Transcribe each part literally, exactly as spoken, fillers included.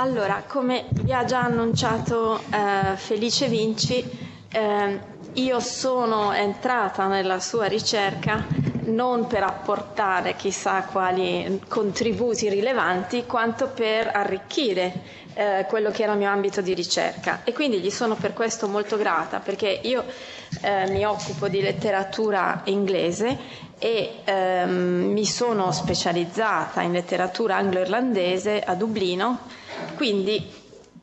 Allora, come vi ha già annunciato eh, Felice Vinci, eh, io sono entrata nella sua ricerca non per apportare chissà quali contributi rilevanti, quanto per arricchire eh, quello che era il mio ambito di ricerca, e quindi gli sono per questo molto grata, perché io eh, mi occupo di letteratura inglese e ehm, mi sono specializzata in letteratura anglo-irlandese a Dublino. Quindi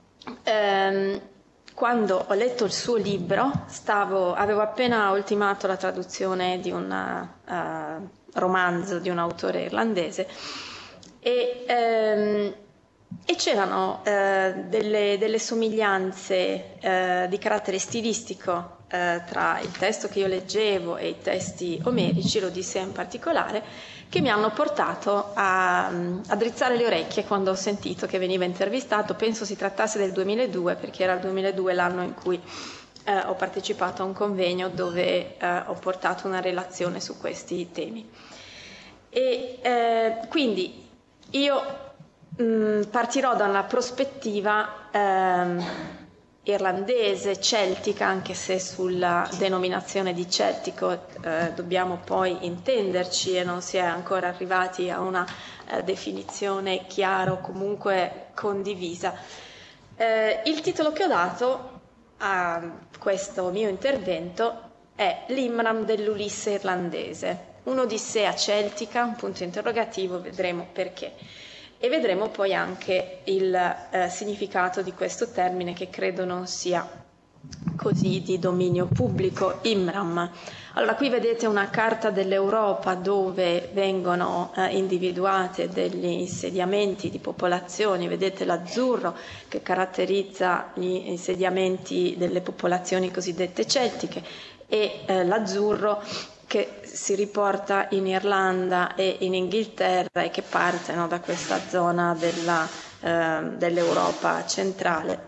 ehm, quando ho letto il suo libro stavo, avevo appena ultimato la traduzione di un uh, romanzo di un autore irlandese e, ehm, e c'erano eh, delle, delle somiglianze eh, di carattere stilistico eh, tra il testo che io leggevo e i testi omerici, l'Odissea in particolare, che mi hanno portato a, a drizzare le orecchie quando ho sentito che veniva intervistato. Penso si trattasse del duemiladue, perché era il duemiladue l'anno in cui eh, ho partecipato a un convegno dove eh, ho portato una relazione su questi temi. E eh, quindi io mh, partirò da una prospettiva ehm, irlandese, celtica, anche se sulla denominazione di celtico eh, dobbiamo poi intenderci e non si è ancora arrivati a una eh, definizione chiara o comunque condivisa. Eh, il titolo che ho dato a questo mio intervento è l'Imram dell'Ulisse irlandese, un'odissea celtica, un punto interrogativo, vedremo perché. E vedremo poi anche il eh, significato di questo termine, che credo non sia così di dominio pubblico, Imram. Allora, qui vedete una carta dell'Europa dove vengono eh, individuate degli insediamenti di popolazioni. Vedete l'azzurro che caratterizza gli insediamenti delle popolazioni cosiddette celtiche e eh, l'azzurro che si riporta in Irlanda e in Inghilterra e che partono da questa zona della, eh, dell'Europa centrale.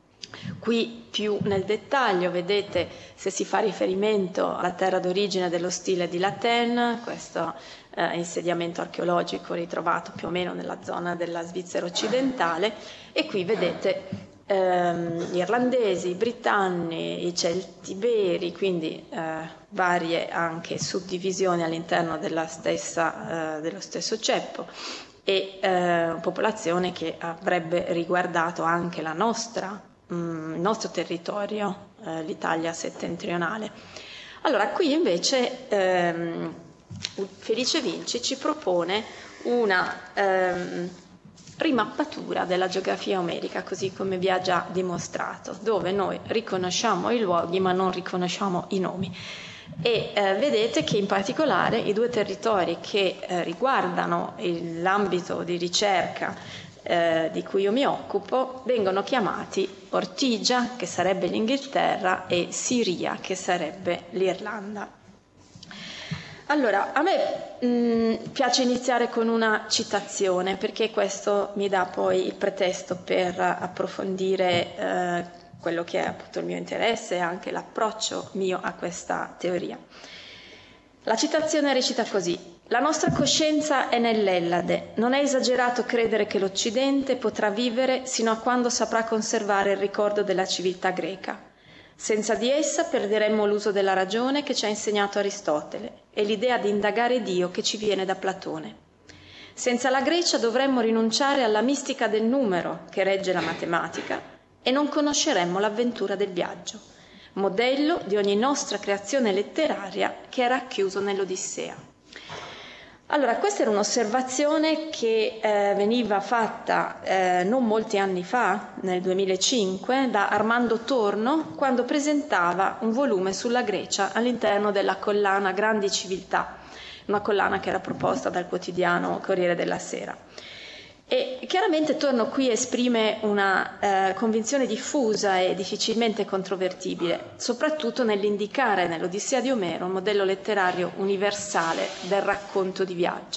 Qui più nel dettaglio vedete, se si fa riferimento alla terra d'origine dello stile di La Tène, questo eh, insediamento archeologico ritrovato più o meno nella zona della Svizzera occidentale, e qui vedete ehm, gli irlandesi, i britanni, i celtiberi, quindi eh, varie anche suddivisioni all'interno della stessa, eh, dello stesso ceppo, e eh, popolazione che avrebbe riguardato anche la nostra, mh, il nostro territorio, eh, l'Italia settentrionale. Allora, qui invece ehm, Felice Vinci ci propone una ehm, rimappatura della geografia omerica, così come vi ha già dimostrato, dove noi riconosciamo i luoghi ma non riconosciamo i nomi. E eh, vedete che in particolare i due territori che eh, riguardano il, l'ambito di ricerca eh, di cui io mi occupo vengono chiamati Ortigia, che sarebbe l'Inghilterra, e Siria, che sarebbe l'Irlanda. Allora, a me mh, piace iniziare con una citazione, perché questo mi dà poi il pretesto per approfondire eh, quello che è appunto il mio interesse e anche l'approccio mio a questa teoria. La citazione recita così: la nostra coscienza è nell'Ellade, non è esagerato credere che l'Occidente potrà vivere sino a quando saprà conservare il ricordo della civiltà greca. Senza di essa perderemmo l'uso della ragione che ci ha insegnato Aristotele e l'idea di indagare Dio che ci viene da Platone. Senza la Grecia dovremmo rinunciare alla mistica del numero che regge la matematica e non conosceremmo l'avventura del viaggio, modello di ogni nostra creazione letteraria che è racchiuso nell'Odissea. Allora, questa era un'osservazione che eh, veniva fatta eh, non molti anni fa, nel duemilacinque, da Armando Torno, quando presentava un volume sulla Grecia all'interno della collana Grandi Civiltà, una collana che era proposta dal quotidiano Corriere della Sera. E chiaramente Torno qui esprime una eh, convinzione diffusa e difficilmente controvertibile, soprattutto nell'indicare nell'Odissea di Omero un modello letterario universale del racconto di viaggio.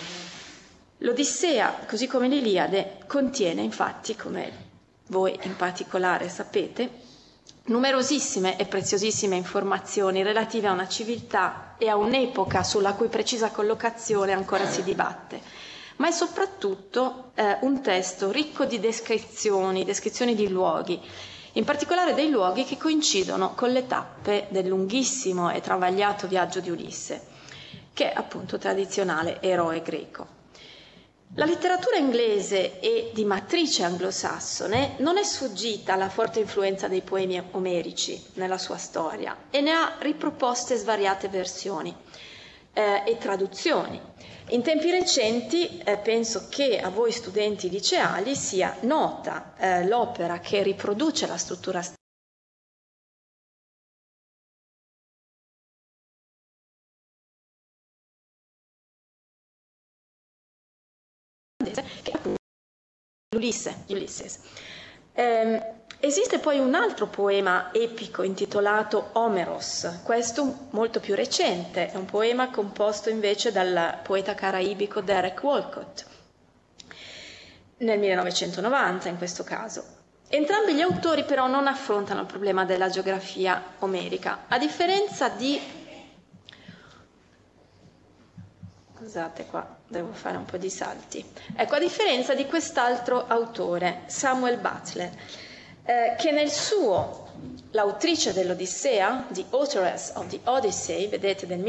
L'Odissea, così come l'Iliade, contiene infatti, come voi in particolare sapete, numerosissime e preziosissime informazioni relative a una civiltà e a un'epoca sulla cui precisa collocazione ancora si dibatte, ma è soprattutto eh, un testo ricco di descrizioni, descrizioni di luoghi, in particolare dei luoghi che coincidono con le tappe del lunghissimo e travagliato viaggio di Ulisse, che è appunto tradizionale eroe greco. La letteratura inglese e di matrice anglosassone non è sfuggita alla forte influenza dei poemi omerici nella sua storia e ne ha riproposte svariate versioni eh, e traduzioni. In tempi recenti eh, penso che a voi studenti liceali sia nota eh, l'opera che riproduce la struttura che è appunto Ulisse, Ulysses. Eh, esiste poi un altro poema epico intitolato Omeros, questo molto più recente, è un poema composto invece dal poeta caraibico Derek Walcott, nel millenovecentonovanta in questo caso. Entrambi gli autori però non affrontano il problema della geografia omerica, a differenza di... Scusate qua, devo fare un po' di salti. Ecco, a differenza di quest'altro autore, Samuel Butler, eh, che nel suo L'autrice dell'Odissea, The Authoress of the Odyssey, vedete del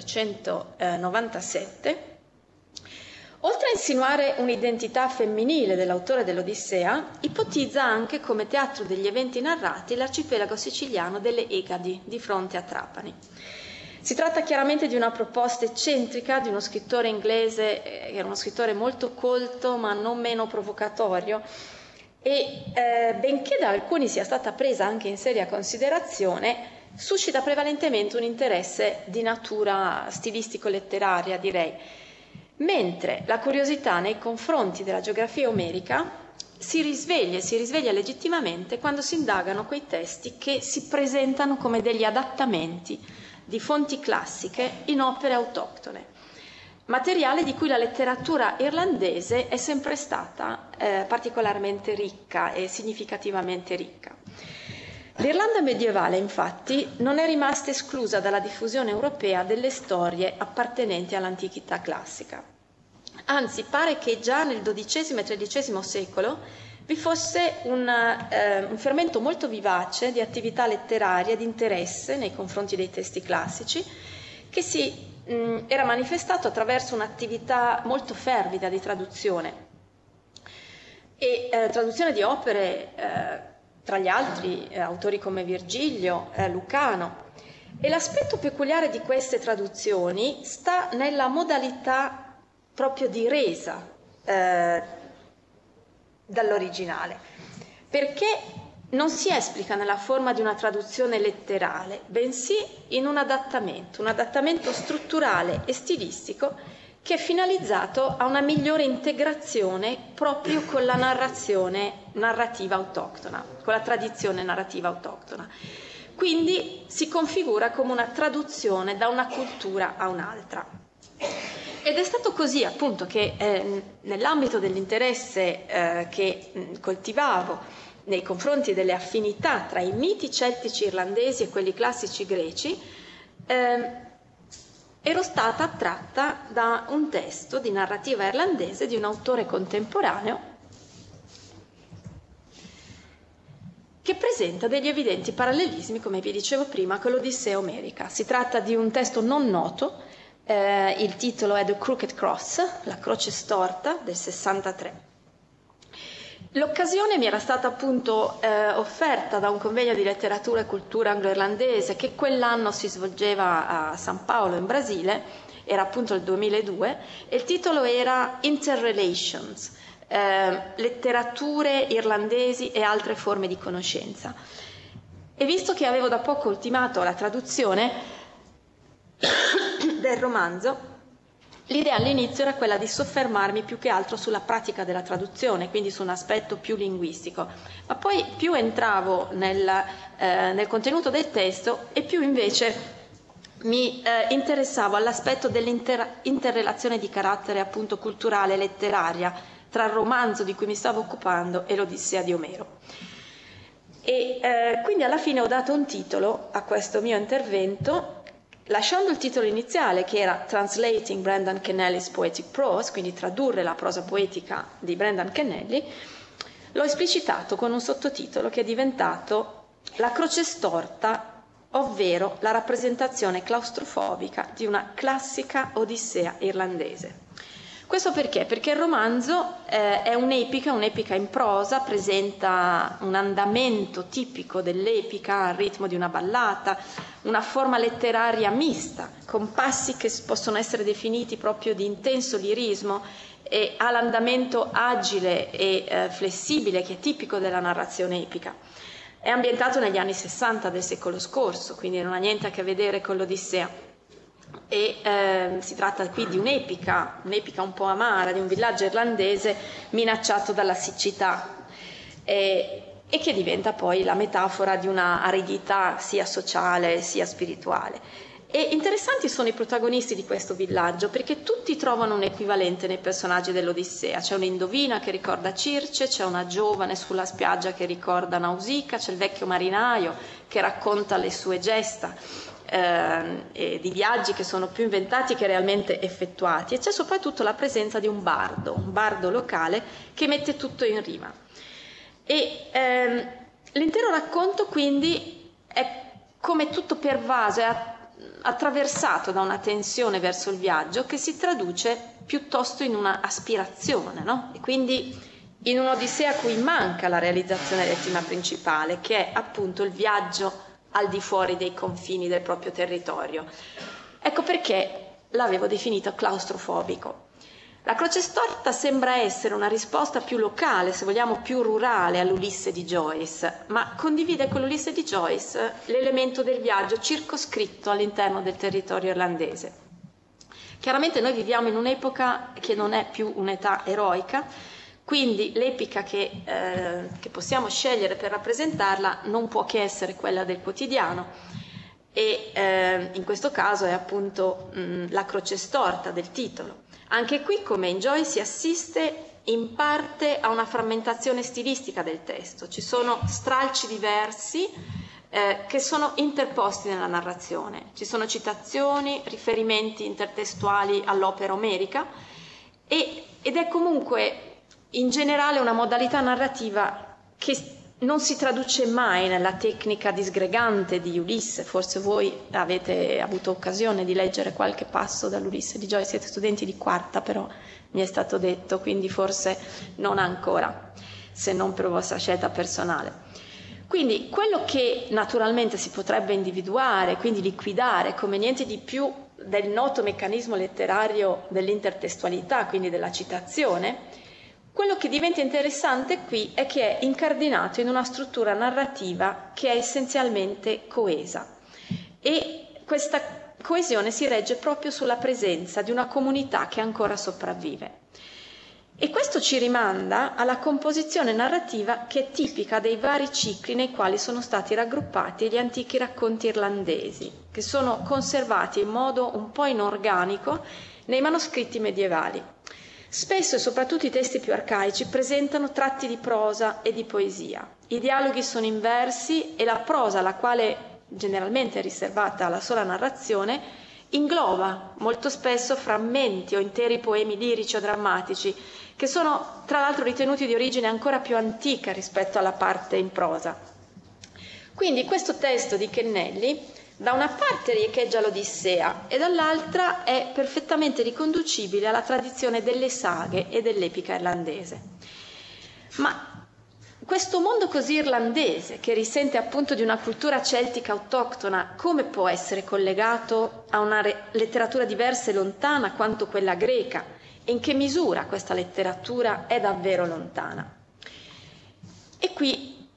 milleottocentonovantasette, oltre a insinuare un'identità femminile dell'autore dell'Odissea, ipotizza anche come teatro degli eventi narrati l'arcipelago siciliano delle Egadi, di fronte a Trapani. Si tratta chiaramente di una proposta eccentrica di uno scrittore inglese, eh, che era uno scrittore molto colto ma non meno provocatorio, e eh, benché da alcuni sia stata presa anche in seria considerazione, suscita prevalentemente un interesse di natura stilistico-letteraria, direi, mentre la curiosità nei confronti della geografia omerica si risveglia e si risveglia legittimamente quando si indagano quei testi che si presentano come degli adattamenti di fonti classiche in opere autoctone, materiale di cui la letteratura irlandese è sempre stata eh, particolarmente ricca e significativamente ricca. L'Irlanda medievale, infatti, non è rimasta esclusa dalla diffusione europea delle storie appartenenti all'antichità classica. Anzi, pare che già nel dodicesimo e tredicesimo secolo vi fosse un, eh, un fermento molto vivace di attività letteraria, di interesse nei confronti dei testi classici, che si, mh, era manifestato attraverso un'attività molto fervida di traduzione, e eh, traduzione di opere, eh, tra gli altri eh, autori come Virgilio, eh, Lucano. E l'aspetto peculiare di queste traduzioni sta nella modalità proprio di resa eh, dall'originale, perché non si esplica nella forma di una traduzione letterale, bensì in un adattamento, un adattamento strutturale e stilistico che è finalizzato a una migliore integrazione proprio con la narrazione narrativa autoctona, con la tradizione narrativa autoctona. Quindi si configura come una traduzione da una cultura a un'altra. Ed è stato così appunto che eh, nell'ambito dell'interesse eh, che mh, coltivavo nei confronti delle affinità tra i miti celtici irlandesi e quelli classici greci, eh, ero stata attratta da un testo di narrativa irlandese di un autore contemporaneo che presenta degli evidenti parallelismi, come vi dicevo prima, con l'Odissea omerica. Si tratta di un testo non noto. Eh, il titolo è The Crooked Cross, la croce storta, del sessantatré. L'occasione mi era stata appunto eh, offerta da un convegno di letteratura e cultura anglo-irlandese che quell'anno si svolgeva a San Paolo in Brasile, era appunto il duemiladue, e il titolo era Interrelations, eh, letterature irlandesi e altre forme di conoscenza. E visto che avevo da poco ultimato la traduzione del romanzo, l'idea all'inizio era quella di soffermarmi più che altro sulla pratica della traduzione, quindi su un aspetto più linguistico, ma poi più entravo nel, eh, nel contenuto del testo e più invece mi eh, interessavo all'aspetto dell'interrelazione di carattere appunto culturale e letteraria tra il romanzo di cui mi stavo occupando e l'Odissea di Omero. E eh, quindi alla fine ho dato un titolo a questo mio intervento lasciando il titolo iniziale, che era Translating Brendan Kennelly's Poetic Prose, quindi tradurre la prosa poetica di Brendan Kennelly, l'ho esplicitato con un sottotitolo che è diventato La croce storta, ovvero la rappresentazione claustrofobica di una classica odissea irlandese. Questo perché? Perché il romanzo eh, è un'epica, un'epica in prosa, presenta un andamento tipico dell'epica al ritmo di una ballata, una forma letteraria mista, con passi che possono essere definiti proprio di intenso lirismo, e ha l'andamento agile e eh, flessibile che è tipico della narrazione epica. È ambientato negli anni sessanta del secolo scorso, quindi non ha niente a che vedere con l'Odissea. E eh, si tratta qui di un'epica, un'epica un po' amara, di un villaggio irlandese minacciato dalla siccità e, e che diventa poi la metafora di una aridità sia sociale sia spirituale. E interessanti sono i protagonisti di questo villaggio, perché tutti trovano un equivalente nei personaggi dell'Odissea. C'è un'indovina che ricorda Circe, c'è una giovane sulla spiaggia che ricorda Nausicaa, c'è il vecchio marinaio che racconta le sue gesta eh, e di viaggi che sono più inventati che realmente effettuati, e c'è soprattutto la presenza di un bardo, un bardo locale che mette tutto in rima. E ehm, l'intero racconto quindi è come tutto pervaso, è attraversato da una tensione verso il viaggio che si traduce piuttosto in una aspirazione, no? E quindi in un'odissea a cui manca la realizzazione del tema principale, che è appunto il viaggio al di fuori dei confini del proprio territorio. Ecco perché l'avevo definito claustrofobico. La croce storta sembra essere una risposta più locale, se vogliamo più rurale, all'Ulisse di Joyce, ma condivide con l'Ulisse di Joyce l'elemento del viaggio circoscritto all'interno del territorio irlandese. Chiaramente noi viviamo in un'epoca che non è più un'età eroica, quindi l'epica che, eh, che possiamo scegliere per rappresentarla non può che essere quella del quotidiano, e eh, in questo caso è appunto mh, la croce storta del titolo. Anche qui, come in Joyce, si assiste in parte a una frammentazione stilistica del testo. Ci sono stralci diversi eh, che sono interposti nella narrazione. Ci sono citazioni, riferimenti intertestuali all'opera omerica e, ed è comunque in generale una modalità narrativa che non si traduce mai nella tecnica disgregante di Ulisse. Forse voi avete avuto occasione di leggere qualche passo dall'Ulisse di Joyce, siete studenti di quarta, però mi è stato detto, quindi forse non ancora, se non per vostra scelta personale. Quindi quello che naturalmente si potrebbe individuare, quindi liquidare come niente di più del noto meccanismo letterario dell'intertestualità, quindi della citazione, quello che diventa interessante qui è che è incardinato in una struttura narrativa che è essenzialmente coesa, e questa coesione si regge proprio sulla presenza di una comunità che ancora sopravvive. E questo ci rimanda alla composizione narrativa che è tipica dei vari cicli nei quali sono stati raggruppati gli antichi racconti irlandesi, che sono conservati in modo un po' inorganico nei manoscritti medievali. Spesso, e soprattutto i testi più arcaici, presentano tratti di prosa e di poesia. I dialoghi sono inversi e la prosa, la quale generalmente è riservata alla sola narrazione, ingloba molto spesso frammenti o interi poemi lirici o drammatici, che sono tra l'altro ritenuti di origine ancora più antica rispetto alla parte in prosa. Quindi questo testo di Kennelly da una parte riecheggia l'Odissea e dall'altra è perfettamente riconducibile alla tradizione delle saghe e dell'epica irlandese. Ma questo mondo così irlandese, che risente appunto di una cultura celtica autoctona, come può essere collegato a una re- letteratura diversa e lontana quanto quella greca? E in che misura questa letteratura è davvero lontana? E qui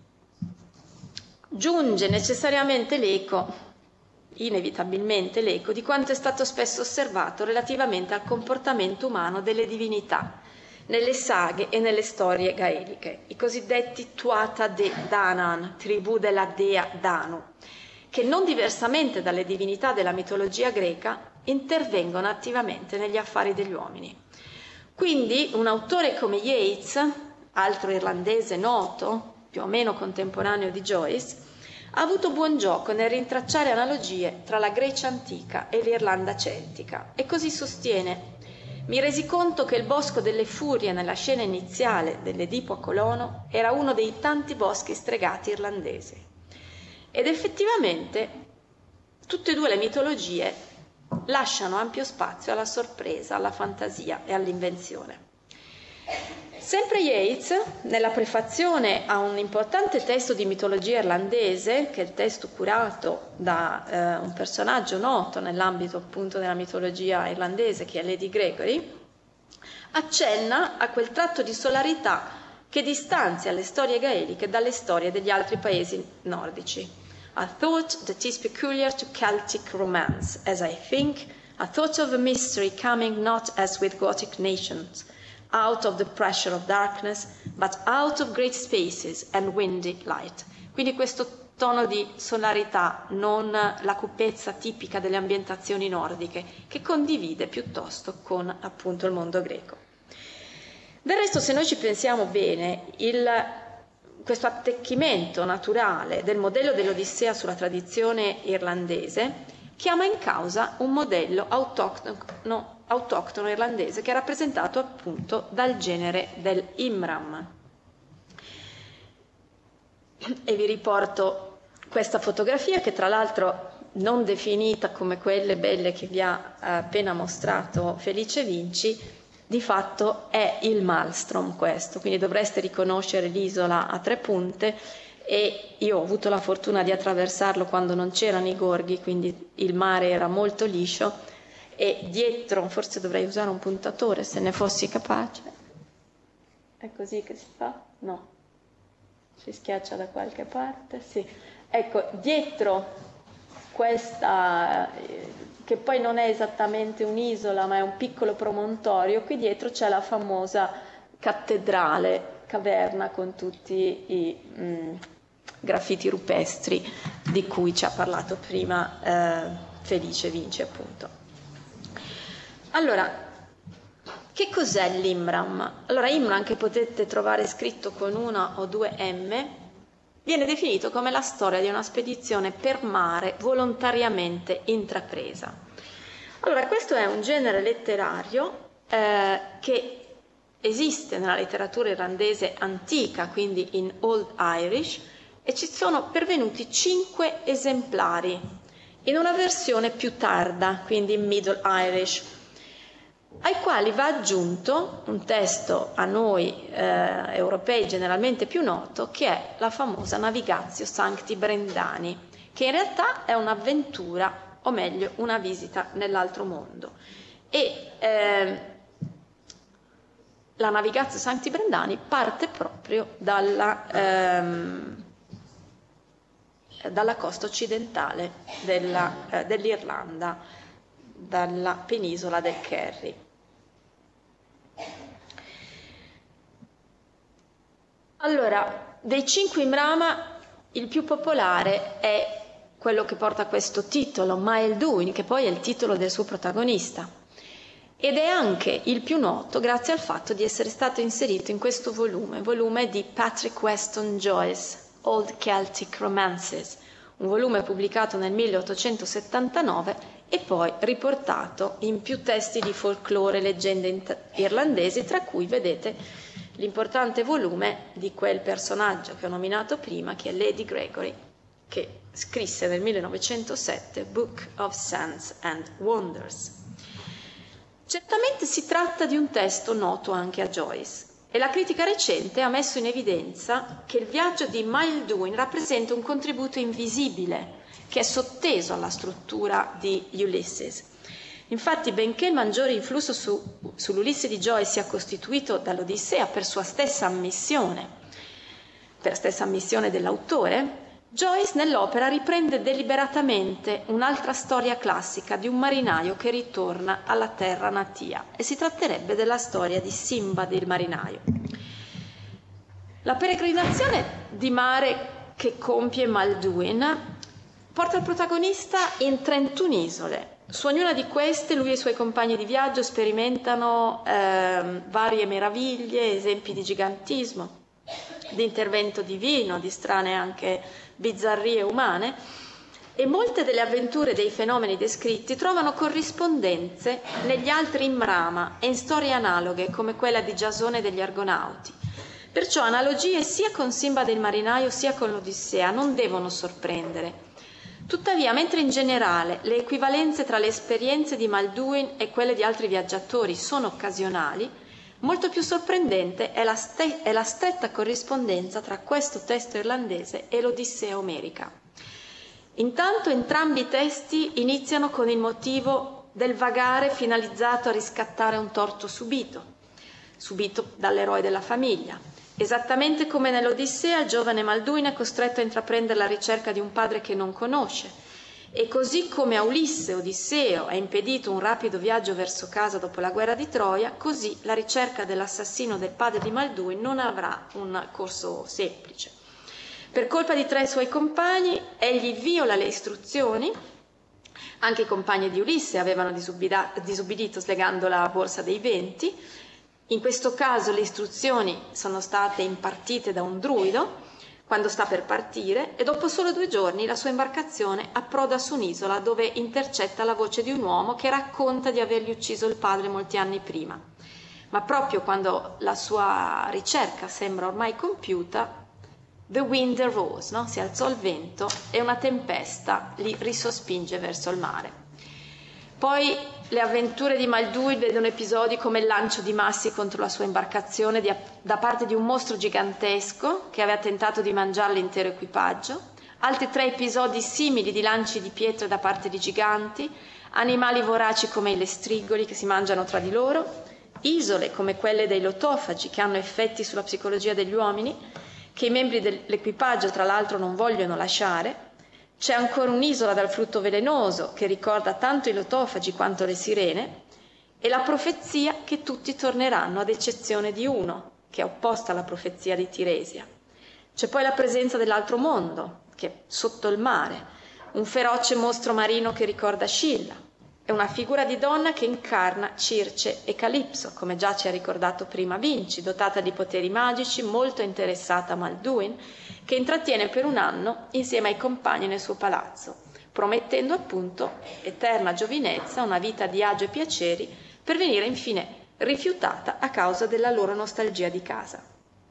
giunge necessariamente l'eco inevitabilmente l'eco di quanto è stato spesso osservato relativamente al comportamento umano delle divinità nelle saghe e nelle storie gaeliche, i cosiddetti Tuatha De Danann, tribù della dea Danu, che non diversamente dalle divinità della mitologia greca intervengono attivamente negli affari degli uomini. Quindi un autore come Yeats, altro irlandese noto, più o meno contemporaneo di Joyce, ha avuto buon gioco nel rintracciare analogie tra la Grecia antica e l'Irlanda celtica e così sostiene: mi resi conto che il bosco delle furie nella scena iniziale dell'Edipo a Colono era uno dei tanti boschi stregati irlandesi. Ed effettivamente tutte e due le mitologie lasciano ampio spazio alla sorpresa, alla fantasia e all'invenzione. Sempre Yeats, nella prefazione a un importante testo di mitologia irlandese, che è il testo curato da eh, un personaggio noto nell'ambito appunto della mitologia irlandese, che è Lady Gregory, accenna a quel tratto di solarità che distanzia le storie gaeliche dalle storie degli altri paesi nordici. A thought that is peculiar to Celtic romance, as I think, a thought of a mystery coming not as with Gothic nations, out of the pressure of darkness, but out of great spaces and windy light. Quindi questo tono di solarità, non la cupezza tipica delle ambientazioni nordiche, che condivide piuttosto con appunto il mondo greco. Del resto, se noi ci pensiamo bene, il, questo attecchimento naturale del modello dell'Odissea sulla tradizione irlandese chiama in causa un modello autoctono autoctono irlandese che è rappresentato appunto dal genere del Imram. E vi riporto questa fotografia che tra l'altro non definita come quelle belle che vi ha appena mostrato Felice Vinci, di fatto è il Maelstrom questo, quindi dovreste riconoscere l'isola a tre punte e io ho avuto la fortuna di attraversarlo quando non c'erano i gorghi, quindi il mare era molto liscio. E dietro, forse dovrei usare un puntatore se ne fossi capace. È così che si fa? No. Si schiaccia da qualche parte? Sì. Ecco, dietro questa, che poi non è esattamente un'isola, ma è un piccolo promontorio, qui dietro c'è la famosa cattedrale, caverna con tutti i mh, graffiti rupestri di cui ci ha parlato prima eh, Felice Vinci, appunto. Allora, che cos'è l'Imram? Allora, Imram, che potete trovare scritto con una o due M, viene definito come la storia di una spedizione per mare volontariamente intrapresa. Allora, questo è un genere letterario eh, che esiste nella letteratura irlandese antica, quindi in Old Irish, e ci sono pervenuti cinque esemplari in una versione più tarda, quindi in Middle Irish, ai quali va aggiunto un testo a noi eh, europei generalmente più noto, che è la famosa Navigatio Sancti Brendani, che in realtà è un'avventura, o meglio una visita nell'altro mondo. E eh, la Navigatio Sancti Brendani parte proprio dalla, ehm, dalla costa occidentale della, eh, dell'Irlanda, dalla penisola del Kerry. Allora, dei cinque Imrama, il più popolare è quello che porta questo titolo, Maelduin, che poi è il titolo del suo protagonista, ed è anche il più noto grazie al fatto di essere stato inserito in questo volume, volume di Patrick Weston Joyce, Old Celtic Romances, un volume pubblicato nel milleottocentosettantanove e poi riportato in più testi di folklore e leggende irlandesi, tra cui vedete l'importante volume di quel personaggio che ho nominato prima, che è Lady Gregory, che scrisse nel millenovecentosette Book of Sands and Wonders. Certamente si tratta di un testo noto anche a Joyce, e la critica recente ha messo in evidenza che il viaggio di Maelduin rappresenta un contributo invisibile che è sotteso alla struttura di Ulysses. Infatti, benché il maggiore influsso su, sull'Ulisse di Joyce sia costituito dall'Odissea per sua stessa ammissione, per stessa ammissione dell'autore, Joyce nell'opera riprende deliberatamente un'altra storia classica di un marinaio che ritorna alla terra natia, e si tratterebbe della storia di Simbad il marinaio. La peregrinazione di mare che compie Maelduin porta il protagonista in trentuno isole. Su ognuna di queste lui e i suoi compagni di viaggio sperimentano eh, varie meraviglie, esempi di gigantismo. di intervento divino, di strane anche bizzarrie umane, e molte delle avventure dei fenomeni descritti trovano corrispondenze negli altri Imrama e in storie analoghe come quella di Giasone degli Argonauti. Perciò analogie sia con Sinbad il marinaio sia con l'Odissea non devono sorprendere. Tuttavia, mentre in generale le equivalenze tra le esperienze di Malduin e quelle di altri viaggiatori sono occasionali, molto più sorprendente è la, ste- è la stretta corrispondenza tra questo testo irlandese e l'Odissea omerica. Intanto entrambi i testi iniziano con il motivo del vagare finalizzato a riscattare un torto subito, subito dall'eroe della famiglia. Esattamente come nell'Odissea, il giovane Malduin è costretto a intraprendere la ricerca di un padre che non conosce, e così come a Ulisse, Odisseo, è impedito un rapido viaggio verso casa dopo la guerra di Troia, così la ricerca dell'assassino del padre di Malduin non avrà un corso semplice. Per colpa di tre suoi compagni, egli viola le istruzioni. Anche i compagni di Ulisse avevano disubbidito slegando la borsa dei venti. In questo caso le istruzioni sono state impartite da un druido quando sta per partire, e dopo solo due giorni la sua imbarcazione approda su un'isola dove intercetta la voce di un uomo che racconta di avergli ucciso il padre molti anni prima. Ma proprio quando la sua ricerca sembra ormai compiuta, the wind arose, no? Si alzò il vento e una tempesta li risospinge verso il mare. Poi le avventure di Malduin vedono episodi come il lancio di massi contro la sua imbarcazione di, da parte di un mostro gigantesco che aveva tentato di mangiare l'intero equipaggio, altri tre episodi simili di lanci di pietre da parte di giganti, animali voraci come i lestrigoli che si mangiano tra di loro, isole come quelle dei lotofagi che hanno effetti sulla psicologia degli uomini, che i membri dell'equipaggio tra l'altro non vogliono lasciare. C'è ancora un'isola dal frutto velenoso che ricorda tanto i lotofagi quanto le sirene, e la profezia che tutti torneranno ad eccezione di uno, che è opposta alla profezia di Tiresia. C'è poi la presenza dell'altro mondo, che è sotto il mare, un feroce mostro marino che ricorda Scilla, e una figura di donna che incarna Circe e Calipso, come già ci ha ricordato prima Vinci, dotata di poteri magici, molto interessata a Malduin, che intrattiene per un anno insieme ai compagni nel suo palazzo, promettendo appunto eterna giovinezza, una vita di agio e piaceri, per venire infine rifiutata a causa della loro nostalgia di casa.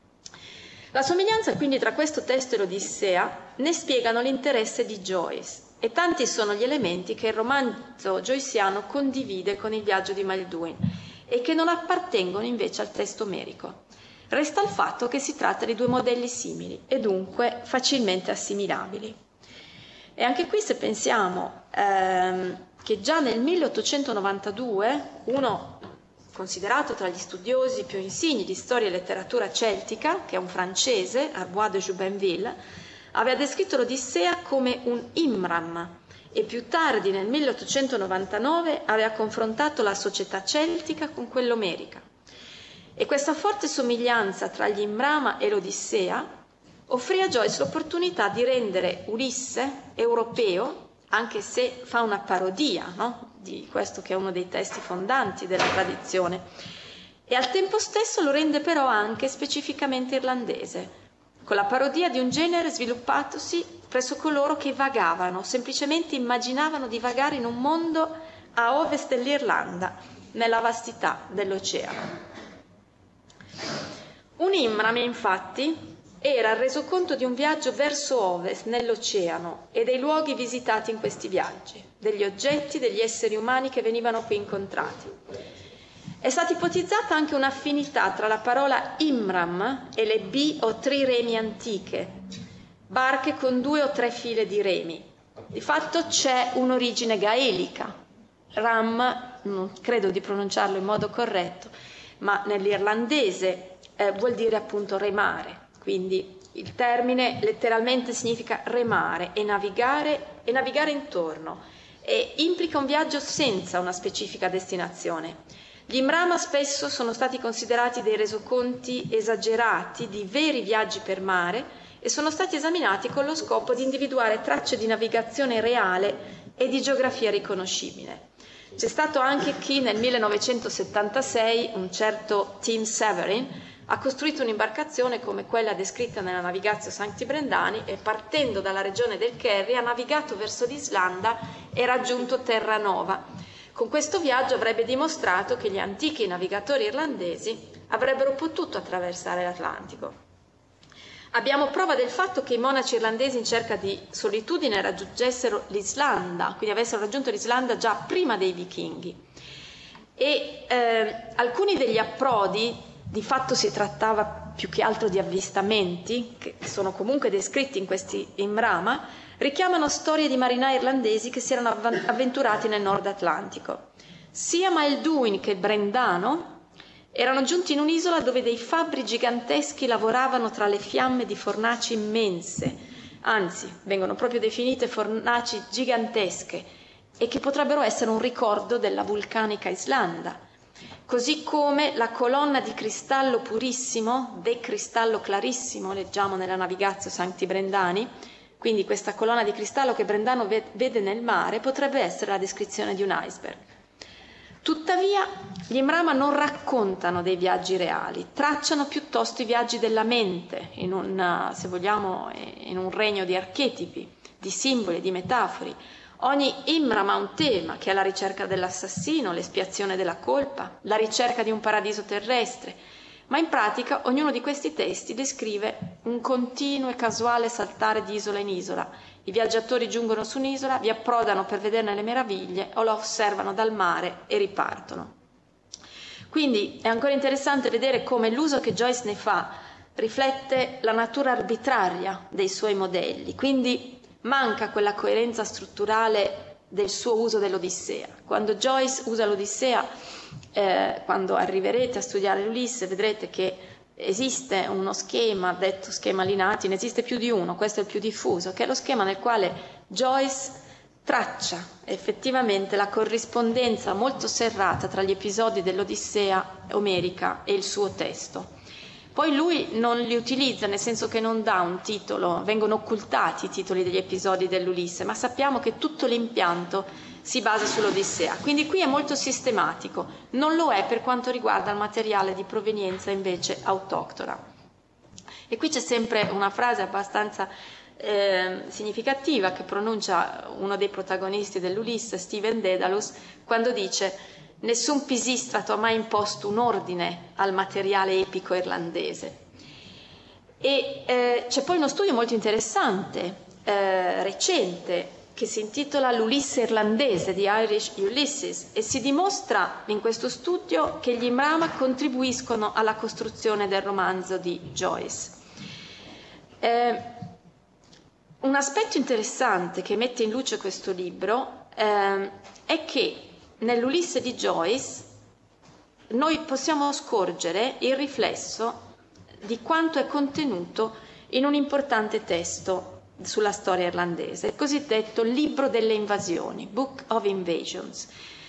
La somiglianza quindi tra questo testo e l'Odissea ne spiegano l'interesse di Joyce, e tanti sono gli elementi che il romanzo joyciano condivide con il viaggio di Malduin e che non appartengono invece al testo omerico. Resta il fatto che si tratta di due modelli simili e dunque facilmente assimilabili. E anche qui, se pensiamo ehm, che già nel milleottocentonovantadue uno considerato tra gli studiosi più insigni di storia e letteratura celtica, che è un francese, Arbois de Jubainville, aveva descritto l'Odissea come un Imram, e più tardi, nel milleottocentonovantanove, aveva confrontato la società celtica con quella omerica. E questa forte somiglianza tra gli Imrama e l'Odissea offrì a Joyce l'opportunità di rendere Ulisse europeo, anche se fa una parodia, no? Di questo che è uno dei testi fondanti della tradizione, e al tempo stesso lo rende però anche specificamente irlandese, con la parodia di un genere sviluppatosi presso coloro che vagavano, semplicemente immaginavano di vagare in un mondo a ovest dell'Irlanda, nella vastità dell'oceano. Un Imram, infatti, era il resoconto di un viaggio verso ovest nell'oceano e dei luoghi visitati in questi viaggi, degli oggetti, degli esseri umani che venivano qui incontrati. È stata ipotizzata anche un'affinità tra la parola Imram e le bi o triremi antiche, barche con due o tre file di remi. Di fatto c'è un'origine gaelica. Ram, non credo di pronunciarlo in modo corretto, ma nell'irlandese eh, vuol dire appunto remare. Quindi il termine letteralmente significa remare e navigare, e navigare intorno, e implica un viaggio senza una specifica destinazione. Gli Imrama spesso sono stati considerati dei resoconti esagerati di veri viaggi per mare e sono stati esaminati con lo scopo di individuare tracce di navigazione reale e di geografia riconoscibile. C'è stato anche chi nel millenovecentosettantasei, un certo Tim Severin, ha costruito un'imbarcazione come quella descritta nella Navigatio Sancti Brendani e, partendo dalla regione del Kerry, ha navigato verso l'Islanda e raggiunto Terranova. Con questo viaggio avrebbe dimostrato che gli antichi navigatori irlandesi avrebbero potuto attraversare l'Atlantico. Abbiamo prova del fatto che i monaci irlandesi in cerca di solitudine raggiungessero l'Islanda, quindi avessero raggiunto l'Islanda già prima dei vichinghi. E eh, alcuni degli approdi, di fatto si trattava più che altro di avvistamenti, che sono comunque descritti in questi Imrama, richiamano storie di marinai irlandesi che si erano avventurati nel Nord Atlantico. Sia Maelduin che Brendano erano giunti in un'isola dove dei fabbri giganteschi lavoravano tra le fiamme di fornaci immense, anzi, vengono proprio definite fornaci gigantesche, e che potrebbero essere un ricordo della vulcanica Islanda. Così come la colonna di cristallo purissimo, de cristallo clarissimo, leggiamo nella Navigatio Sancti Brendani, quindi questa colonna di cristallo che Brendano vede nel mare potrebbe essere la descrizione di un iceberg. Tuttavia, gli Imrama non raccontano dei viaggi reali, tracciano piuttosto i viaggi della mente, in un, se vogliamo, in un regno di archetipi, di simboli, di metafore. Ogni Imrama ha un tema, che è la ricerca dell'assassino, l'espiazione della colpa, la ricerca di un paradiso terrestre, ma in pratica ognuno di questi testi descrive un continuo e casuale saltare di isola in isola. I viaggiatori giungono su un'isola, vi approdano per vederne le meraviglie o la osservano dal mare e ripartono. Quindi è ancora interessante vedere come l'uso che Joyce ne fa riflette la natura arbitraria dei suoi modelli, quindi manca quella coerenza strutturale del suo uso dell'Odissea. Quando Joyce usa l'Odissea, eh, quando arriverete a studiare l'Ulisse, vedrete che esiste uno schema, detto schema Linati, ne esiste più di uno, questo è il più diffuso, che è lo schema nel quale Joyce traccia effettivamente la corrispondenza molto serrata tra gli episodi dell'Odissea omerica e il suo testo. Poi lui non li utilizza, nel senso che non dà un titolo, vengono occultati i titoli degli episodi dell'Ulisse, ma sappiamo che tutto l'impianto si basa sull'Odissea. Quindi qui è molto sistematico, non lo è per quanto riguarda il materiale di provenienza invece autoctona. E qui c'è sempre una frase abbastanza eh, significativa che pronuncia uno dei protagonisti dell'Ulisse, Stephen Dedalus, quando dice: nessun Pisistrato ha mai imposto un ordine al materiale epico irlandese. E eh, c'è poi uno studio molto interessante, eh, recente, che si intitola L'Ulisse irlandese di Irish Ulysses, e si dimostra in questo studio che gli Imrama contribuiscono alla costruzione del romanzo di Joyce. Eh, un aspetto interessante che mette in luce questo libro eh, è che nell'Ulisse di Joyce noi possiamo scorgere il riflesso di quanto è contenuto in un importante testo sulla storia irlandese, il cosiddetto Libro delle Invasioni, Book of Invasions.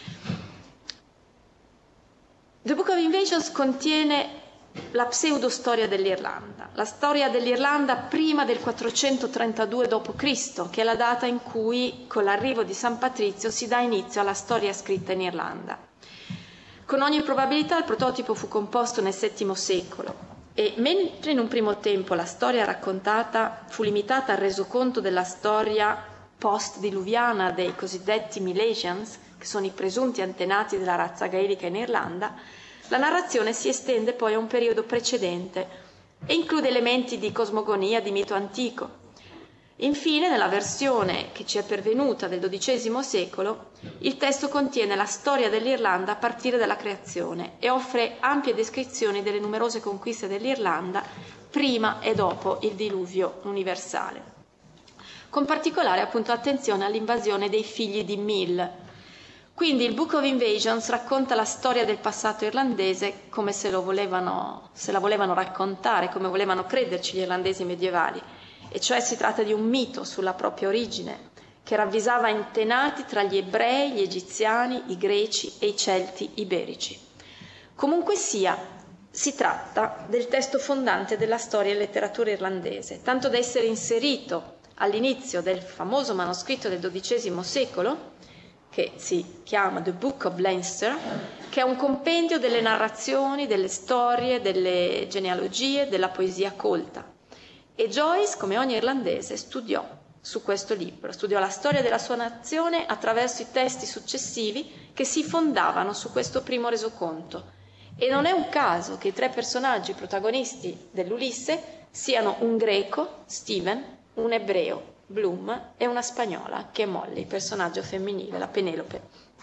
The Book of Invasions contiene la pseudostoria dell'Irlanda, la storia dell'Irlanda prima del quattrocentotrentadue dopo Cristo, che è la data in cui, con l'arrivo di San Patrizio, si dà inizio alla storia scritta in Irlanda. Con ogni probabilità il prototipo fu composto nel settimo secolo e, mentre in un primo tempo la storia raccontata fu limitata al resoconto della storia post-diluviana dei cosiddetti Milesians, che sono i presunti antenati della razza gaelica in Irlanda, la narrazione si estende poi a un periodo precedente e include elementi di cosmogonia, di mito antico. Infine, nella versione che ci è pervenuta del dodicesimo secolo, il testo contiene la storia dell'Irlanda a partire dalla creazione e offre ampie descrizioni delle numerose conquiste dell'Irlanda prima e dopo il diluvio universale. Con particolare appunto attenzione all'invasione dei figli di Mil. Quindi il Book of Invasions racconta la storia del passato irlandese come se, lo volevano, se la volevano raccontare, come volevano crederci gli irlandesi medievali, e cioè si tratta di un mito sulla propria origine, che ravvisava antenati tra gli ebrei, gli egiziani, i greci e i celti iberici. Comunque sia, si tratta del testo fondante della storia e letteratura irlandese, tanto da essere inserito all'inizio del famoso manoscritto del dodicesimo secolo, che si chiama The Book of Leinster, che è un compendio delle narrazioni, delle storie, delle genealogie, della poesia colta. E Joyce, come ogni irlandese, studiò su questo libro, studiò la storia della sua nazione attraverso i testi successivi che si fondavano su questo primo resoconto. E non è un caso che i tre personaggi protagonisti dell'Ulisse siano un greco, Stephen, un ebreo, Bloom, e una spagnola, che è Molly, personaggio femminile, la Penelope.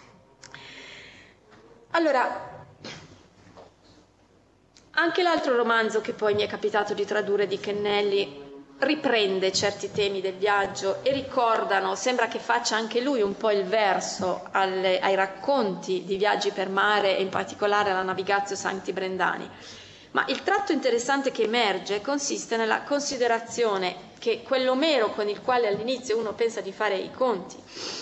Allora, anche l'altro romanzo che poi mi è capitato di tradurre di Kennelly riprende certi temi del viaggio e ricordano, sembra che faccia anche lui un po' il verso alle, ai racconti di viaggi per mare e in particolare alla Navigatio Sancti Brendani. Ma il tratto interessante che emerge consiste nella considerazione che quell'Omero con il quale all'inizio uno pensa di fare i conti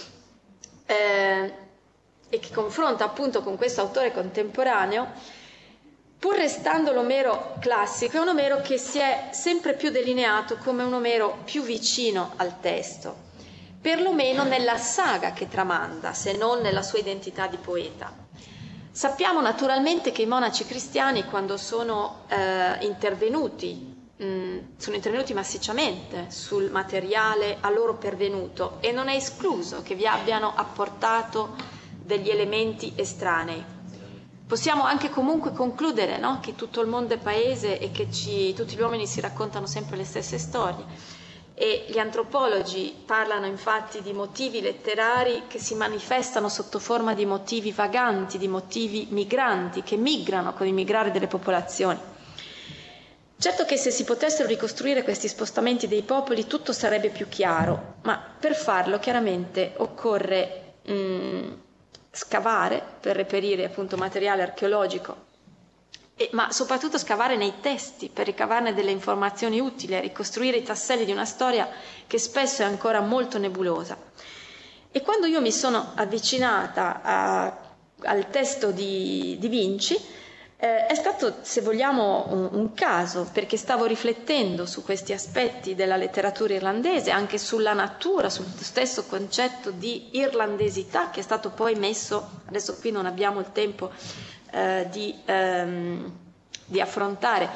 eh, e che confronta appunto con questo autore contemporaneo, pur restando l'Omero classico, è un Omero che si è sempre più delineato come un Omero più vicino al testo, perlomeno nella saga che tramanda, se non nella sua identità di poeta. Sappiamo naturalmente che i monaci cristiani, quando sono eh, intervenuti, mh, sono intervenuti massicciamente sul materiale a loro pervenuto, e non è escluso che vi abbiano apportato degli elementi estranei. Possiamo anche comunque concludere, no? Che tutto il mondo è paese e che ci, tutti gli uomini si raccontano sempre le stesse storie. E gli antropologi parlano infatti di motivi letterari che si manifestano sotto forma di motivi vaganti, di motivi migranti, che migrano con il migrare delle popolazioni. Certo che se si potessero ricostruire questi spostamenti dei popoli tutto sarebbe più chiaro, ma per farlo chiaramente occorre mh, scavare per reperire appunto materiale archeologico, E, ma soprattutto scavare nei testi per ricavarne delle informazioni utili, ricostruire i tasselli di una storia che spesso è ancora molto nebulosa. E quando io mi sono avvicinata a, al testo di, di Vinci, eh, è stato, se vogliamo, un, un caso, perché stavo riflettendo su questi aspetti della letteratura irlandese, anche sulla natura, sul stesso concetto di irlandesità che è stato poi messo, adesso qui non abbiamo il tempo Eh, di, ehm, di affrontare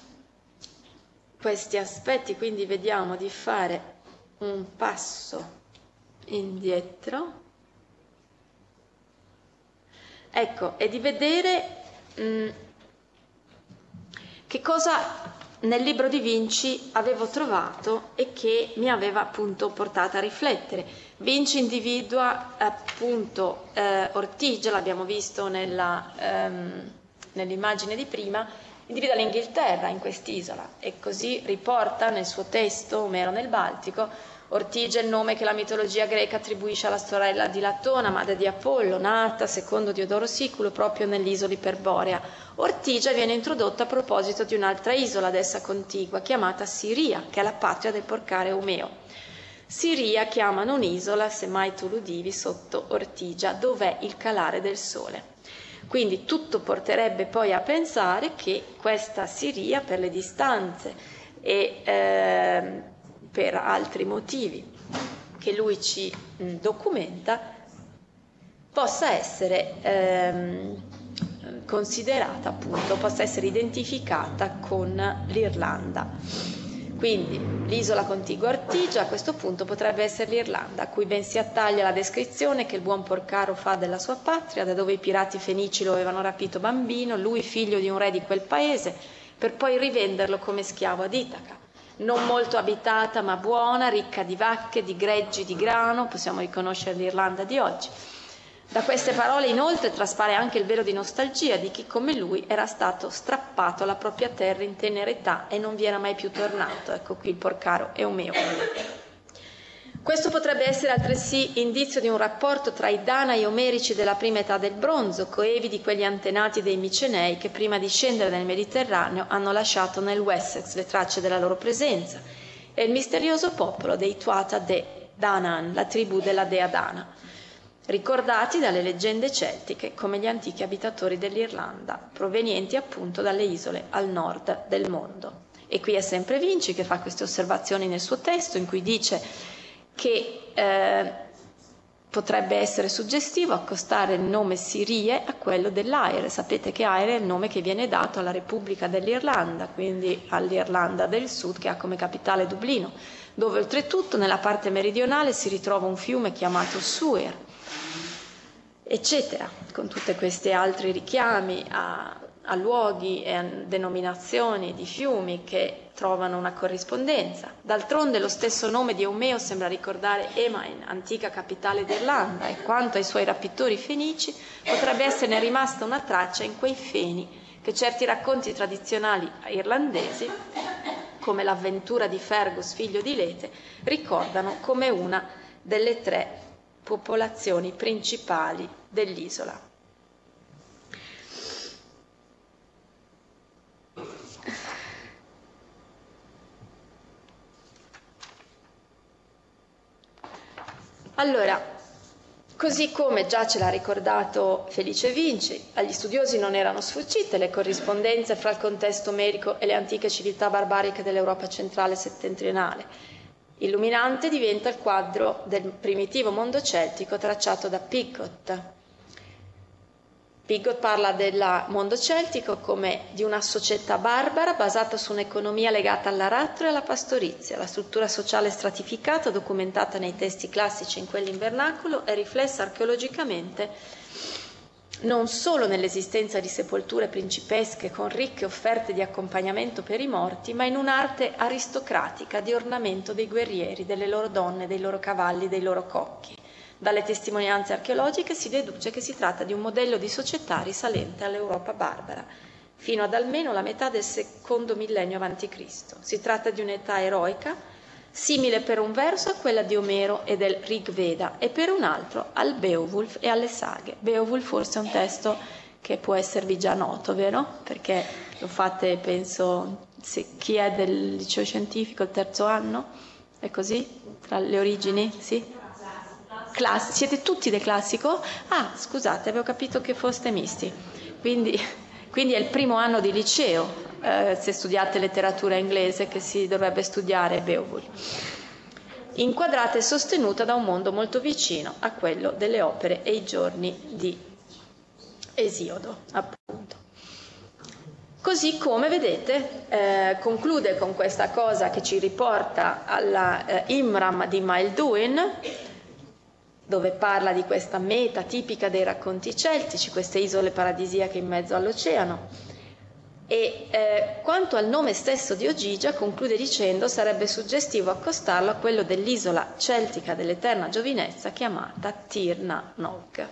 questi aspetti, quindi vediamo di fare un passo indietro, ecco, e di vedere mh, che cosa nel libro di Vinci avevo trovato e che mi aveva appunto portata a riflettere. Vinci individua appunto eh, Ortigia, l'abbiamo visto nella, ehm, nell'immagine di prima, individua l'Inghilterra in quest'isola e così riporta nel suo testo Omero nel Baltico. Ortigia è il nome che la mitologia greca attribuisce alla sorella di Latona, madre di Apollo, nata secondo Diodoro Siculo proprio nell'isola iperborea. Ortigia viene introdotta a proposito di un'altra isola ad essa contigua, chiamata Siria, che è la patria del porcare Eumeo. Siria chiamano un'isola, se mai tu l'udivi, sotto Ortigia, dov'è il calare del sole. Quindi tutto porterebbe poi a pensare che questa Siria, per le distanze e eh, per altri motivi che lui ci mh, documenta, possa essere ehm, considerata appunto, possa essere identificata con l'Irlanda. Quindi l'isola contigua Ortigia a questo punto potrebbe essere l'Irlanda, a cui ben si attaglia la descrizione che il buon Porcaro fa della sua patria, da dove i pirati fenici lo avevano rapito bambino, lui figlio di un re di quel paese, per poi rivenderlo come schiavo ad Itaca. Non molto abitata ma buona, ricca di vacche, di greggi, di grano, possiamo riconoscere l'Irlanda di oggi. Da queste parole inoltre traspare anche il velo di nostalgia di chi come lui era stato strappato alla propria terra in tenera età e non vi era mai più tornato. Ecco qui il Porcaro Eumeo. Questo potrebbe essere altresì indizio di un rapporto tra i Danai omerici della prima età del bronzo, coevi di quegli antenati dei Micenei che prima di scendere nel Mediterraneo hanno lasciato nel Wessex le tracce della loro presenza, e il misterioso popolo dei Tuatha De Danann, la tribù della dea Dana, ricordati dalle leggende celtiche come gli antichi abitatori dell'Irlanda, provenienti appunto dalle isole al nord del mondo. E qui è sempre Vinci che fa queste osservazioni nel suo testo, in cui dice che eh, potrebbe essere suggestivo accostare il nome Sirie a quello dell'Aire. Sapete che Aire è il nome che viene dato alla Repubblica dell'Irlanda, quindi all'Irlanda del Sud, che ha come capitale Dublino, dove oltretutto nella parte meridionale si ritrova un fiume chiamato Suir, eccetera, con tutti questi altri richiami a, a luoghi e a denominazioni di fiumi che trovano una corrispondenza. D'altronde lo stesso nome di Eumeo sembra ricordare Emain, antica capitale d'Irlanda, e quanto ai suoi rapitori fenici potrebbe esserne rimasta una traccia in quei feni che certi racconti tradizionali irlandesi, come l'avventura di Fergus, figlio di Lete, ricordano come una delle tre popolazioni principali dell'isola. Allora, così come già ce l'ha ricordato Felice Vinci, agli studiosi non erano sfuggite le corrispondenze fra il contesto omerico e le antiche civiltà barbariche dell'Europa centrale e settentrionale. Illuminante diventa il quadro del primitivo mondo celtico tracciato da Pigott. Pigott parla del mondo celtico come di una società barbara basata su un'economia legata all'aratro e alla pastorizia. La struttura sociale stratificata, documentata nei testi classici e in quelli in vernacolo, è riflessa archeologicamente non solo nell'esistenza di sepolture principesche con ricche offerte di accompagnamento per i morti, ma in un'arte aristocratica di ornamento dei guerrieri, delle loro donne, dei loro cavalli, dei loro cocchi. Dalle testimonianze archeologiche si deduce che si tratta di un modello di società risalente all'Europa barbara, fino ad almeno la metà del secondo millennio avanti Cristo. Si tratta di un'età eroica, simile per un verso a quella di Omero e del Rig Veda, e per un altro al Beowulf e alle saghe. Beowulf forse è un testo che può esservi già noto, vero? Perché lo fate, penso, se, chi è del liceo scientifico, il terzo anno? È così? Tra le origini? Sì? Class- siete tutti del classico? Ah, scusate, avevo capito che foste misti. Quindi, quindi è il primo anno di liceo, eh, se studiate letteratura inglese, che si dovrebbe studiare Beowulf. Inquadrata e sostenuta da un mondo molto vicino a quello delle opere e i giorni di Esiodo, appunto. Così come vedete, eh, conclude con questa cosa che ci riporta alla eh, Imram di Maelduin, dove parla di questa meta tipica dei racconti celtici, queste isole paradisiache in mezzo all'oceano. E eh, quanto al nome stesso di Ogygia, conclude dicendo sarebbe suggestivo accostarlo a quello dell'isola celtica dell'eterna giovinezza chiamata Tir na Nog.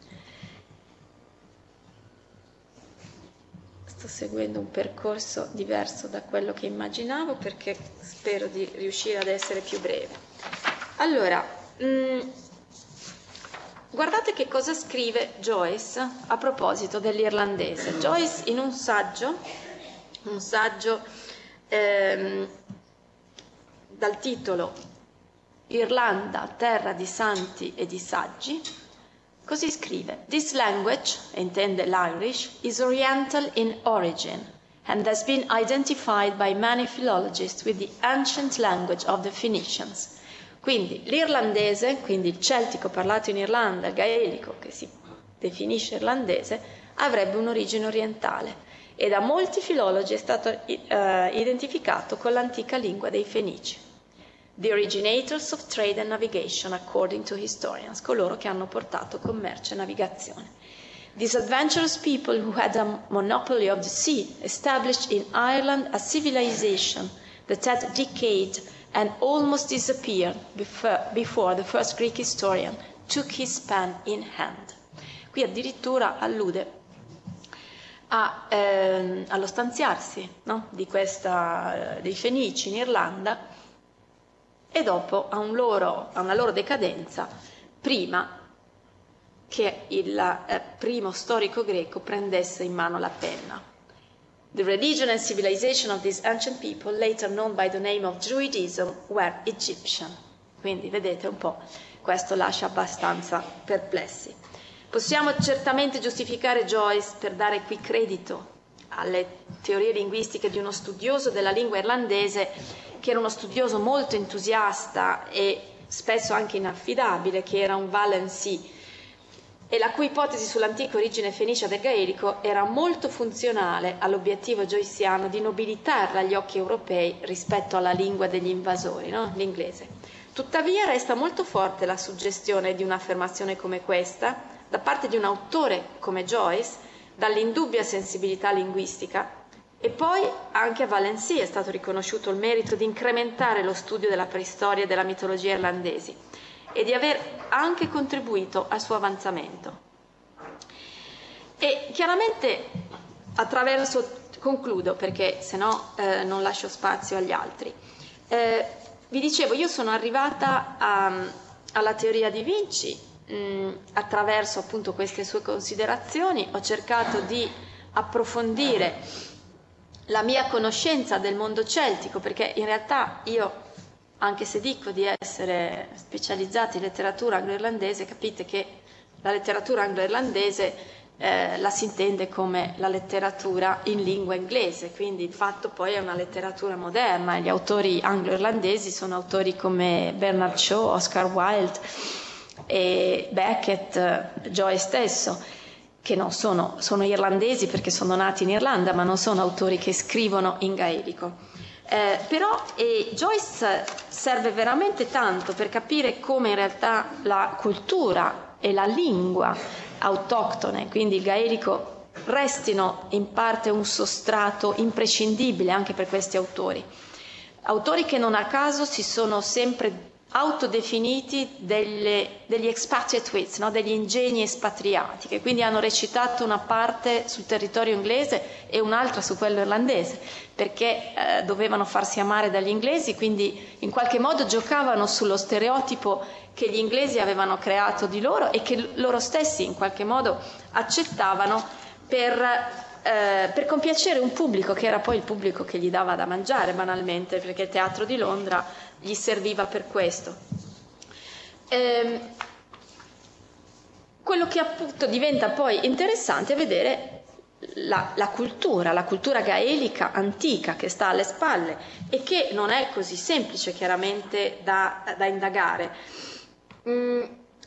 Sto seguendo un percorso diverso da quello che immaginavo perché spero di riuscire ad essere più breve. Allora, mh, guardate che cosa scrive Joyce a proposito dell'irlandese. Joyce in un saggio, un saggio ehm, dal titolo Irlanda, terra di santi e di saggi, così scrive: This language, intende l'Irish, is oriental in origin and has been identified by many philologists with the ancient language of the Phoenicians. Quindi l'irlandese, quindi il celtico parlato in Irlanda, il gaelico che si definisce irlandese, avrebbe un'origine orientale e da molti filologi è stato uh, identificato con l'antica lingua dei Fenici. The originators of trade and navigation, according to historians, coloro che hanno portato commercio e navigazione. These adventurous people who had a monopoly of the sea established in Ireland a civilization that had decayed and almost disappeared before, before the first Greek historian took his pen in hand. Qui addirittura allude a, ehm, allo stanziarsi, no? di questa, dei Fenici in Irlanda e dopo a, un loro, a una loro decadenza prima che il eh, primo storico greco prendesse in mano la penna. The religion and civilization of these ancient people, later known by the name of Druidism, were Egyptian. Quindi vedete un po', questo lascia abbastanza perplessi. Possiamo certamente giustificare Joyce per dare qui credito alle teorie linguistiche di uno studioso della lingua irlandese, che era uno studioso molto entusiasta e spesso anche inaffidabile, che era un Valency, e la cui ipotesi sull'antica origine fenicia del gaelico era molto funzionale all'obiettivo joyciano di nobilitarla agli occhi europei rispetto alla lingua degli invasori, no? L'inglese. Tuttavia resta molto forte la suggestione di un'affermazione come questa da parte di un autore come Joyce, dall'indubbia sensibilità linguistica, e poi anche a Valency è stato riconosciuto il merito di incrementare lo studio della preistoria e della mitologia irlandesi e di aver anche contribuito al suo avanzamento. E chiaramente attraverso, concludo perché se no eh, non lascio spazio agli altri, eh, vi dicevo, io sono arrivata a, alla teoria di Vinci mh, attraverso appunto queste sue considerazioni, ho cercato di approfondire la mia conoscenza del mondo celtico, perché in realtà io, anche se dico di essere specializzata in letteratura anglo-irlandese, capite che la letteratura anglo-irlandese eh, la si intende come la letteratura in lingua inglese, quindi il fatto poi è una letteratura moderna, e gli autori anglo-irlandesi sono autori come Bernard Shaw, Oscar Wilde e Beckett, Joyce stesso, che non sono, sono irlandesi perché sono nati in Irlanda, ma non sono autori che scrivono in gaelico. Eh, però eh, Joyce serve veramente tanto per capire come in realtà la cultura e la lingua autoctone, quindi il gaelico, restino in parte un sostrato imprescindibile anche per questi autori. Autori che non a caso si sono sempre autodefiniti delle, degli expatriate wits, no? Degli ingegni espatriati, che quindi hanno recitato una parte sul territorio inglese e un'altra su quello irlandese, perché eh, dovevano farsi amare dagli inglesi, quindi in qualche modo giocavano sullo stereotipo che gli inglesi avevano creato di loro e che loro stessi in qualche modo accettavano per, eh, per compiacere un pubblico che era poi il pubblico che gli dava da mangiare banalmente, perché il teatro di Londra gli serviva per questo. Eh, quello che appunto diventa poi interessante è vedere la, la cultura, la cultura gaelica antica che sta alle spalle e che non è così semplice chiaramente da, da indagare. Mm,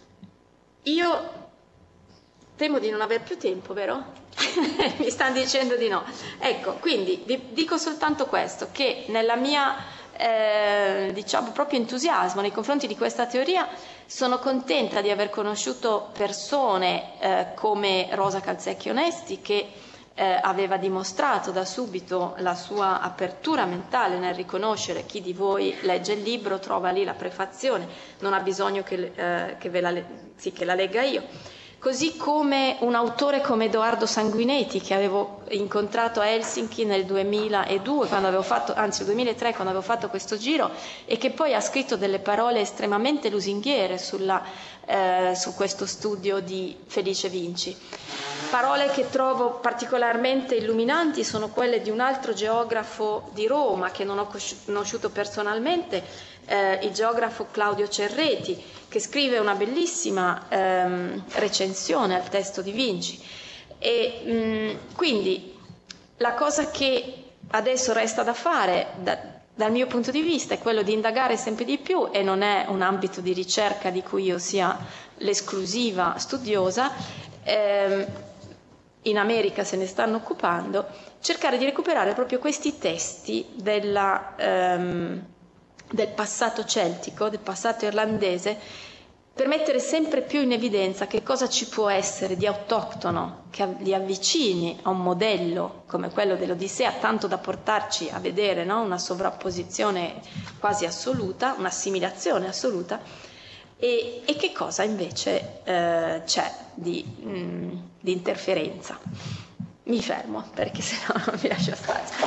io temo di non aver più tempo, vero? Mi stanno dicendo di no. Ecco, quindi vi dico soltanto questo, che nella mia Eh, diciamo proprio entusiasmo nei confronti di questa teoria sono contenta di aver conosciuto persone eh, come Rosa Calzecchi Onesti, che eh, aveva dimostrato da subito la sua apertura mentale nel riconoscere. Chi di voi legge il libro trova lì la prefazione, non ha bisogno che, eh, che, ve la, sì, che la legga io. Così come un autore come Edoardo Sanguinetti, che avevo incontrato a Helsinki nel duemiladue, quando avevo fatto, anzi nel duemilatré, quando avevo fatto questo giro, e che poi ha scritto delle parole estremamente lusinghiere sulla, eh, su questo studio di Felice Vinci. Parole che trovo particolarmente illuminanti sono quelle di un altro geografo di Roma, che non ho conosciuto personalmente, eh, il geografo Claudio Cerreti, che scrive una bellissima ehm, recensione al testo di Vinci. E mh, quindi la cosa che adesso resta da fare da, dal mio punto di vista è quello di indagare sempre di più, e non è un ambito di ricerca di cui io sia l'esclusiva studiosa, ehm, in America se ne stanno occupando, cercare di recuperare proprio questi testi della, ehm, del passato celtico, del passato irlandese, per mettere sempre più in evidenza che cosa ci può essere di autoctono che li avvicini a un modello come quello dell'Odissea, tanto da portarci a vedere, no? Una sovrapposizione quasi assoluta, un'assimilazione assoluta, e, e che cosa invece eh, c'è di, mh, di interferenza. Mi fermo perché sennò non mi lascio spazio.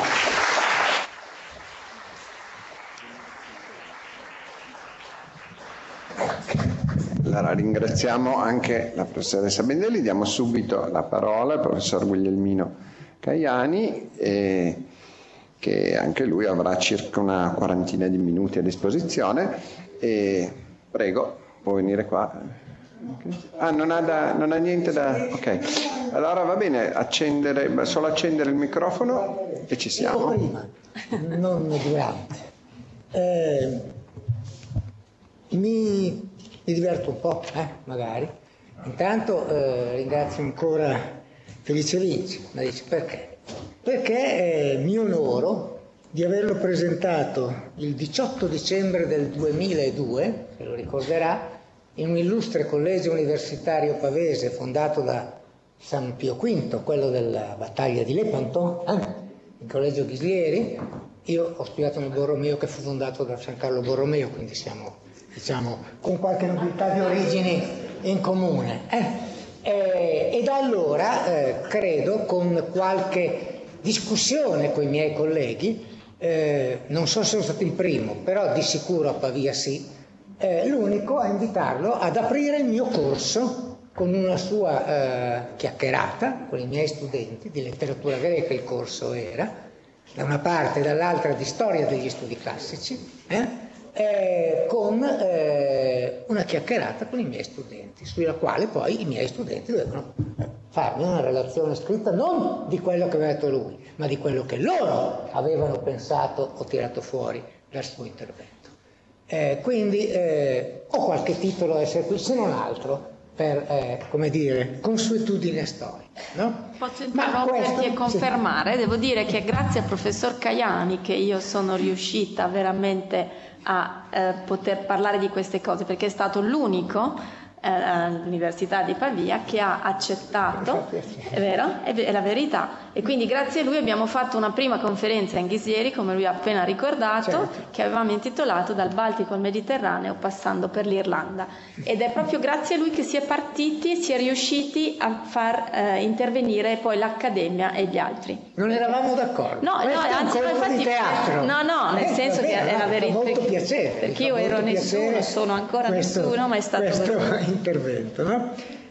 Allora, ringraziamo anche la professoressa Bendelli, diamo subito la parola al professor Guglielmino Caiani, eh, che anche lui avrà circa una quarantina di minuti a disposizione. E prego, può venire qua. Ah, non ha, da, non ha niente da... Ok, allora va bene, accendere, solo accendere il microfono e ci siamo. Prima, non durante. Eh, mi mi diverto un po', eh, magari. Intanto eh, ringrazio ancora Felice Vinci, ma dice perché? Perché eh, mi onoro di averlo presentato il diciotto dicembre del duemiladue, se lo ricorderà, in un illustre collegio universitario pavese fondato da San Pio V, quello della battaglia di Lepanto, eh? il collegio Ghislieri. Io ho studiato nel Borromeo, che fu fondato da San Carlo Borromeo, quindi siamo, diciamo, con qualche nobiltà di origini in comune. Eh? E, e da allora, eh, credo, con qualche discussione con i miei colleghi, eh, non so se sono stato il primo, però di sicuro a Pavia sì, eh, l'unico a invitarlo ad aprire il mio corso con una sua eh, chiacchierata con i miei studenti di letteratura greca. Il corso era da una parte e dall'altra di storia degli studi classici, eh, eh, con eh, una chiacchierata con i miei studenti, sulla quale poi i miei studenti dovevano farmi una relazione scritta non di quello che aveva detto lui, ma di quello che loro avevano pensato o tirato fuori dal suo intervento. Eh, quindi eh, ho qualche titolo a essere qui, se non altro per, eh, come dire, consuetudine storica, no? Posso interromperti questo, e confermare? Sì. Devo dire che grazie al professor Caiani che io sono riuscita veramente a eh, poter parlare di queste cose, perché è stato l'unico all'Università di Pavia che ha accettato, è vero? È la verità, e quindi grazie a lui abbiamo fatto una prima conferenza in Ghislieri, come lui ha appena ricordato, certo, che avevamo intitolato Dal Baltico al Mediterraneo passando per l'Irlanda, ed è proprio grazie a lui che si è partiti e si è riusciti a far eh, intervenire poi l'Accademia e gli altri. Non eravamo d'accordo? No, no, anzi, ma infatti, di teatro. no, no, nel eh, senso bene, che è la verità, molto perché, piacere, perché io ero nessuno, sono ancora questo, nessuno, ma è stato questo intervento, no?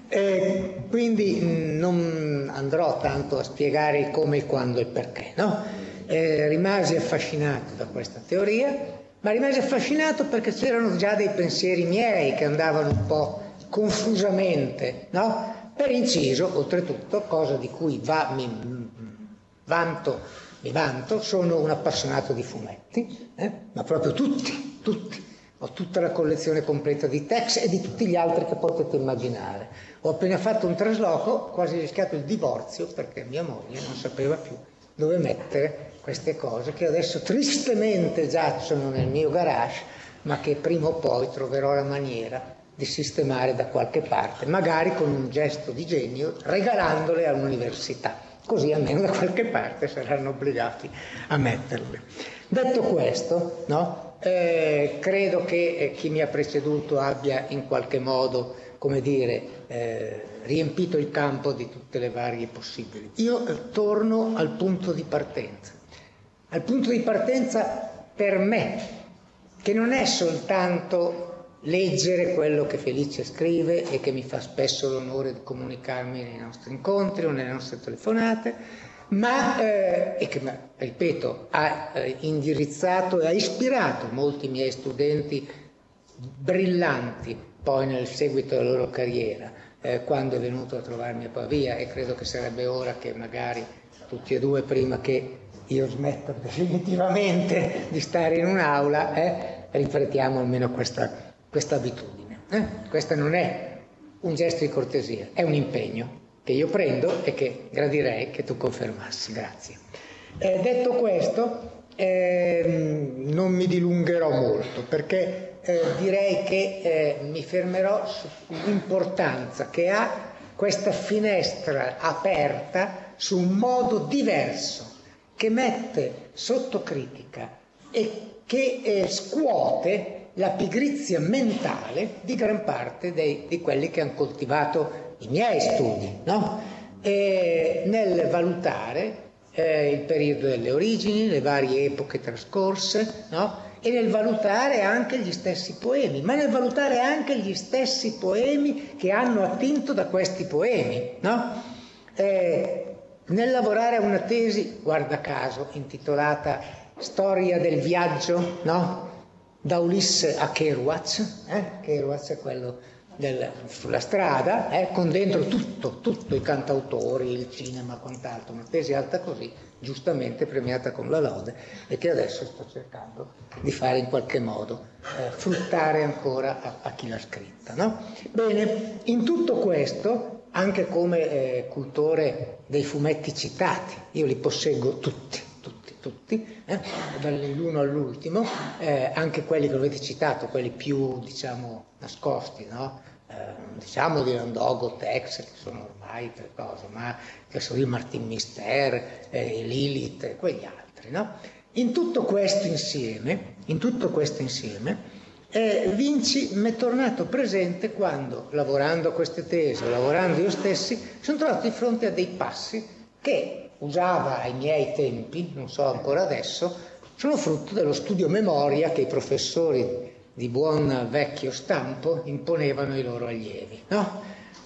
Eh, quindi mh, non andrò tanto a spiegare il come, il quando e il perché, no? Eh, rimasi affascinato da questa teoria, ma rimasi affascinato perché c'erano già dei pensieri miei che andavano un po' confusamente, no? Per inciso, oltretutto, cosa di cui va, mi, vanto, mi vanto, sono un appassionato di fumetti, eh? Ma proprio tutti, tutti. Ho tutta la collezione completa di Tex e di tutti gli altri che potete immaginare. Ho appena fatto un trasloco, quasi rischiato il divorzio, perché mia moglie non sapeva più dove mettere queste cose, che adesso tristemente giacciono nel mio garage, ma che prima o poi troverò la maniera di sistemare da qualche parte, magari con un gesto di genio, regalandole all'università. Così almeno da qualche parte saranno obbligati a metterle. Detto questo, no? Eh, credo che eh, chi mi ha preceduto abbia in qualche modo, come dire, eh, riempito il campo di tutte le varie possibili. Io eh, torno al punto di partenza. Al punto di partenza per me, che non è soltanto leggere quello che Felice scrive e che mi fa spesso l'onore di comunicarmi nei nostri incontri o nelle nostre telefonate, ma eh, e che, ripeto, ha eh, indirizzato e ha ispirato molti miei studenti brillanti poi nel seguito della loro carriera, eh, quando è venuto a trovarmi a Pavia, e credo che sarebbe ora che magari tutti e due, prima che io smetta definitivamente di stare in un'aula, eh, riflettiamo almeno questa questa abitudine. Eh? Questo non è un gesto di cortesia, è un impegno che io prendo e che gradirei che tu confermassi. Grazie. Eh, detto questo, eh, non mi dilungherò molto, perché eh, direi che eh, mi fermerò sull'importanza che ha questa finestra aperta su un modo diverso, che mette sotto critica e che eh, scuote la pigrizia mentale di gran parte dei, di quelli che hanno coltivato i miei studi, no? E nel valutare eh, il periodo delle origini, le varie epoche trascorse, no? E nel valutare anche gli stessi poemi, ma nel valutare anche gli stessi poemi che hanno attinto da questi poemi, no? E nel lavorare a una tesi, guarda caso, intitolata Storia del viaggio, no? Da Ulisse a Kerouac, eh? Kerouac è quello del, sulla strada, eh, con dentro tutto, tutto, i cantautori, il cinema, quant'altro, una tesi alta così, giustamente premiata con la lode, e che adesso sto cercando di fare in qualche modo eh, fruttare ancora a, a chi l'ha scritta, no? Bene, in tutto questo, anche come eh, cultore dei fumetti citati, io li posseggo tutti, tutti, tutti, eh, dall'uno all'ultimo, eh, anche quelli che avete citato, quelli più, diciamo, nascosti, no? Eh, diciamo di Landogo, Tex, che sono ormai tre cose, ma che sono il Martin Mister, eh, Lilith e quegli altri, no? In tutto questo insieme, in tutto questo insieme, eh, Vinci mi è tornato presente quando, lavorando a queste tesi, lavorando io stessi, sono trovato di fronte a dei passi che usava ai miei tempi, non so ancora adesso, sono frutto dello studio memoria che i professori di buon vecchio stampo imponevano ai loro allievi, no?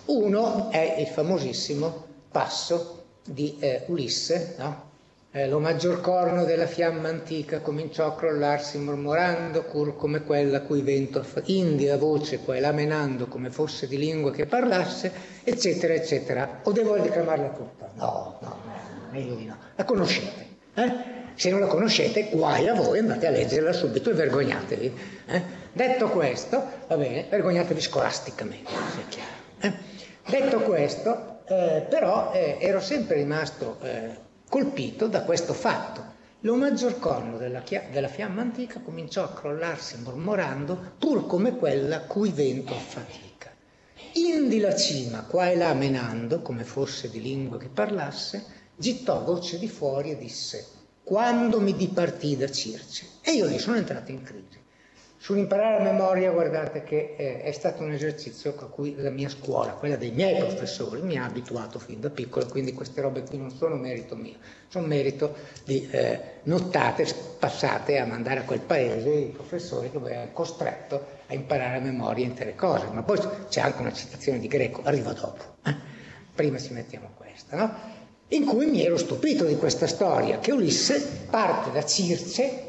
Uno è il famosissimo passo di eh, Ulisse, no? Eh, lo maggior corno della fiamma antica cominciò a crollarsi mormorando, cur come quella cui vento indi la voce qua e là menando come fosse di lingua che parlasse, eccetera, eccetera. O devo declamarla tutta? No, no, no, meglio di no. La conoscete, eh? Se non la conoscete, guai a voi, andate a leggerla subito e vergognatevi. Eh? Detto questo, va bene, vergognatevi scolasticamente, sia chiaro. Eh? Detto questo, eh, però eh, ero sempre rimasto eh, colpito da questo fatto. Lo maggior corno della, chia- della fiamma antica cominciò a crollarsi mormorando, pur come quella cui vento affatica. Indi la cima, qua e là menando, come fosse di lingua che parlasse, gittò voce di fuori e disse: quando mi dipartì da Circe. E io lì sono entrato in crisi. Sull'imparare a memoria, guardate che eh, è stato un esercizio a cui la mia scuola, quella dei miei professori, mi ha abituato fin da piccolo, quindi queste robe qui non sono merito mio, sono merito di eh, nottate passate a mandare a quel paese i professori che avevano costretto a imparare a memoria intere cose. Ma poi c'è anche una citazione di Greco, arriva dopo. Eh? Prima ci mettiamo questa, no? In cui mi ero stupito di questa storia, che Ulisse parte da Circe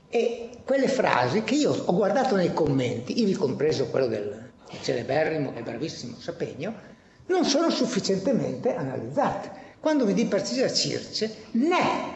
e quelle frasi che io ho guardato nei commenti, ivi compreso quello del celeberrimo e bravissimo Sapegno, non sono sufficientemente analizzate. Quando mi dipartì da Circe, né,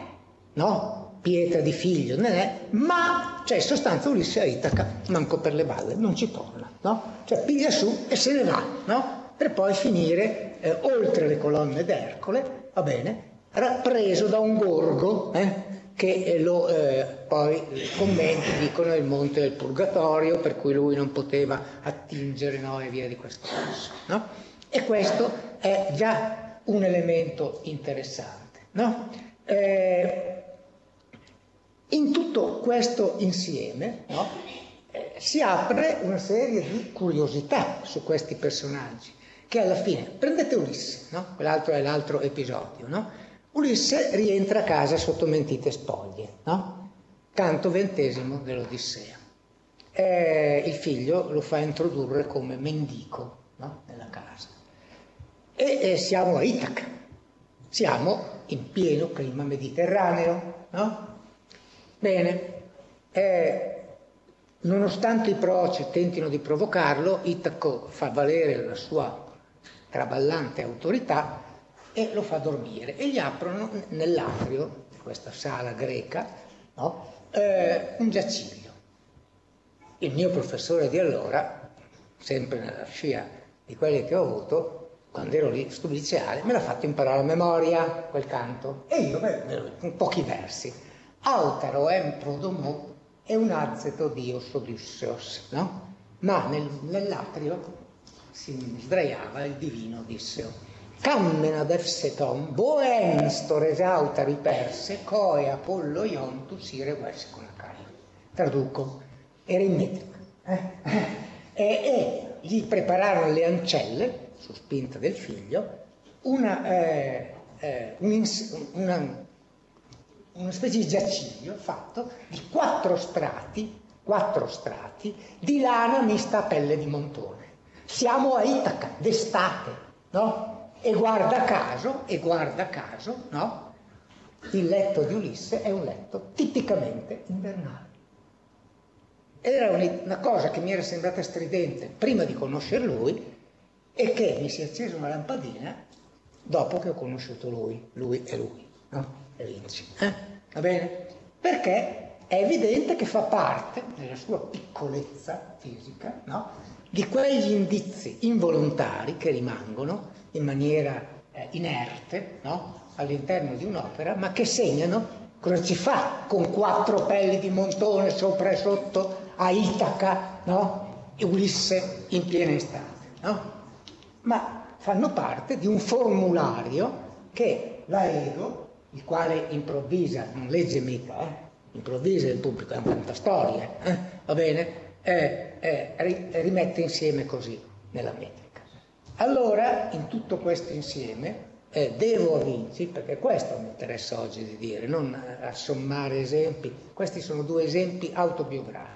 no, pietra di figlio, né, ma, cioè in sostanza Ulisse a Itaca, manco per le balle, non ci torna, no? Cioè piglia su e se ne va, no? Per poi finire eh, oltre le colonne d'Ercole, va bene, rappreso da un gorgo, eh, che lo eh, poi i commenti dicono il monte del Purgatorio, per cui lui non poteva attingere, no, e via di questo passo, no? E questo è già un elemento interessante, no? Eh, in tutto questo insieme, no, eh, si apre una serie di curiosità su questi personaggi, che alla fine, prendete Ulisse, no? Quell'altro è l'altro episodio, no? Ulisse rientra a casa sotto mentite spoglie, no? Canto ventesimo dell'Odissea. Eh, il figlio lo fa introdurre come mendico, no? Nella casa. E eh, siamo a Itaca, siamo in pieno clima mediterraneo, no? Bene, eh, nonostante i proci tentino di provocarlo, Itaco fa valere la sua traballante autorità e lo fa dormire, e gli aprono nell'atrio di questa sala greca, no? eh, un giaciglio. Il mio professore di allora, sempre nella scia di quelli che ho avuto, quando ero lì sul liceale, me l'ha fatto imparare a memoria quel canto, e io beh, in pochi versi: Autaro em prodomo e un azzeto dios Odysseos, no? Ma nel, nell'atrio si sdraiava il divino Odisseo. Cammena defseton, boen stores autari perse, coe Apollo iontu sire ves con acaio. Traduco, era in metrica. Eh? E, e gli prepararono le ancelle, su spinta del figlio, una, eh, eh, un, una, una specie di giaciglio fatto di quattro strati, quattro strati di lana mista a pelle di montone. Siamo a Itaca, d'estate, no? E guarda caso, e guarda caso, no? Il letto di Ulisse è un letto tipicamente invernale. era una cosa che mi era sembrata stridente prima di conoscere lui e che mi si è accesa una lampadina dopo che ho conosciuto lui, lui e lui, no? E Vinci. Eh? Va bene? Perché è evidente che fa parte, nella sua piccolezza fisica, no? Di quegli indizi involontari che rimangono in maniera eh, inerte, no? All'interno di un'opera, ma che segnano cosa ci fa con quattro pelli di montone sopra e sotto a Itaca, no? E Ulisse in piena estate, no? Ma fanno parte di un formulario che Laego, il quale improvvisa, non legge mica, eh? improvvisa il pubblico, è un fantastorie, eh? Va bene? Eh, eh, ri, rimette insieme così nella metrica. Allora, in tutto questo insieme, eh, devo a Vinci, perché questo mi interessa oggi di dire, non assommare esempi, questi sono due esempi autobiografici,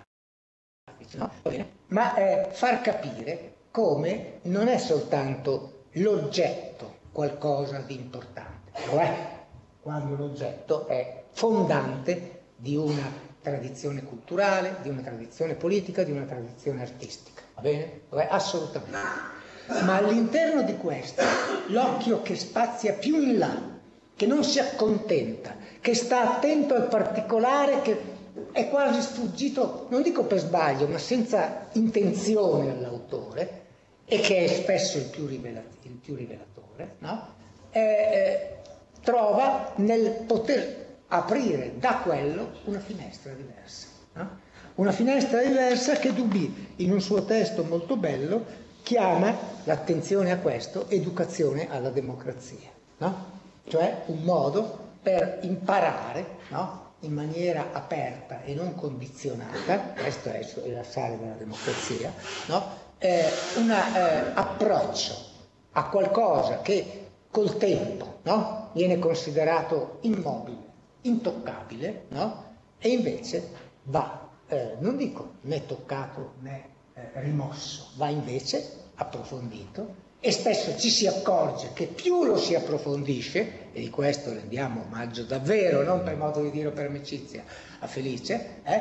no? Va bene? Ma eh, far capire come non è soltanto l'oggetto qualcosa di importante, lo è quando l'oggetto è fondante di una tradizione culturale, di una tradizione politica, di una tradizione artistica, va bene? Lo è assolutamente. Ma all'interno di questo, l'occhio che spazia più in là, che non si accontenta, che sta attento al particolare, che è quasi sfuggito, non dico per sbaglio, ma senza intenzione all'autore, e che è spesso il più, rivelat- il più rivelatore, no? eh, eh, trova nel poter aprire da quello una finestra diversa, no? Una finestra diversa che Duby, in un suo testo molto bello, chiama l'attenzione a questo educazione alla democrazia, no? Cioè un modo per imparare, no? In maniera aperta e non condizionata, questo è la sale della democrazia, no? Eh, un eh, approccio a qualcosa che col tempo, no? Viene considerato immobile, intoccabile, no? E invece va, eh, non dico né toccato né eh, rimosso, va invece approfondito, e spesso ci si accorge che più lo si approfondisce, e di questo rendiamo omaggio davvero, non per modo di dire o per amicizia, a Felice, eh,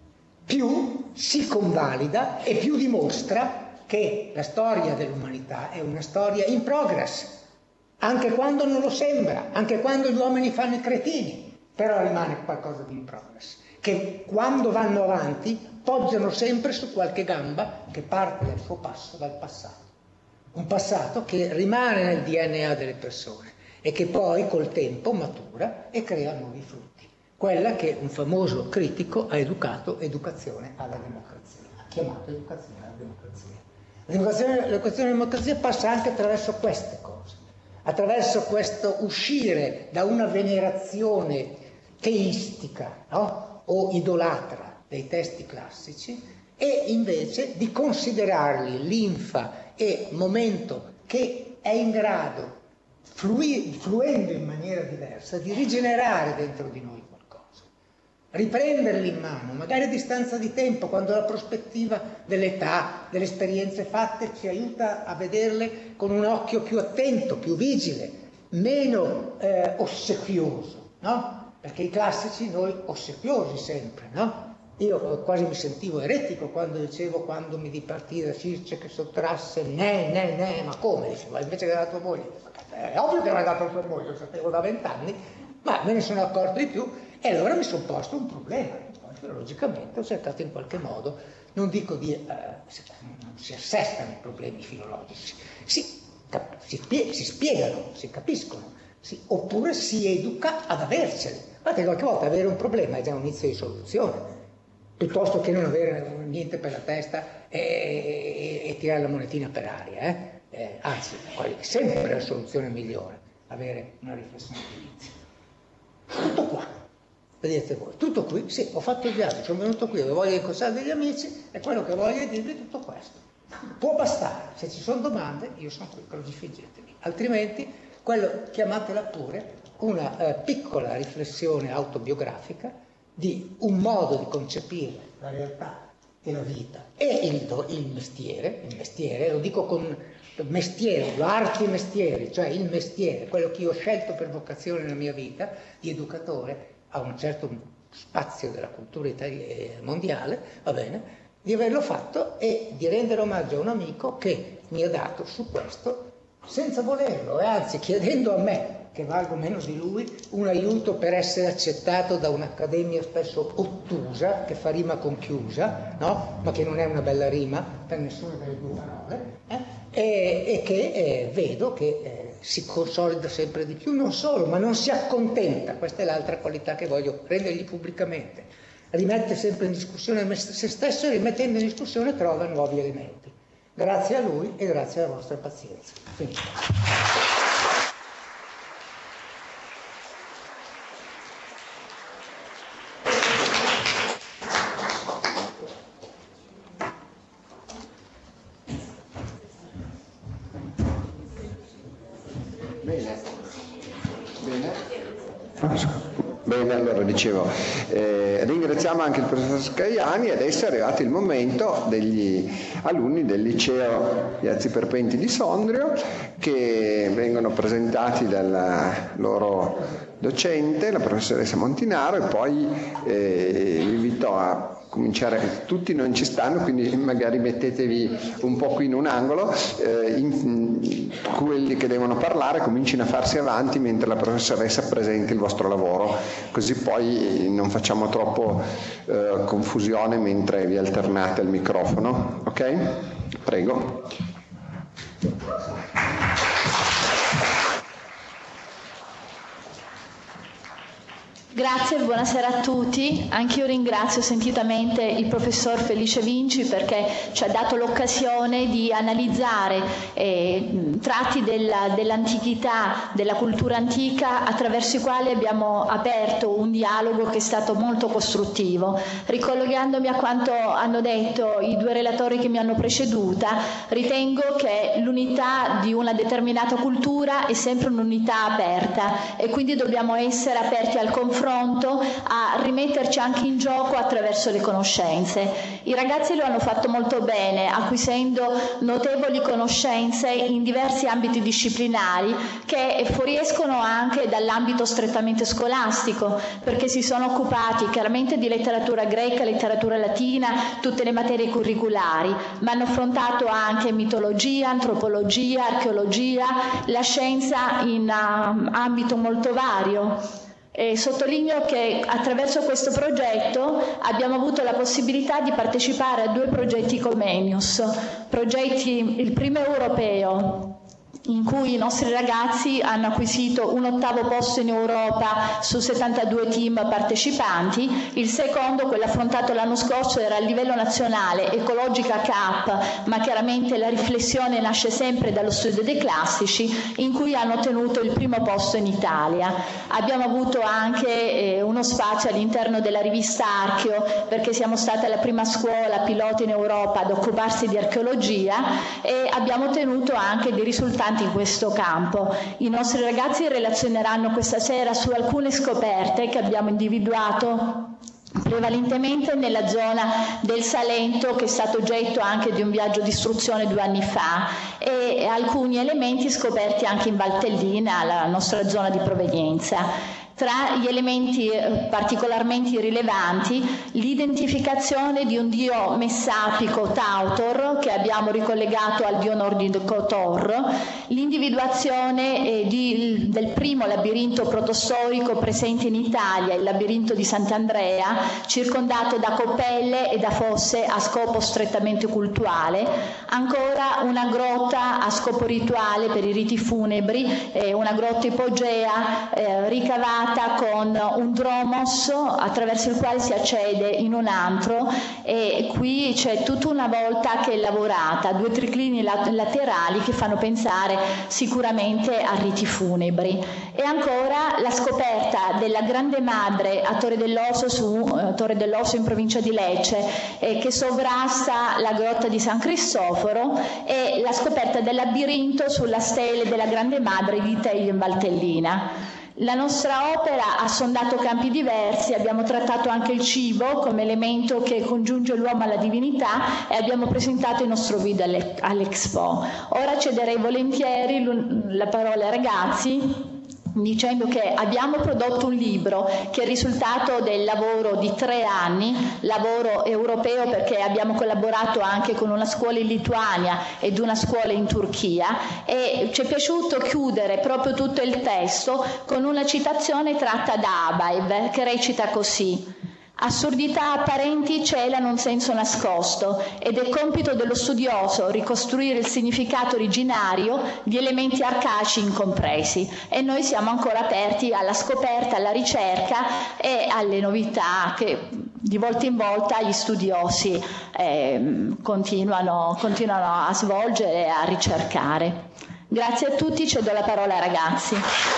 più si convalida e più dimostra che la storia dell'umanità è una storia in progress, anche quando non lo sembra, anche quando gli uomini fanno i cretini, però rimane qualcosa di in progress, che quando vanno avanti poggiano sempre su qualche gamba che parte del suo passo dal passato. Un passato che rimane nel D N A delle persone e che poi col tempo matura e crea nuovi frutti. Quella che un famoso critico ha educato educazione alla democrazia, ha chiamato educazione alla democrazia. L'educazione, l'educazione alla democrazia passa anche attraverso queste cose, attraverso questo uscire da una venerazione teistica, no? O idolatra dei testi classici, e invece di considerarli linfa e momento che è in grado, flui, fluendo in maniera diversa, di rigenerare dentro di noi qualcosa, riprenderli in mano, magari a distanza di tempo, quando la prospettiva dell'età, delle esperienze fatte ci aiuta a vederle con un occhio più attento, più vigile, meno eh, ossequioso, no? Perché i classici noi ossequiosi sempre, no? Io quasi mi sentivo eretico quando dicevo, quando mi dipartì da Circe che sottrasse, ne, ne, ne, ma come? Dicevo, invece che era tua moglie. È ovvio che era dato tua moglie, lo sapevo da vent'anni, ma me ne sono accorto di più e allora mi sono posto un problema. Poi, logicamente ho cercato in qualche modo, non dico di, eh, non si assestano i problemi filologici, si, si, spie- si spiegano, si capiscono, si, oppure si educa ad averceli. Guardate, qualche volta avere un problema è già un inizio di soluzione, piuttosto che non avere niente per la testa e, e, e tirare la monetina per aria, eh? Eh, anzi, è sempre la soluzione migliore, avere una riflessione di inizio. Tutto qua, vedete voi, tutto qui, sì, ho fatto il viaggio, sono venuto qui, avevo voglia di incontrare degli amici e quello che voglio è dirvi tutto questo. Può bastare, se ci sono domande io sono qui, crocifiggetevi, altrimenti quello chiamatela pure una eh, piccola riflessione autobiografica di un modo di concepire la realtà e la vita e il, il mestiere, il mestiere, lo dico con mestiere, arti mestieri, cioè il mestiere, quello che io ho scelto per vocazione nella mia vita di educatore a un certo spazio della cultura italiana mondiale, va bene, di averlo fatto e di rendere omaggio a un amico che mi ha dato su questo, senza volerlo, e anzi chiedendo a me, che valgo meno di lui, un aiuto per essere accettato da un'accademia spesso ottusa, che fa rima con chiusa, no? Ma che non è una bella rima per nessuna delle due parole, eh? e, e che eh, vedo che eh, si consolida sempre di più, non solo, ma non si accontenta, questa è l'altra qualità che voglio rendergli pubblicamente, rimette sempre in discussione se stesso e rimettendo in discussione trova nuovi elementi. Grazie a lui e grazie alla vostra pazienza. Finito. Bene, bene. Bene, allora dicevo, eh, ringraziamo anche il professor Scaiani. Adesso è arrivato il momento degli alunni del liceo Piazzi Perpenti di Sondrio, che vengono presentati dalla loro docente, la professoressa Montinaro, e poi eh, vi invito a cominciare, tutti non ci stanno, quindi magari mettetevi un po' qui in un angolo, eh, in, quelli che devono parlare comincino a farsi avanti mentre la professoressa presenta il vostro lavoro, così poi non facciamo troppo eh, confusione mentre vi alternate al microfono, ok? Prego. Grazie, buonasera a tutti. Anch'io ringrazio sentitamente il professor Felice Vinci perché ci ha dato l'occasione di analizzare eh, tratti della, dell'antichità, della cultura antica, attraverso i quali abbiamo aperto un dialogo che è stato molto costruttivo. Ricollegandomi a quanto hanno detto i due relatori che mi hanno preceduta, ritengo che l'unità di una determinata cultura è sempre un'unità aperta e quindi dobbiamo essere aperti al confronto, a rimetterci anche in gioco attraverso le conoscenze. I ragazzi lo hanno fatto molto bene, acquisendo notevoli conoscenze in diversi ambiti disciplinari che fuoriescono anche dall'ambito strettamente scolastico, perché si sono occupati chiaramente di letteratura greca, letteratura latina, tutte le materie curriculari, ma hanno affrontato anche mitologia, antropologia, archeologia, la scienza in uh, ambito molto vario. E sottolineo che attraverso questo progetto abbiamo avuto la possibilità di partecipare a due progetti Comenius, progetti, il primo europeo, in cui i nostri ragazzi hanno acquisito un ottavo posto in Europa su settantadue team partecipanti. Il secondo, quello affrontato l'anno scorso, era a livello nazionale, Ecologica Cup, ma chiaramente la riflessione nasce sempre dallo studio dei classici, in cui hanno ottenuto il primo posto in Italia. Abbiamo avuto anche eh, uno spazio all'interno della rivista Archeo, perché siamo stati la prima scuola pilota in Europa ad occuparsi di archeologia e abbiamo ottenuto anche dei risultati in questo campo. I nostri ragazzi relazioneranno questa sera su alcune scoperte che abbiamo individuato prevalentemente nella zona del Salento, che è stato oggetto anche di un viaggio di istruzione due anni fa, e alcuni elementi scoperti anche in Valtellina, la nostra zona di provenienza. Tra gli elementi particolarmente rilevanti, l'identificazione di un dio messapico Tautor, che abbiamo ricollegato al dio nordico Thor, l'individuazione eh, di, del primo labirinto protostorico presente in Italia, il labirinto di Sant'Andrea, circondato da coppelle e da fosse a scopo strettamente cultuale, ancora una grotta a scopo rituale per i riti funebri, eh, una grotta ipogea eh, ricavata con un dromos attraverso il quale si accede in un antro, e qui c'è tutta una volta che è lavorata, due triclini laterali che fanno pensare sicuramente a riti funebri. E ancora la scoperta della Grande Madre a Torre dell'Orso, su eh, Torre dell'Orso in provincia di Lecce, eh, che sovrasta la grotta di San Cristoforo, e la scoperta del labirinto sulla stele della Grande Madre di Teglio in Valtellina. La nostra opera ha sondato campi diversi, abbiamo trattato anche il cibo come elemento che congiunge l'uomo alla divinità e abbiamo presentato il nostro video all'Expo. Ora cederei volentieri la parola ai ragazzi dicendo che abbiamo prodotto un libro che è il risultato del lavoro di tre anni, lavoro europeo perché abbiamo collaborato anche con una scuola in Lituania ed una scuola in Turchia, e ci è piaciuto chiudere proprio tutto il testo con una citazione tratta da Abaev che recita così: assurdità apparenti celano un senso nascosto ed è compito dello studioso ricostruire il significato originario di elementi arcaici incompresi, e noi siamo ancora aperti alla scoperta, alla ricerca e alle novità che di volta in volta gli studiosi eh, continuano, continuano a svolgere e a ricercare. Grazie a tutti, cedo la parola ai ragazzi.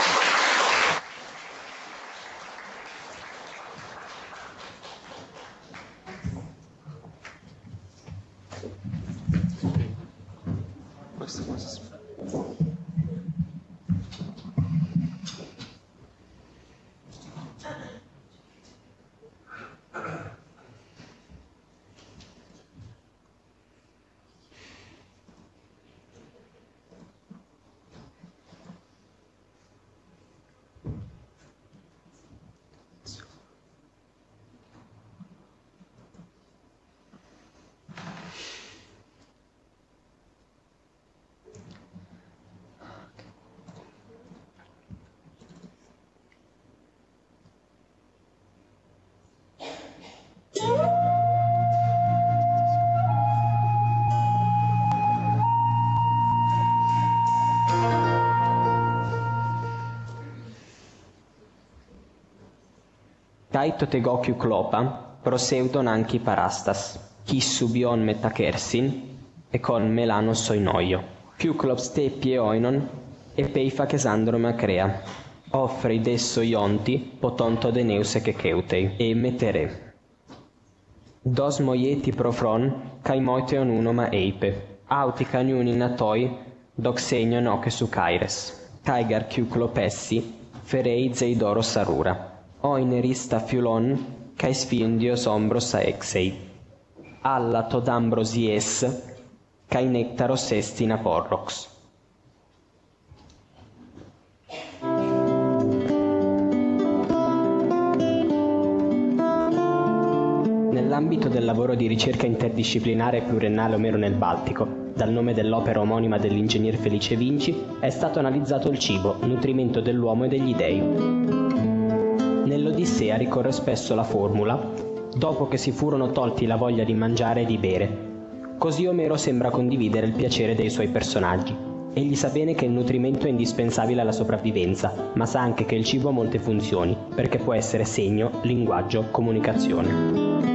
Kai to tegokiu klopa, proseudon anki parastas, kis subion metakersin, e con melano soinoio. Più klopstepie oinon, e peifa kesandrome acrea, offri desso ionti, potonto deneuse che keutei, e metere. Dos moieti profron, kai moiteon unoma eipe, auti caniuni natoi, doxenion oche su caires, caigar chiu klopessi, ferei zeidoro sarura. Oinerista fiulon, cae sfindios ombros aexei, alla todambrosies, cae nectaros estina porrox. Nell'ambito del lavoro di ricerca interdisciplinare pluriennale Omero nel Baltico, dal nome dell'opera omonima dell'ingegner Felice Vinci, è stato analizzato il cibo, nutrimento dell'uomo e degli dei. Nell'Odissea ricorre spesso la formula: dopo che si furono tolti la voglia di mangiare e di bere. Così Omero sembra condividere il piacere dei suoi personaggi. Egli sa bene che il nutrimento è indispensabile alla sopravvivenza, ma sa anche che il cibo ha molte funzioni, perché può essere segno, linguaggio, comunicazione.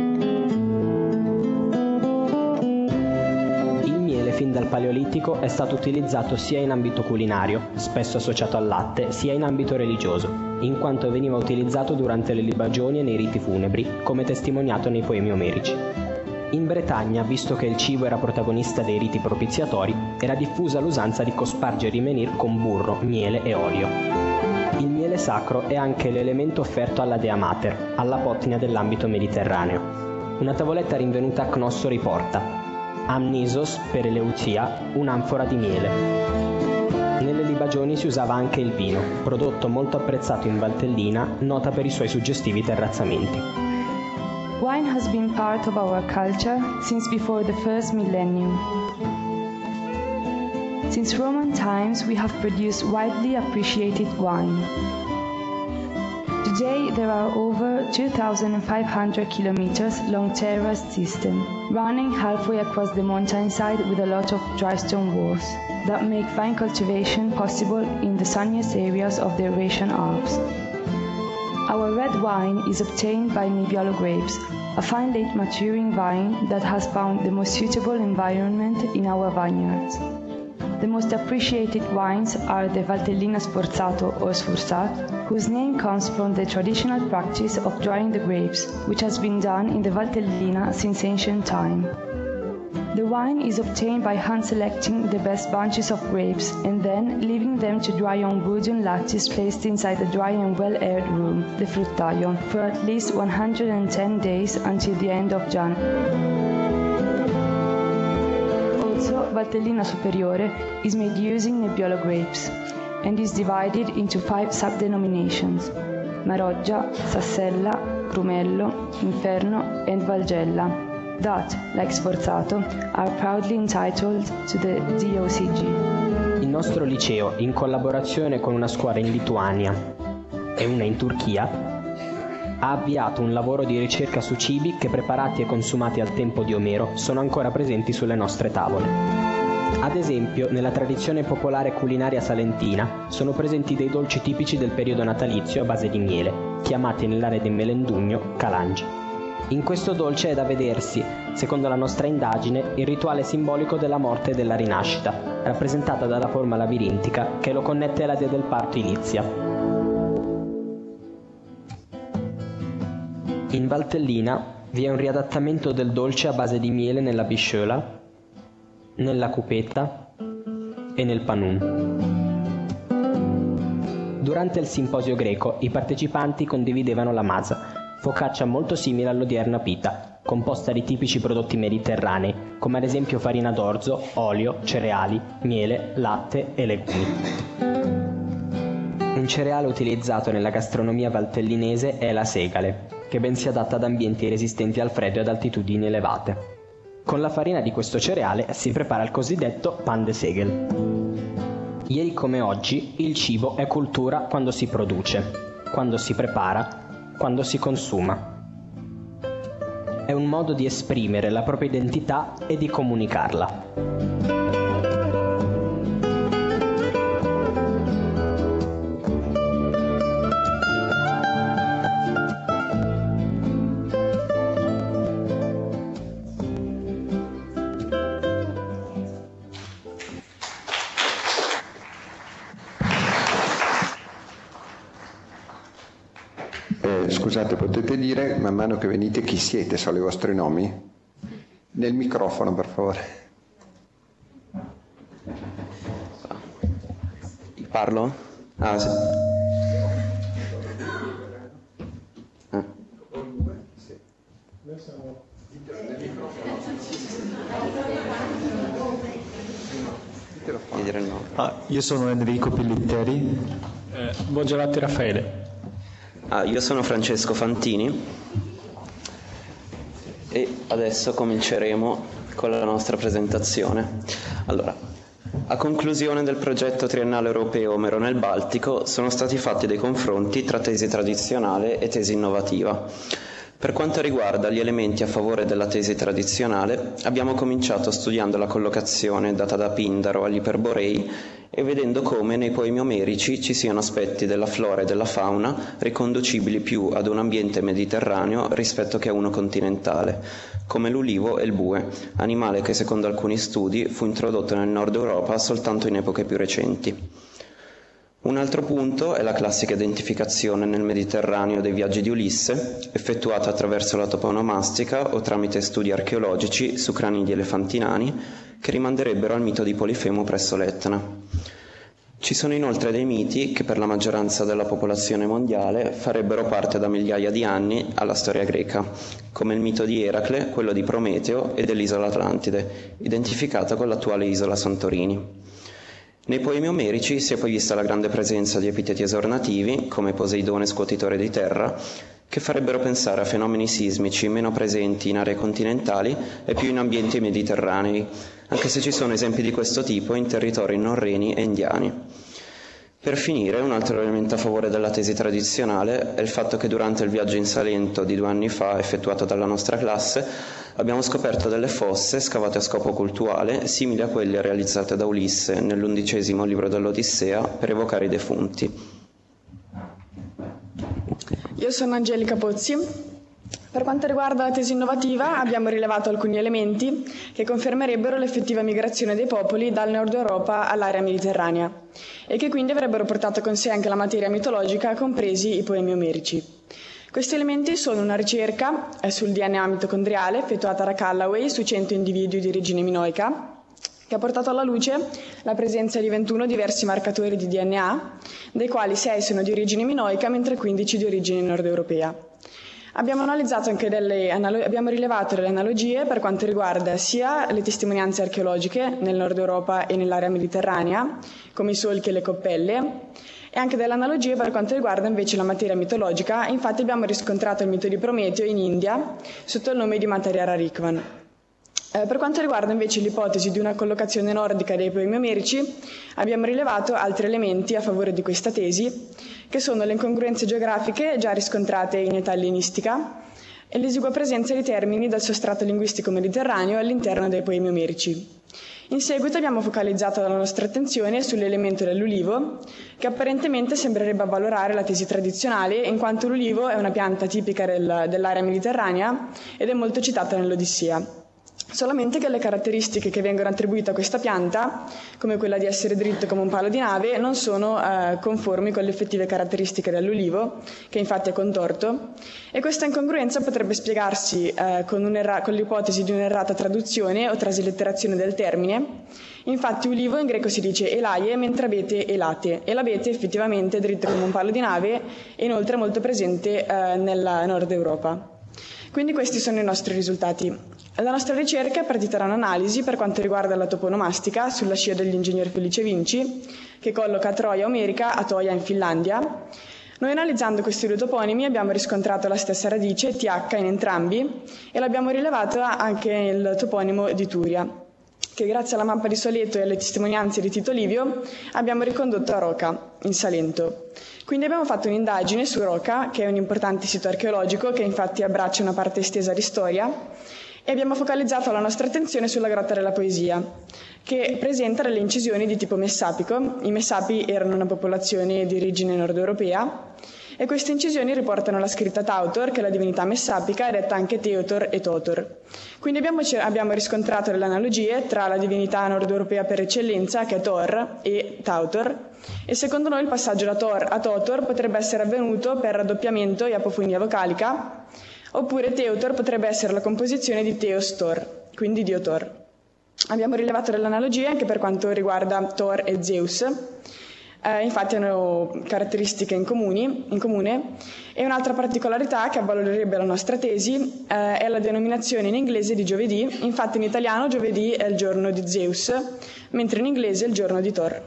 Fin dal Paleolitico è stato utilizzato sia in ambito culinario, spesso associato al latte, sia in ambito religioso, in quanto veniva utilizzato durante le libagioni e nei riti funebri, come testimoniato nei poemi omerici. In Bretagna, visto che il cibo era protagonista dei riti propiziatori, era diffusa l'usanza di cospargere i menhir con burro, miele e olio. Il miele sacro è anche l'elemento offerto alla Dea Mater, alla potnia dell'ambito mediterraneo. Una tavoletta rinvenuta a Cnosso riporta: Amnisos per Eleucia, un'anfora di miele. Nelle libagioni si usava anche il vino, prodotto molto apprezzato in Valtellina, nota per i suoi suggestivi terrazzamenti. Wine has been part of our culture since before the first millennium. Since Roman times we have produced widely appreciated wine. Today there are over two thousand five hundred kilometers long terrace system, running halfway across the mountainside with a lot of dry stone walls, that make vine cultivation possible in the sunniest areas of the Eurasian Alps. Our red wine is obtained by Nebbiolo grapes, a fine late maturing vine that has found the most suitable environment in our vineyards. The most appreciated wines are the Valtellina Sforzato or Sforzat, whose name comes from the traditional practice of drying the grapes, which has been done in the Valtellina since ancient time. The wine is obtained by hand-selecting the best bunches of grapes and then leaving them to dry on wooden lattice placed inside a dry and well-aired room, the fruttaio, for at least one hundred ten days until the end of January. Also, Valtellina Superiore is made using Nebbiolo grapes. and is divided into five sub-denominations: Maroggia, Sassella, Grumello, Inferno, and Valgella, that, like Sforzato, are proudly entitled to the D O C G. Il nostro liceo, in collaborazione con una scuola in Lituania e una in Turchia, ha avviato un lavoro di ricerca su cibi che, preparati e consumati al tempo di Omero, sono ancora presenti sulle nostre tavole. Ad esempio, nella tradizione popolare culinaria salentina sono presenti dei dolci tipici del periodo natalizio a base di miele, chiamati nell'area di Melendugno calangi. In questo dolce è da vedersi, secondo la nostra indagine, il rituale simbolico della morte e della rinascita, rappresentata dalla forma labirintica che lo connette alla dea del parto Ilizia. In Valtellina vi è un riadattamento del dolce a base di miele nella bisciola, nella cupetta e nel panun. Durante il simposio greco i partecipanti condividevano la masa, focaccia molto simile all'odierna pita, composta di tipici prodotti mediterranei, come ad esempio farina d'orzo, olio, cereali, miele, latte e legumi. Un cereale utilizzato nella gastronomia valtellinese è la segale, che ben si adatta ad ambienti resistenti al freddo e ad altitudini elevate. Con la farina di questo cereale si prepara il cosiddetto pan de segel. Ieri come oggi, il cibo è cultura quando si produce, quando si prepara, quando si consuma. È un modo di esprimere la propria identità e di comunicarla. Scusate, potete dire man mano che venite chi siete, sono i vostri nomi? Nel microfono, per favore. Parlo? Ah, sì. Ah. Ah, io sono Enrico Pillitteri. Eh, Buongiorno Raffaele. Ah, io sono Francesco Fantini e adesso cominceremo con la nostra presentazione. Allora, a conclusione del progetto triennale europeo Omero nel Baltico sono stati fatti dei confronti tra tesi tradizionale e tesi innovativa. Per quanto riguarda gli elementi a favore della tesi tradizionale, abbiamo cominciato studiando la collocazione data da Pindaro agli Iperborei e vedendo come nei poemi omerici ci siano aspetti della flora e della fauna riconducibili più ad un ambiente mediterraneo rispetto che a uno continentale, come l'ulivo e il bue, animale che secondo alcuni studi fu introdotto nel nord Europa soltanto in epoche più recenti. Un altro punto è la classica identificazione nel Mediterraneo dei viaggi di Ulisse, effettuata attraverso la toponomastica o tramite studi archeologici su crani di elefanti nani, che rimanderebbero al mito di Polifemo presso l'Etna. Ci sono inoltre dei miti che per la maggioranza della popolazione mondiale farebbero parte da migliaia di anni alla storia greca, come il mito di Eracle, quello di Prometeo e dell'isola Atlantide, identificata con l'attuale isola Santorini. Nei poemi omerici si è poi vista la grande presenza di epiteti esornativi, come Poseidone scuotitore di terra, che farebbero pensare a fenomeni sismici meno presenti in aree continentali e più in ambienti mediterranei, anche se ci sono esempi di questo tipo in territori norreni e indiani. Per finire, un altro elemento a favore della tesi tradizionale è il fatto che durante il viaggio in Salento di due anni fa, effettuato dalla nostra classe, abbiamo scoperto delle fosse scavate a scopo cultuale, simili a quelle realizzate da Ulisse nell'undicesimo libro dell'Odissea per evocare i defunti. Io sono Angelica Pozzi. Per quanto riguarda la tesi innovativa, abbiamo rilevato alcuni elementi che confermerebbero l'effettiva migrazione dei popoli dal nord Europa all'area mediterranea e che quindi avrebbero portato con sé anche la materia mitologica, compresi i poemi omerici. Questi elementi sono una ricerca sul D N A mitocondriale effettuata da Callaway su cento individui di origine minoica, che ha portato alla luce la presenza di ventuno diversi marcatori di D N A, dei quali sei sono di origine minoica, mentre quindici di origine nord europea. Abbiamo analizzato anche delle analo- abbiamo rilevato delle analogie per quanto riguarda sia le testimonianze archeologiche nel nord Europa e nell'area mediterranea, come i solchi e le coppelle, e anche delle analogie per quanto riguarda invece la materia mitologica. Infatti abbiamo riscontrato il mito di Prometeo in India sotto il nome di Matariara Rikvan. Eh, per quanto riguarda invece l'ipotesi di una collocazione nordica dei poemi omerici, abbiamo rilevato altri elementi a favore di questa tesi, che sono le incongruenze geografiche già riscontrate in età ellenistica e l'esigua presenza di termini dal sostrato linguistico mediterraneo all'interno dei poemi omerici. In seguito abbiamo focalizzato la nostra attenzione sull'elemento dell'ulivo, che apparentemente sembrerebbe avvalorare la tesi tradizionale, in quanto l'ulivo è una pianta tipica del, dell'area mediterranea ed è molto citata nell'Odissea. Solamente che le caratteristiche che vengono attribuite a questa pianta, come quella di essere dritto come un palo di nave, non sono eh, conformi con le effettive caratteristiche dell'ulivo, che infatti è contorto, e questa incongruenza potrebbe spiegarsi eh, con, un'erra- con l'ipotesi di un'errata traduzione o traslitterazione del termine. Infatti ulivo in greco si dice elaie, mentre abete elate, e l'abete effettivamente è dritto come un palo di nave e inoltre è molto presente eh, nella Nord Europa. Quindi questi sono i nostri risultati. La nostra ricerca è partita da un'analisi per quanto riguarda la toponomastica sulla scia dell'ingegner Felice Vinci, che colloca Troia omerica a Toia in Finlandia. Noi analizzando questi due toponimi abbiamo riscontrato la stessa radice, T H, in entrambi, e l'abbiamo rilevata anche nel toponimo di Turia, che grazie alla mappa di Soleto e alle testimonianze di Tito Livio abbiamo ricondotto a Roca, in Salento. Quindi abbiamo fatto un'indagine su Roca, che è un importante sito archeologico che infatti abbraccia una parte estesa di storia, e abbiamo focalizzato la nostra attenzione sulla Grotta della Poesia, che presenta delle incisioni di tipo messapico. I Messapi erano una popolazione di origine nord-europea e queste incisioni riportano la scritta Tautor, che è la divinità messapica, detta anche Teutor e Totor. Quindi abbiamo, abbiamo riscontrato delle analogie tra la divinità nord-europea per eccellenza, che è Thor, e Tautor, e secondo noi il passaggio da Thor a Totor potrebbe essere avvenuto per raddoppiamento e apofonia vocalica, oppure Teutor potrebbe essere la composizione di Theos Thor, quindi Dio Thor. Abbiamo rilevato delle analogie anche per quanto riguarda Thor e Zeus, eh, infatti hanno caratteristiche in, comuni, in comune, e un'altra particolarità che avvalorerebbe la nostra tesi eh, è la denominazione in inglese di giovedì. Infatti in italiano giovedì è il giorno di Zeus, mentre in inglese è il giorno di Thor.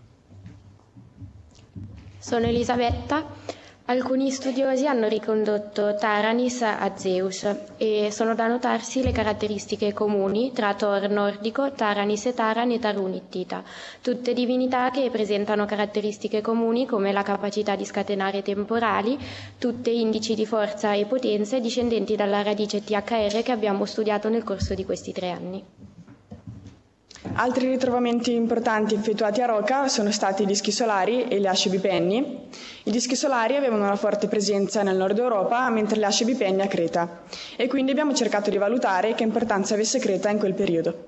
Sono Elisabetta. Alcuni studiosi hanno ricondotto Taranis a Zeus e sono da notarsi le caratteristiche comuni tra Thor nordico, Taranis e Taran e Tarun ittita, tutte divinità che presentano caratteristiche comuni come la capacità di scatenare temporali, tutte indici di forza e potenza discendenti dalla radice T H R che abbiamo studiato nel corso di questi tre anni. Altri ritrovamenti importanti effettuati a Roca sono stati i dischi solari e le asce bipenni. I dischi solari avevano una forte presenza nel nord Europa, mentre le asce bipenni a Creta, e quindi abbiamo cercato di valutare che importanza avesse Creta in quel periodo.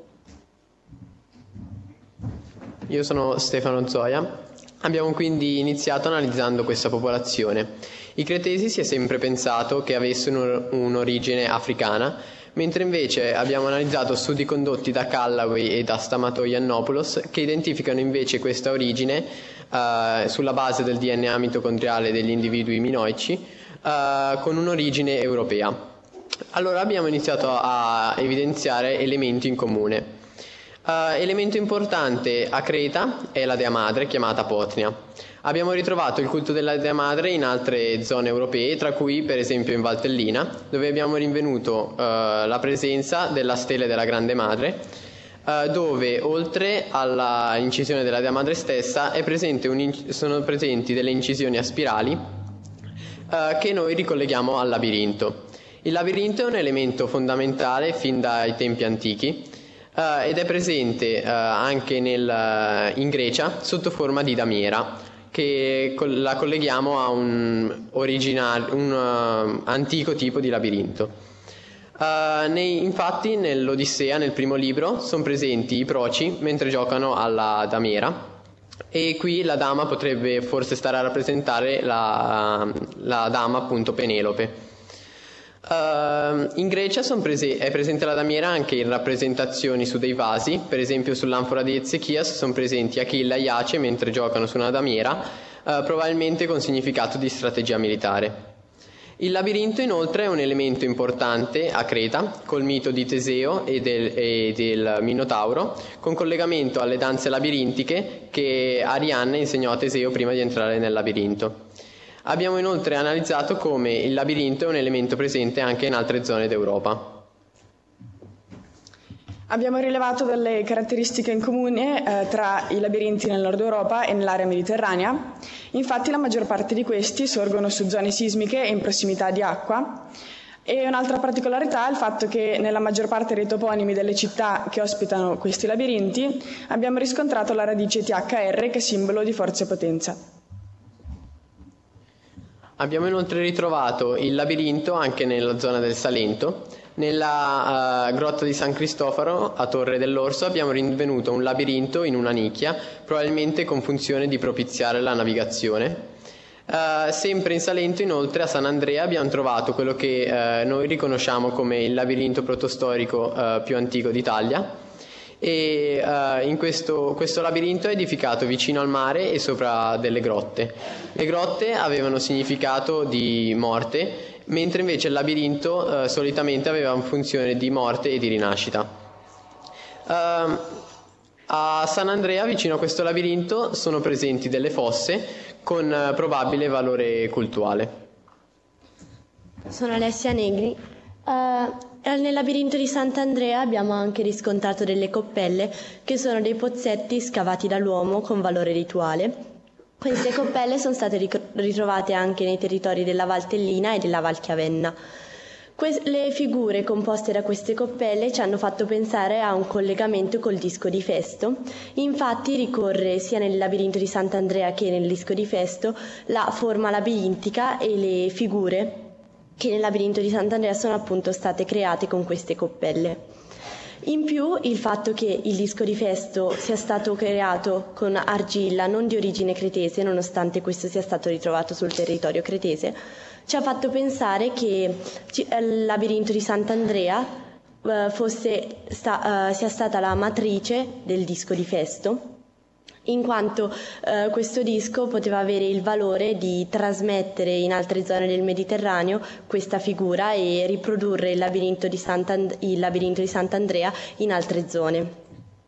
Io sono Stefano Zoia. Abbiamo quindi iniziato analizzando questa popolazione. I cretesi si è sempre pensato che avessero un'origine africana, mentre invece abbiamo analizzato studi condotti da Callaway e da Stamato-Yiannopoulos che identificano invece questa origine eh, sulla base del D N A mitocondriale degli individui minoici eh, con un'origine europea. Allora abbiamo iniziato a evidenziare elementi in comune. Uh, elemento importante a Creta è la Dea Madre, chiamata Potnia. Abbiamo ritrovato il culto della Dea Madre in altre zone europee, tra cui per esempio in Valtellina, dove abbiamo rinvenuto uh, la presenza della stele della Grande Madre, uh, dove oltre alla incisione della Dea Madre stessa è presente un inc- sono presenti delle incisioni a spirali uh, che noi ricolleghiamo al labirinto. Il labirinto è un elemento fondamentale fin dai tempi antichi, Uh, ed è presente uh, anche nel, uh, in Grecia sotto forma di damiera, che col- la colleghiamo a un, original- un uh, antico tipo di labirinto. Uh, nei, infatti nell'Odissea, nel primo libro, sono presenti i proci mentre giocano alla damiera, e qui la dama potrebbe forse stare a rappresentare la, la dama appunto Penelope. Uh, in Grecia son prese- è presente la damiera anche in rappresentazioni su dei vasi, per esempio sull'anfora di Ezechias sono presenti Achille e Iace mentre giocano su una damiera, uh, probabilmente con significato di strategia militare. Il labirinto inoltre è un elemento importante a Creta, col mito di Teseo e del, e del Minotauro, con collegamento alle danze labirintiche che Arianna insegnò a Teseo prima di entrare nel labirinto. Abbiamo inoltre analizzato come il labirinto è un elemento presente anche in altre zone d'Europa. Abbiamo rilevato delle caratteristiche in comune eh, tra i labirinti nel nord Europa e nell'area mediterranea. Infatti la maggior parte di questi sorgono su zone sismiche e in prossimità di acqua. E un'altra particolarità è il fatto che nella maggior parte dei toponimi delle città che ospitano questi labirinti abbiamo riscontrato la radice T H R, che è simbolo di forza e potenza. Abbiamo inoltre ritrovato il labirinto anche nella zona del Salento. Nella uh, grotta di San Cristoforo a Torre dell'Orso abbiamo rinvenuto un labirinto in una nicchia, probabilmente con funzione di propiziare la navigazione. Uh, sempre in Salento, inoltre, a San Andrea abbiamo trovato quello che uh, noi riconosciamo come il labirinto protostorico uh, più antico d'Italia. E uh, in questo, questo labirinto è edificato vicino al mare e sopra delle grotte. Le grotte avevano significato di morte, mentre invece il labirinto uh, solitamente aveva una funzione di morte e di rinascita. Uh, a San Andrea, vicino a questo labirinto, sono presenti delle fosse con uh, probabile valore cultuale. Sono Alessia Negri. Uh, nel labirinto di Sant'Andrea abbiamo anche riscontrato delle coppelle, che sono dei pozzetti scavati dall'uomo con valore rituale. Queste coppelle sono state ritrovate anche nei territori della Valtellina e della Valchiavenna. Que- le figure composte da queste coppelle ci hanno fatto pensare a un collegamento col disco di Festo. Infatti ricorre sia nel labirinto di Sant'Andrea che nel disco di Festo la forma labirintica e le figure che nel labirinto di Sant'Andrea sono appunto state create con queste coppelle. In più, il fatto che il disco di Festo sia stato creato con argilla non di origine cretese, nonostante questo sia stato ritrovato sul territorio cretese, ci ha fatto pensare che il labirinto di Sant'Andrea eh, fosse sta, eh, sia stata la matrice del disco di Festo, in quanto eh, questo disco poteva avere il valore di trasmettere in altre zone del Mediterraneo questa figura e riprodurre il labirinto di, Sant'And- il labirinto di Sant'Andrea in altre zone.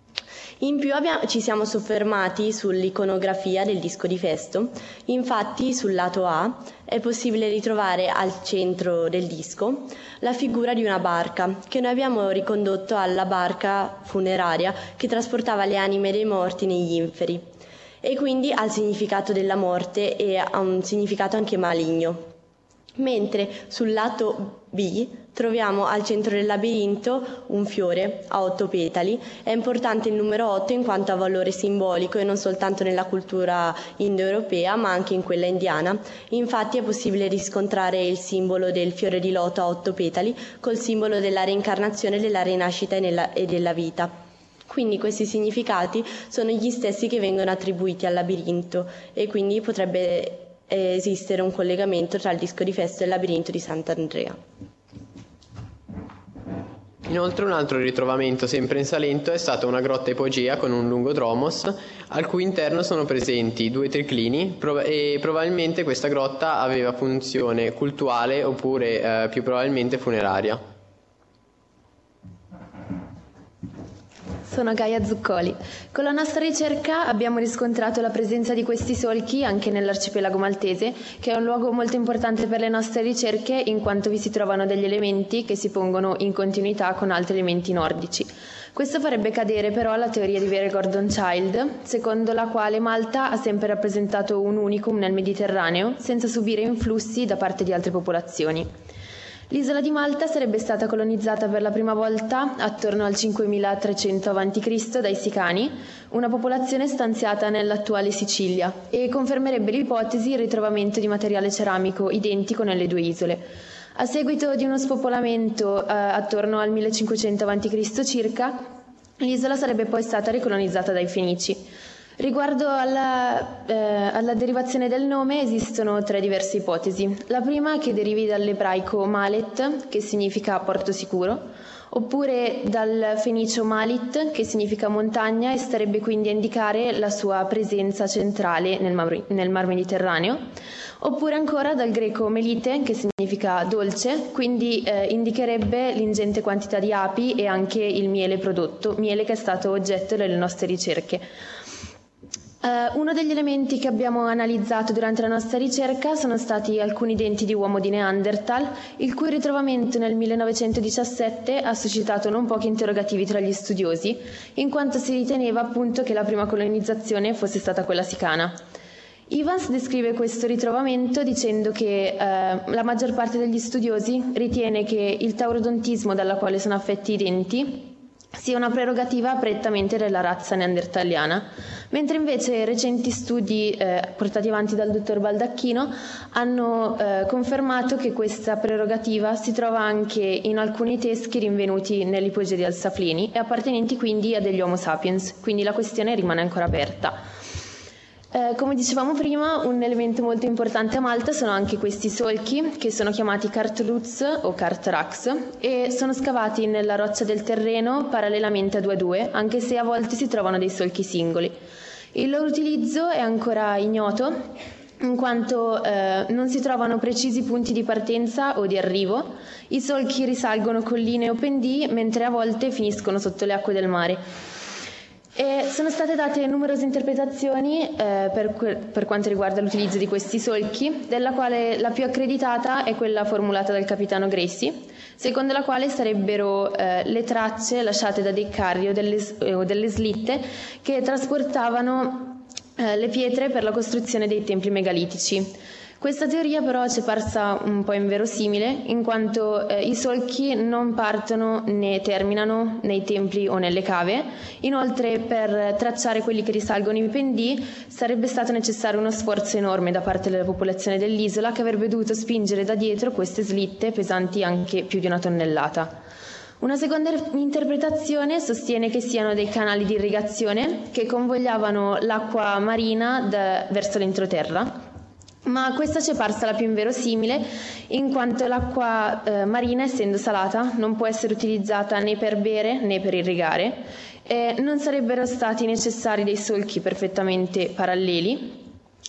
In più abbiamo, ci siamo soffermati sull'iconografia del disco di Festo. Infatti sul lato A è possibile ritrovare al centro del disco la figura di una barca, che noi abbiamo ricondotto alla barca funeraria che trasportava le anime dei morti negli inferi, e quindi al significato della morte e a un significato anche maligno. Mentre sul lato B troviamo al centro del labirinto un fiore a otto petali. È importante il numero otto in quanto ha valore simbolico e non soltanto nella cultura indoeuropea ma anche in quella indiana. Infatti è possibile riscontrare il simbolo del fiore di loto a otto petali col simbolo della reincarnazione, della rinascita e, nella, e della vita. Quindi questi significati sono gli stessi che vengono attribuiti al labirinto e quindi potrebbe esistere un collegamento tra il disco di Festo e il labirinto di Sant'Andrea. Inoltre un altro ritrovamento sempre in Salento è stata una grotta ipogea con un lungo dromos al cui interno sono presenti due triclini e probabilmente questa grotta aveva funzione cultuale oppure eh, più probabilmente funeraria. Sono Gaia Zuccoli. Con la nostra ricerca abbiamo riscontrato la presenza di questi solchi anche nell'arcipelago maltese, che è un luogo molto importante per le nostre ricerche in quanto vi si trovano degli elementi che si pongono in continuità con altri elementi nordici. Questo farebbe cadere però la teoria di Vere Gordon Child, secondo la quale Malta ha sempre rappresentato un unicum nel Mediterraneo, senza subire influssi da parte di altre popolazioni. L'isola di Malta sarebbe stata colonizzata per la prima volta attorno al cinquemilatrecento avanti Cristo dai Sicani, una popolazione stanziata nell'attuale Sicilia, e confermerebbe l'ipotesi il ritrovamento di materiale ceramico identico nelle due isole. A seguito di uno spopolamento eh, attorno al millecinquecento avanti Cristo circa, l'isola sarebbe poi stata ricolonizzata dai Fenici. Riguardo alla, eh, alla derivazione del nome esistono tre diverse ipotesi. La prima è che derivi dall'ebraico Malet, che significa porto sicuro, oppure dal fenicio Malit, che significa montagna e starebbe quindi a indicare la sua presenza centrale nel Mar, nel Mar Mediterraneo, oppure ancora dal greco melite, che significa dolce, quindi eh, indicherebbe l'ingente quantità di api e anche il miele prodotto, miele che è stato oggetto delle nostre ricerche. Uh, uno degli elementi che abbiamo analizzato durante la nostra ricerca sono stati alcuni denti di uomo di Neanderthal, il cui ritrovamento nel millenovecentodiciassette ha suscitato non pochi interrogativi tra gli studiosi, in quanto si riteneva appunto che la prima colonizzazione fosse stata quella sicana. Evans descrive questo ritrovamento dicendo che eh, la maggior parte degli studiosi ritiene che il taurodontismo dalla quale sono affetti i denti sia una prerogativa prettamente della razza neandertaliana, mentre invece recenti studi eh, portati avanti dal dottor Baldacchino hanno eh, confermato che questa prerogativa si trova anche in alcuni teschi rinvenuti nell'ipogea di Alsaflini e appartenenti quindi a degli Homo sapiens, quindi la questione rimane ancora aperta. Eh, come dicevamo prima, un elemento molto importante a Malta sono anche questi solchi, che sono chiamati Cartruts o Cartrax, e sono scavati nella roccia del terreno parallelamente a due a due, anche se a volte si trovano dei solchi singoli. Il loro utilizzo è ancora ignoto, in quanto eh, non si trovano precisi punti di partenza o di arrivo. I solchi risalgono colline o pendii, mentre a volte finiscono sotto le acque del mare. E sono state date numerose interpretazioni eh, per, que- per quanto riguarda l'utilizzo di questi solchi, della quale la più accreditata è quella formulata dal capitano Gracie, secondo la quale sarebbero eh, le tracce lasciate da dei carri o delle, eh, o delle slitte che trasportavano eh, le pietre per la costruzione dei templi megalitici. Questa teoria però ci è parsa un po' inverosimile, in quanto eh, i solchi non partono né terminano nei templi o nelle cave. Inoltre, per tracciare quelli che risalgono i pendii sarebbe stato necessario uno sforzo enorme da parte della popolazione dell'isola, che avrebbe dovuto spingere da dietro queste slitte pesanti anche più di una tonnellata. Una seconda interpretazione sostiene che siano dei canali di irrigazione che convogliavano l'acqua marina da, verso l'entroterra, ma questa ci è parsa la più inverosimile, in quanto l'acqua eh, marina, essendo salata, non può essere utilizzata né per bere né per irrigare, e non sarebbero stati necessari dei solchi perfettamente paralleli,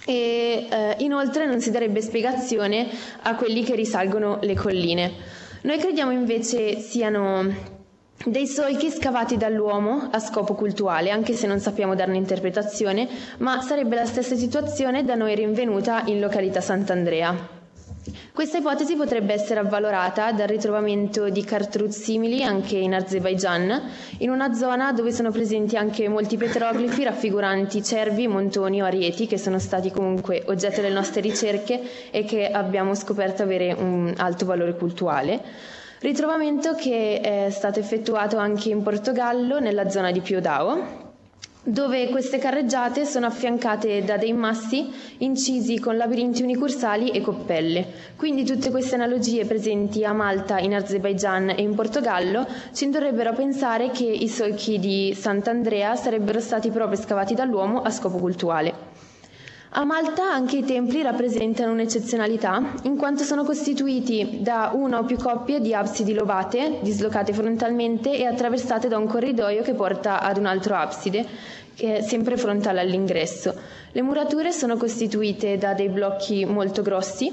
e eh, inoltre non si darebbe spiegazione a quelli che risalgono le colline. Noi crediamo invece siano dei solchi scavati dall'uomo a scopo cultuale, anche se non sappiamo darne interpretazione, ma sarebbe la stessa situazione da noi rinvenuta in località Sant'Andrea. Questa ipotesi potrebbe essere avvalorata dal ritrovamento di Cartruts simili anche in Azerbaigian, in una zona dove sono presenti anche molti petroglifi raffiguranti cervi, montoni o arieti, che sono stati comunque oggetto delle nostre ricerche e che abbiamo scoperto avere un alto valore cultuale. Ritrovamento che è stato effettuato anche in Portogallo, nella zona di Piodao, dove queste carreggiate sono affiancate da dei massi incisi con labirinti unicursali e coppelle. Quindi tutte queste analogie presenti a Malta, in Azerbaigian e in Portogallo ci indurrebbero a pensare che i solchi di Sant'Andrea sarebbero stati proprio scavati dall'uomo a scopo cultuale. A Malta anche i templi rappresentano un'eccezionalità, in quanto sono costituiti da una o più coppie di absidi lobate, dislocate frontalmente e attraversate da un corridoio che porta ad un altro abside, che è sempre frontale all'ingresso. Le murature sono costituite da dei blocchi molto grossi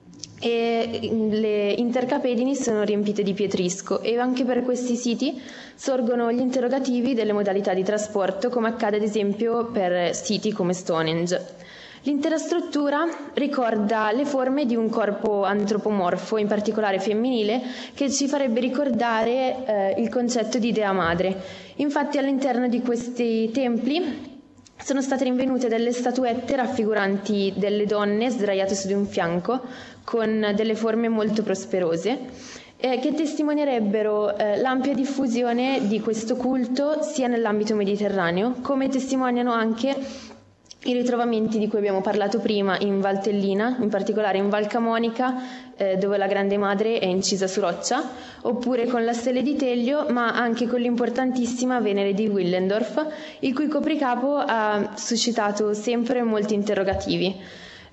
e le intercapedini sono riempite di pietrisco, e anche per questi siti sorgono gli interrogativi delle modalità di trasporto, come accade ad esempio per siti come Stonehenge. L'intera struttura ricorda le forme di un corpo antropomorfo, in particolare femminile, che ci farebbe ricordare eh, il concetto di dea madre. Infatti all'interno di questi templi sono state rinvenute delle statuette raffiguranti delle donne sdraiate su di un fianco, con delle forme molto prosperose, eh, che testimonierebbero eh, l'ampia diffusione di questo culto sia nell'ambito mediterraneo, come testimoniano anche i ritrovamenti di cui abbiamo parlato prima in Valtellina, in particolare in Val Camonica, eh, dove la Grande Madre è incisa su roccia, oppure con la Stele di Teglio, ma anche con l'importantissima Venere di Willendorf, il cui copricapo ha suscitato sempre molti interrogativi.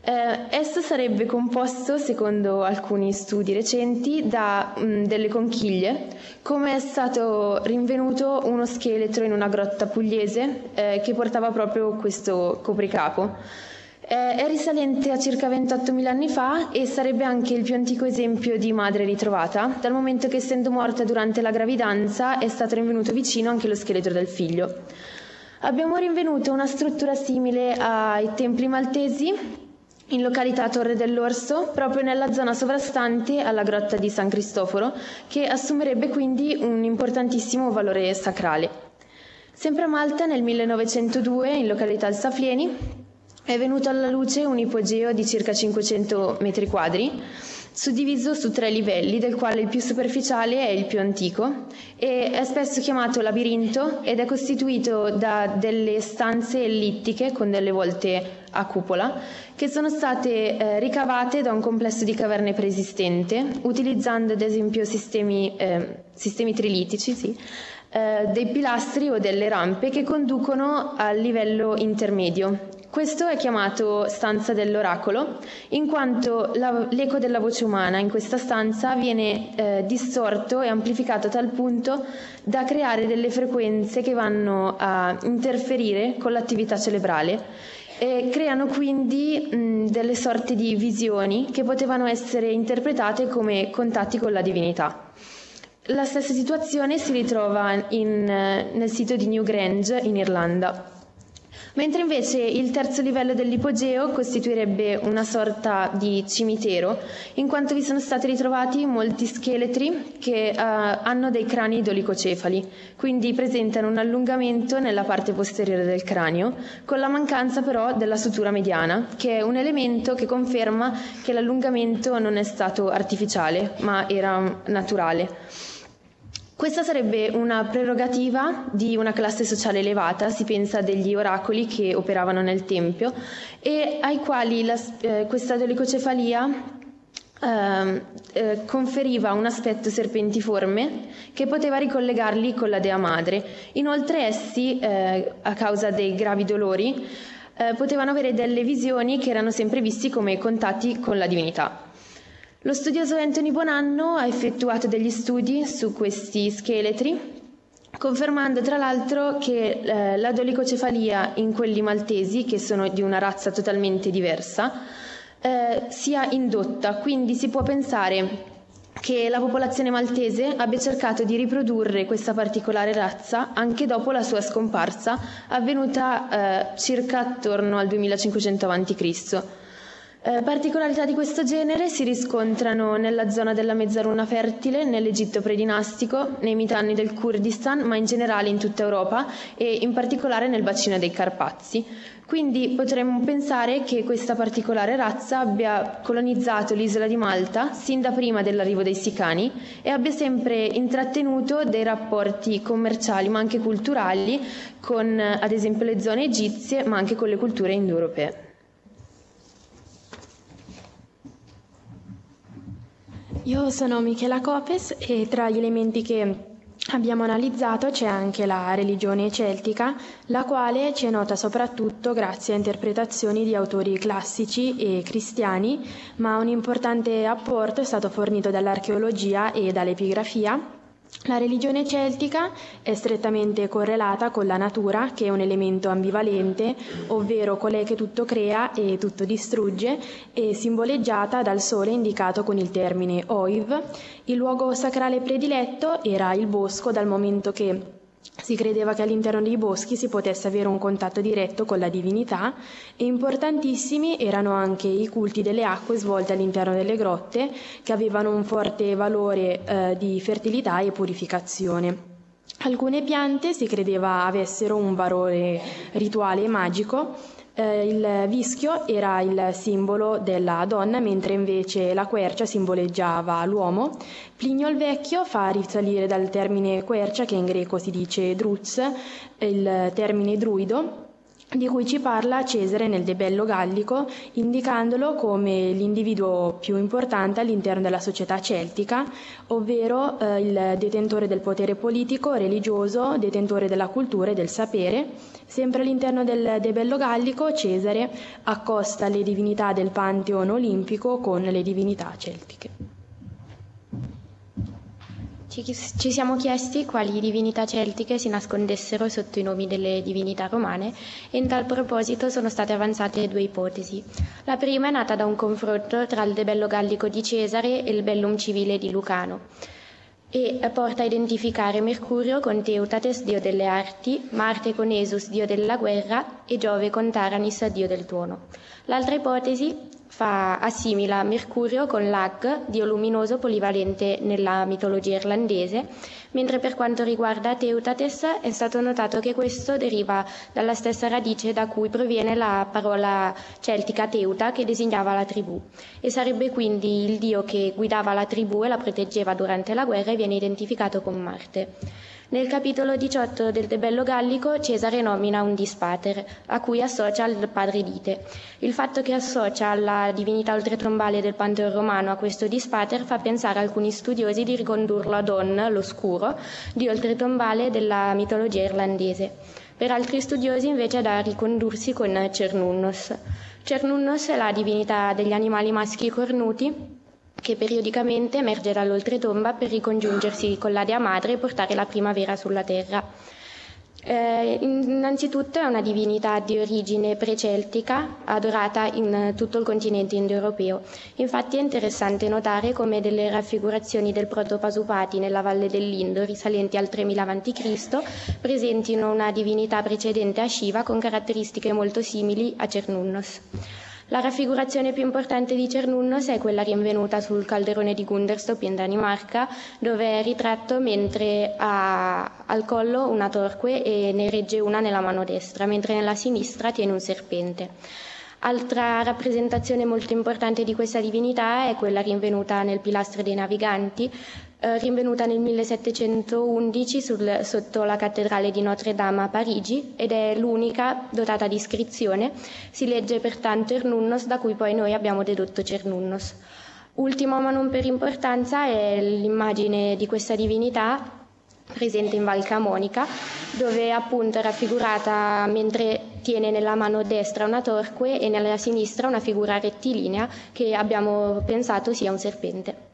Eh, esso sarebbe composto, secondo alcuni studi recenti, da mh, delle conchiglie, come è stato rinvenuto uno scheletro in una grotta pugliese eh, che portava proprio questo copricapo. Eh, è risalente a circa ventottomila anni fa e sarebbe anche il più antico esempio di madre ritrovata, dal momento che, essendo morta durante la gravidanza, è stato rinvenuto vicino anche lo scheletro del figlio. Abbiamo rinvenuto una struttura simile ai templi maltesi in località Torre dell'Orso, proprio nella zona sovrastante alla grotta di San Cristoforo, che assumerebbe quindi un importantissimo valore sacrale. Sempre a Malta, nel millenovecentodue, in località Il Saflieni, è venuto alla luce un ipogeo di circa cinquecento metri quadri, suddiviso su tre livelli, del quale il più superficiale è il più antico e è spesso chiamato labirinto ed è costituito da delle stanze ellittiche con delle volte a cupola che sono state eh, ricavate da un complesso di caverne preesistente, utilizzando ad esempio sistemi, eh, sistemi trilitici, sì, eh, dei pilastri o delle rampe che conducono al livello intermedio. Questo è chiamato stanza dell'oracolo, in quanto la, l'eco della voce umana in questa stanza viene eh, distorto e amplificato a tal punto da creare delle frequenze che vanno a interferire con l'attività cerebrale e creano quindi mh, delle sorte di visioni che potevano essere interpretate come contatti con la divinità. La stessa situazione si ritrova in, nel sito di Newgrange in Irlanda. Mentre invece il terzo livello dell'ipogeo costituirebbe una sorta di cimitero, in quanto vi sono stati ritrovati molti scheletri che uh, hanno dei crani dolicocefali, quindi presentano un allungamento nella parte posteriore del cranio, con la mancanza però della sutura mediana, che è un elemento che conferma che l'allungamento non è stato artificiale, ma era naturale. Questa sarebbe una prerogativa di una classe sociale elevata, si pensa degli oracoli che operavano nel Tempio e ai quali la, eh, questa dolicocefalia eh, eh, conferiva un aspetto serpentiforme che poteva ricollegarli con la Dea Madre. Inoltre essi, eh, a causa dei gravi dolori, eh, potevano avere delle visioni che erano sempre visti come contatti con la divinità. Lo studioso Anthony Bonanno ha effettuato degli studi su questi scheletri, confermando tra l'altro che eh, la dolicocefalia in quelli maltesi, che sono di una razza totalmente diversa, eh, sia indotta, quindi si può pensare che la popolazione maltese abbia cercato di riprodurre questa particolare razza anche dopo la sua scomparsa, avvenuta eh, circa attorno al duemilacinquecento avanti Cristo Eh, particolarità di questo genere si riscontrano nella zona della mezzaluna fertile, nell'Egitto predinastico, nei mitanni del Kurdistan, ma in generale in tutta Europa e in particolare nel bacino dei Carpazi. Quindi potremmo pensare che questa particolare razza abbia colonizzato l'isola di Malta sin da prima dell'arrivo dei Sicani e abbia sempre intrattenuto dei rapporti commerciali ma anche culturali con ad esempio le zone egizie ma anche con le culture indoeuropee. Io sono Michela Copes e tra gli elementi che abbiamo analizzato c'è anche la religione celtica, la quale ci è nota soprattutto grazie a interpretazioni di autori classici e cristiani, ma un importante apporto è stato fornito dall'archeologia e dall'epigrafia. La religione celtica è strettamente correlata con la natura, che è un elemento ambivalente, ovvero colei che tutto crea e tutto distrugge, e simboleggiata dal sole indicato con il termine Oiv. Il luogo sacrale prediletto era il bosco, dal momento che si credeva che all'interno dei boschi si potesse avere un contatto diretto con la divinità, e importantissimi erano anche i culti delle acque svolte all'interno delle grotte, che avevano un forte valore eh, di fertilità e purificazione. Alcune piante si credeva avessero un valore rituale e magico. Eh, il vischio era il simbolo della donna, mentre invece la quercia simboleggiava l'uomo. Plinio il Vecchio fa risalire dal termine quercia, che in greco si dice druz, il termine druido, di cui ci parla Cesare nel De Bello Gallico, indicandolo come l'individuo più importante all'interno della società celtica, ovvero eh, il detentore del potere politico, religioso, detentore della cultura e del sapere. Sempre all'interno del De Bello Gallico, Cesare accosta le divinità del Pantheon olimpico con le divinità celtiche. Ci siamo chiesti quali divinità celtiche si nascondessero sotto i nomi delle divinità romane e in tal proposito sono state avanzate due ipotesi. La prima è nata da un confronto tra il De Bello Gallico di Cesare e il Bellum Civile di Lucano e porta a identificare Mercurio con Teutates, dio delle arti, Marte con Esus, dio della guerra, e Giove con Taranis, dio del tuono. L'altra ipotesi fa assimila Mercurio con Lag, dio luminoso polivalente nella mitologia irlandese, mentre per quanto riguarda Teutates è stato notato che questo deriva dalla stessa radice da cui proviene la parola celtica Teuta, che designava la tribù, e sarebbe quindi il dio che guidava la tribù e la proteggeva durante la guerra e viene identificato con Marte. Nel capitolo diciotto del De Bello Gallico Cesare nomina un dispater, a cui associa il padre Dite. Il fatto che associa la divinità oltretombale del Pantheon romano a questo dispater fa pensare a alcuni studiosi di ricondurlo a Don, l'oscuro, dio oltretombale della mitologia irlandese. Per altri studiosi invece è da ricondursi con Cernunnos. Cernunnos è la divinità degli animali maschi cornuti, che periodicamente emerge dall'oltretomba per ricongiungersi con la dea madre e portare la primavera sulla terra. Eh, innanzitutto è una divinità di origine preceltica, adorata in tutto il continente indoeuropeo. Infatti è interessante notare come delle raffigurazioni del protopasupati nella valle dell'Indo, risalenti al tremila avanti Cristo, presentino una divinità precedente a Shiva con caratteristiche molto simili a Cernunnos. La raffigurazione più importante di Cernunnos è quella rinvenuta sul calderone di Gunderstop in Danimarca, dove è ritratto mentre ha al collo una torque e ne regge una nella mano destra, mentre nella sinistra tiene un serpente. Altra rappresentazione molto importante di questa divinità è quella rinvenuta nel Pilastro dei Naviganti, eh, rinvenuta nel millesettecentoundici sul, sotto la cattedrale di Notre Dame a Parigi, ed è l'unica dotata di iscrizione. Si legge pertanto Cernunnos, da cui poi noi abbiamo dedotto Cernunnos. Ultimo ma non per importanza è l'immagine di questa divinità presente in Val Camonica, dove appunto è raffigurata mentre tiene nella mano destra una torque e nella sinistra una figura rettilinea che abbiamo pensato sia un serpente.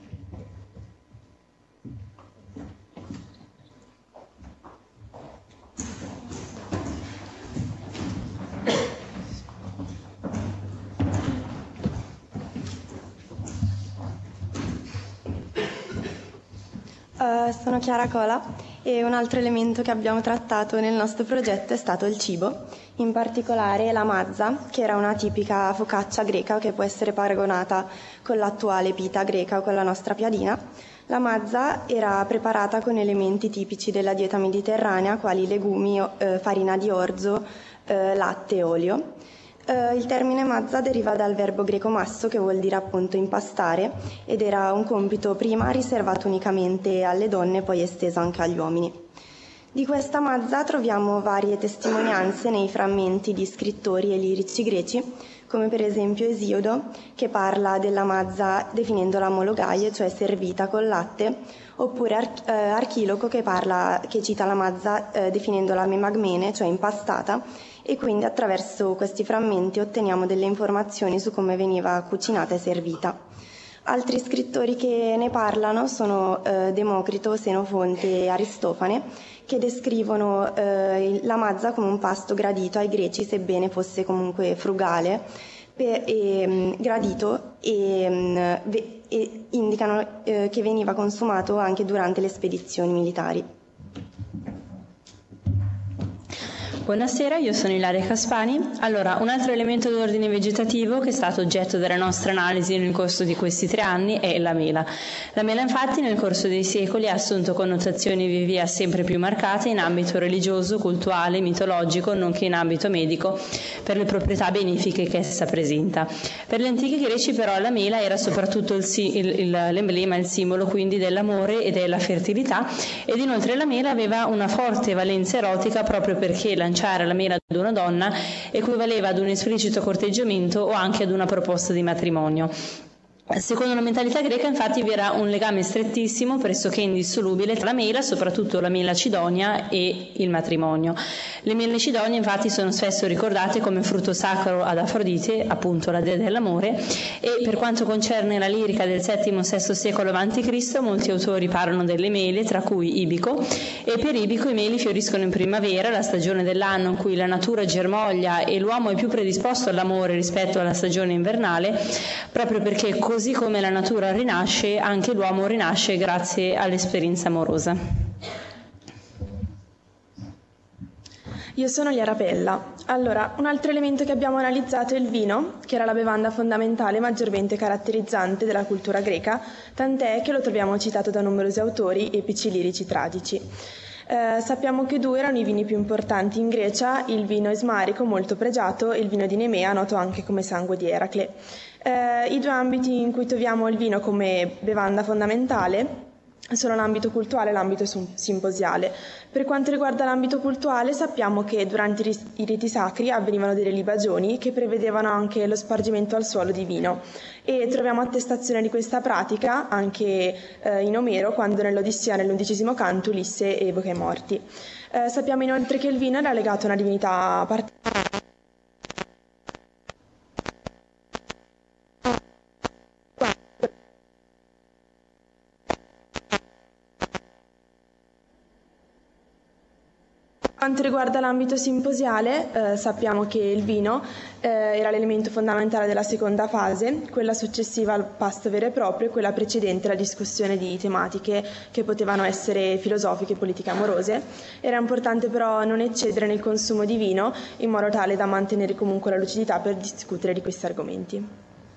Uh, sono Chiara Cola e un altro elemento che abbiamo trattato nel nostro progetto è stato il cibo, in particolare la mazza, che era una tipica focaccia greca che può essere paragonata con l'attuale pita greca o con la nostra piadina. La mazza era preparata con elementi tipici della dieta mediterranea, quali legumi, eh, farina di orzo, eh, latte e olio. Uh, il termine mazza deriva dal verbo greco masso, che vuol dire appunto impastare, ed era un compito prima riservato unicamente alle donne, poi esteso anche agli uomini. Di questa mazza troviamo varie testimonianze nei frammenti di scrittori e lirici greci, come per esempio Esiodo, che parla della mazza definendola mologaie, cioè servita col latte, oppure Ar- eh, Archiloco, che, parla, che cita la mazza eh, definendola memagmene, cioè impastata, e quindi attraverso questi frammenti otteniamo delle informazioni su come veniva cucinata e servita. Altri scrittori che ne parlano sono eh, Democrito, Senofonte e Aristofane, che descrivono eh, la mazza come un pasto gradito ai greci, sebbene fosse comunque frugale, per, e, gradito e, e indicano eh, che veniva consumato anche durante le spedizioni militari. Buonasera, io sono Ilaria Caspani. Allora, un altro elemento d'ordine vegetativo che è stato oggetto della nostra analisi nel corso di questi tre anni è la mela. La mela infatti nel corso dei secoli ha assunto connotazioni via via sempre più marcate in ambito religioso, cultuale, mitologico, nonché in ambito medico, per le proprietà benefiche che essa presenta. Per gli antichi greci però la mela era soprattutto il, il, il, l'emblema, il simbolo quindi dell'amore e della fertilità, ed inoltre la mela aveva una forte valenza erotica proprio perché lanciava rinunciare alla mela ad una donna equivaleva ad un esplicito corteggiamento o anche ad una proposta di matrimonio. Secondo la mentalità greca, infatti, vi era un legame strettissimo, pressoché indissolubile, tra la mela, soprattutto la mela cidonia, e il matrimonio. Le mele cidonie, infatti, sono spesso ricordate come frutto sacro ad Afrodite, appunto la dea dell'amore, e per quanto concerne la lirica del settimo sesto secolo avanti Cristo, molti autori parlano delle mele, tra cui Ibico, e per Ibico i meli fioriscono in primavera, la stagione dell'anno in cui la natura germoglia e l'uomo è più predisposto all'amore rispetto alla stagione invernale, proprio perché così come la natura rinasce, anche l'uomo rinasce grazie all'esperienza amorosa. Io sono Liara Pella. Allora, un altro elemento che abbiamo analizzato è il vino, che era la bevanda fondamentale maggiormente caratterizzante della cultura greca, tant'è che lo troviamo citato da numerosi autori epici lirici tragici. Eh, sappiamo che due erano i vini più importanti in Grecia, il vino esmarico molto pregiato e il vino di Nemea, noto anche come sangue di Eracle. Eh, I due ambiti in cui troviamo il vino come bevanda fondamentale sono l'ambito cultuale e l'ambito simposiale. Per quanto riguarda l'ambito cultuale, sappiamo che durante i riti sacri avvenivano delle libagioni che prevedevano anche lo spargimento al suolo di vino, e troviamo attestazione di questa pratica anche eh, in Omero, quando nell'Odissea, nell'undicesimo canto, Ulisse evoca i morti. Eh, sappiamo inoltre che il vino era legato a una divinità particolare. Per quanto riguarda l'ambito simposiale, eh, sappiamo che il vino eh, era l'elemento fondamentale della seconda fase, quella successiva al pasto vero e proprio, e quella precedente alla discussione di tematiche che potevano essere filosofiche, politiche, amorose. Era importante però non eccedere nel consumo di vino, in modo tale da mantenere comunque la lucidità per discutere di questi argomenti.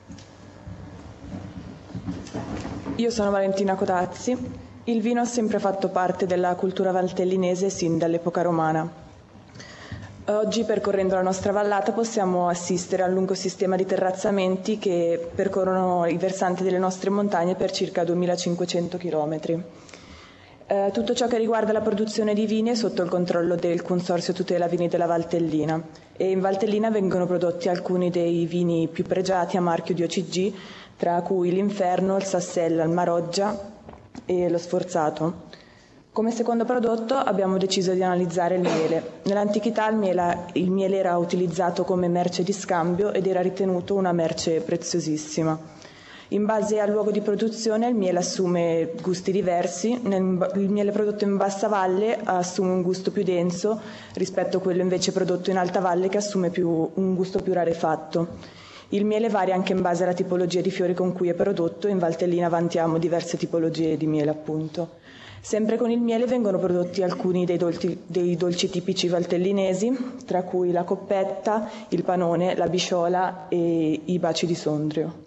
Io sono Valentina Codazzi. Il vino ha sempre fatto parte della cultura valtellinese sin dall'epoca romana. Oggi, percorrendo la nostra vallata, possiamo assistere a un lungo sistema di terrazzamenti che percorrono i versanti delle nostre montagne per circa duemilacinquecento chilometri. Eh, tutto ciò che riguarda la produzione di vini è sotto il controllo del Consorzio Tutela Vini della Valtellina, e in Valtellina vengono prodotti alcuni dei vini più pregiati a marchio di O C G, tra cui l'Inferno, il Sassella, il Maroggia e lo Sforzato. Come secondo prodotto abbiamo deciso di analizzare il miele. Nell'antichità il miele, il miele era utilizzato come merce di scambio ed era ritenuto una merce preziosissima. In base al luogo di produzione il miele assume gusti diversi. Il miele prodotto in bassa valle assume un gusto più denso rispetto a quello invece prodotto in alta valle, che assume più, un gusto più rarefatto. Il miele varia anche in base alla tipologia di fiori con cui è prodotto. In Valtellina vantiamo diverse tipologie di miele, appunto. Sempre con il miele vengono prodotti alcuni dei dolci, dei dolci tipici valtellinesi, tra cui la coppetta, il panone, la bisciola e i baci di Sondrio.